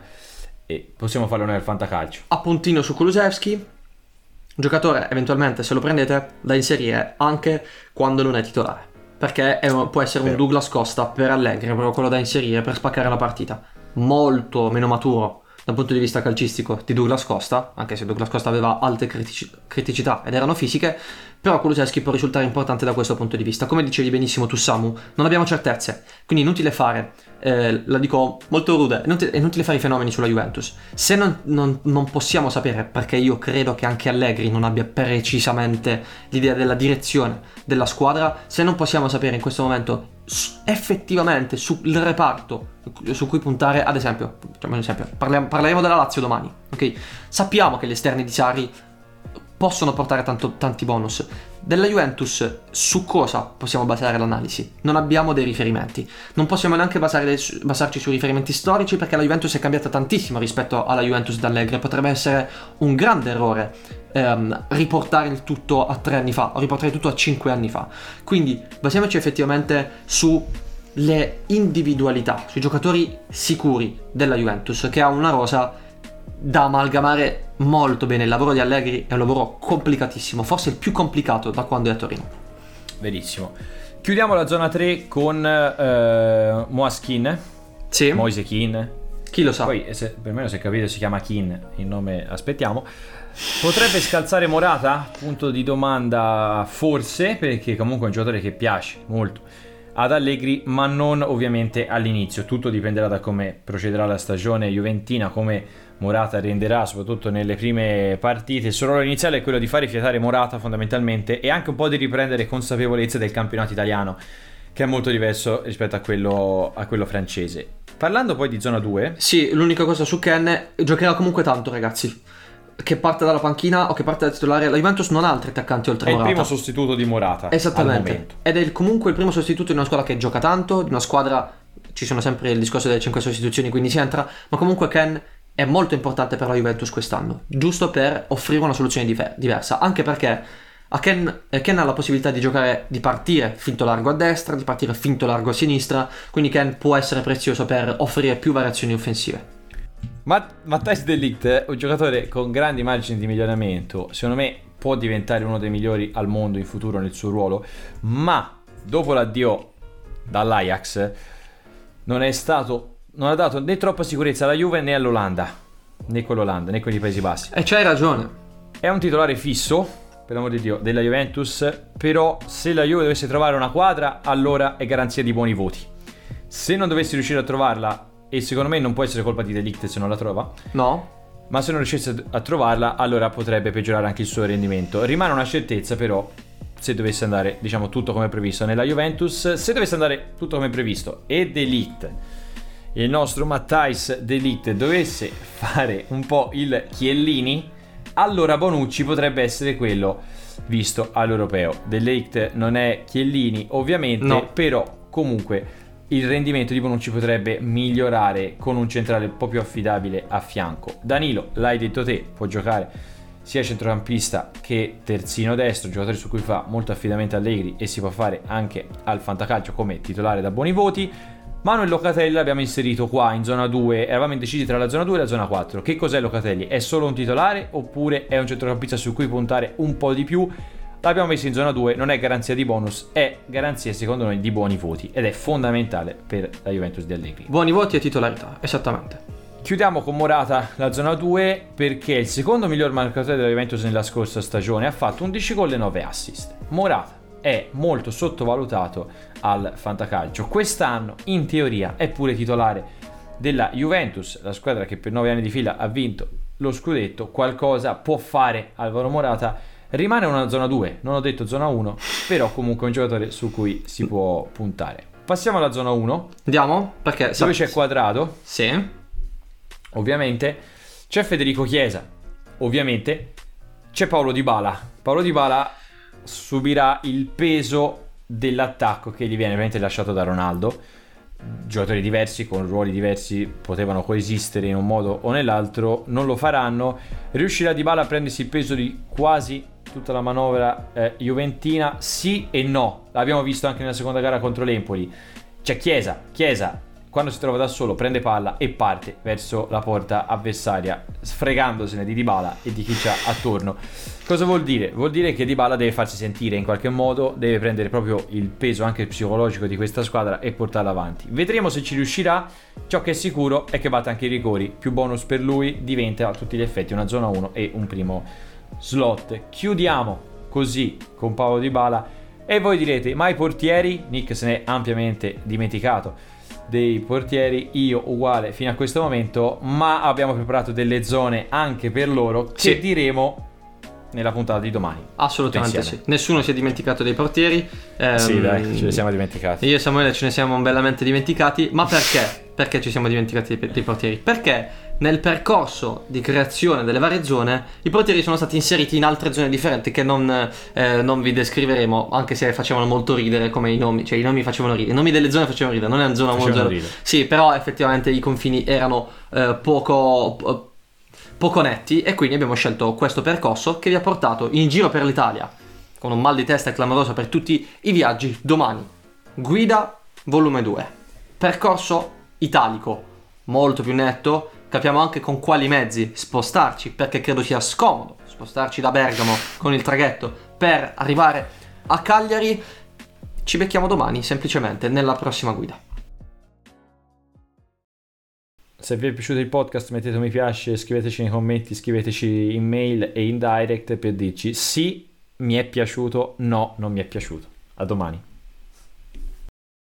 S3: e possiamo farlo noi al fantacalcio.
S4: Appuntino su Kulusevski, giocatore eventualmente, se lo prendete, da inserire anche quando non è titolare, perché può essere un Douglas Costa per Allegri, proprio quello da inserire per spaccare la partita. Molto meno maturo dal punto di vista calcistico di Douglas Costa, anche se Douglas Costa aveva alte criticità ed erano fisiche, però Kulusevski può risultare importante da questo punto di vista. Come dicevi benissimo tu Samu, non abbiamo certezze, quindi inutile fare, la dico molto rude, è inutile fare i fenomeni sulla Juventus. Se non possiamo sapere, perché io credo che anche Allegri non abbia precisamente l'idea della direzione della squadra, se non possiamo sapere in questo momento effettivamente sul reparto su cui puntare, ad esempio, parleremo della Lazio domani, ok? Sappiamo che gli esterni di Sarri possono portare tanti bonus. Della Juventus su cosa possiamo basare l'analisi? Non abbiamo dei riferimenti, non possiamo neanche basarci su riferimenti storici, perché la Juventus è cambiata tantissimo rispetto alla Juventus d'Allegri. Potrebbe essere un grande errore riportare il tutto a 3 anni fa o riportare il tutto a 5 anni fa. Quindi basiamoci effettivamente sulle individualità, sui giocatori sicuri della Juventus, che ha una rosa da amalgamare molto bene. Il lavoro di Allegri è un lavoro complicatissimo, forse il più complicato da quando è a Torino.
S3: Verissimo. Chiudiamo la zona 3 con Moise Kean.
S4: Sì.
S3: Moise Kean.
S4: Chi lo sa?
S3: Poi per me, se capite, si chiama Kean, il nome aspettiamo. Potrebbe scalzare Morata? Punto di domanda, forse, perché comunque è un giocatore che piace molto ad Allegri, ma non ovviamente all'inizio. Tutto dipenderà da come procederà la stagione juventina, come Morata renderà soprattutto nelle prime partite. Il suo ruolo iniziale è quello di fare fiatare Morata fondamentalmente, e anche un po' di riprendere consapevolezza del campionato italiano, che è molto diverso rispetto a quello francese. Parlando poi di zona 2,
S4: sì, l'unica cosa su Kean, giocherà comunque tanto ragazzi, che parte dalla panchina o che parte da titolare. La Juventus non ha altri attaccanti oltre a Morata.
S3: È il primo sostituto di Morata.
S4: Esattamente. Ed è comunque il primo sostituto di una squadra che gioca tanto, di una squadra, ci sono sempre il discorso delle 5 sostituzioni, quindi si entra, ma comunque Kean è molto importante per la Juventus quest'anno, giusto per offrire una soluzione diversa, anche perché Kean ha la possibilità di giocare, di partire finto largo a destra, di partire finto largo a sinistra, quindi Kean può essere prezioso per offrire più variazioni offensive.
S3: Matthijs de Ligt, un giocatore con grandi margini di miglioramento, secondo me può diventare uno dei migliori al mondo in futuro nel suo ruolo, ma dopo l'addio dall'Ajax non ha dato né troppa sicurezza alla Juve né all'Olanda. né con l'Olanda, né con i Paesi Bassi.
S4: E c'hai ragione.
S3: È un titolare fisso, per l'amor di Dio, della Juventus, però se la Juve dovesse trovare una quadra, allora è garanzia di buoni voti. Se non dovessi riuscire a trovarla, e secondo me non può essere colpa di De Ligt se non la trova,
S4: no,
S3: ma se non riuscisse a trovarla, allora potrebbe peggiorare anche il suo rendimento. Rimane una certezza però, se dovesse andare, diciamo, tutto come previsto nella Juventus. Se dovesse andare tutto come previsto e De Ligt, il nostro Matthijs De Ligt, dovesse fare un po' il Chiellini, allora Bonucci potrebbe essere quello visto all'europeo. De Ligt non è Chiellini ovviamente, no, però comunque il rendimento di Bonucci potrebbe migliorare con un centrale un po' più affidabile a fianco. Danilo, l'hai detto te, può giocare sia centrocampista che terzino destro, giocatore su cui fa molto affidamento Allegri e si può fare anche al fantacalcio come titolare da buoni voti. Manuel Locatelli l'abbiamo inserito qua in zona 2, eravamo indecisi tra la zona 2 e la zona 4. Che cos'è Locatelli? È solo un titolare oppure è un centrocampista su cui puntare un po' di più? L'abbiamo messo in zona 2, non è garanzia di bonus, è garanzia secondo noi di buoni voti ed è fondamentale per la Juventus di Allegri.
S4: Buoni voti e titolarità, esattamente.
S3: Chiudiamo con Morata la zona 2 perché è il secondo miglior marcatore della Juventus nella scorsa stagione, ha fatto 11 gol e 9 assist. Morata è molto sottovalutato al fantacalcio, quest'anno in teoria è pure titolare della Juventus, la squadra che per 9 anni di fila ha vinto lo scudetto. Qualcosa può fare Alvaro Morata. Rimane una zona 2, non ho detto zona 1, però comunque è un giocatore su cui si può puntare. Passiamo alla zona 1.
S4: Andiamo? Perché
S3: dove c'è Quadrado.
S4: Sì.
S3: Ovviamente. C'è Federico Chiesa. Ovviamente. C'è Paulo Dybala. Paulo Dybala subirà il peso dell'attacco che gli viene veramente lasciato da Ronaldo. Giocatori diversi con ruoli diversi potevano coesistere in un modo o nell'altro, non lo faranno. Riuscirà Dybala a prendersi il peso di quasi tutta la manovra juventina? Sì e no, l'abbiamo visto anche nella seconda gara contro l'Empoli. C'è Chiesa quando si trova da solo prende palla e parte verso la porta avversaria sfregandosene di Dybala e di chi c'ha attorno. Cosa vuol dire? Vuol dire che Dybala deve farsi sentire in qualche modo, deve prendere proprio il peso anche psicologico di questa squadra e portarla avanti. Vedremo se ci riuscirà. Ciò che è sicuro è che batta anche i rigori, più bonus per lui, diventa a tutti gli effetti una zona 1 e un primo slot. Chiudiamo così con Paulo Dybala e voi direte: ma i portieri? Nick se ne è ampiamente dimenticato dei portieri, io uguale fino a questo momento, ma abbiamo preparato delle zone anche per loro che diremo nella puntata di domani.
S4: Assolutamente sì, nessuno si è dimenticato dei portieri.
S3: Sì dai, ce ne siamo dimenticati.
S4: Io e Samuele ce ne siamo bellamente dimenticati. Ma perché? Perché ci siamo dimenticati dei portieri? Perché nel percorso di creazione delle varie zone i portieri sono stati inseriti in altre zone differenti che non vi descriveremo, anche se facevano molto ridere come i nomi, cioè i nomi facevano ridere, i nomi delle zone facevano ridere, non è una zona molto sì, però effettivamente i confini erano poco netti e quindi abbiamo scelto questo percorso che vi ha portato in giro per l'Italia con un mal di testa clamoroso per tutti i viaggi. Domani guida volume 2, percorso italico molto più netto. Capiamo anche con quali mezzi spostarci, perché credo sia scomodo spostarci da Bergamo con il traghetto per arrivare a Cagliari. Ci becchiamo domani semplicemente nella prossima guida.
S3: Se vi è piaciuto il podcast mettete un mi piace, scriveteci nei commenti, scriveteci in mail e in direct per dirci sì mi è piaciuto, no non mi è piaciuto. A domani.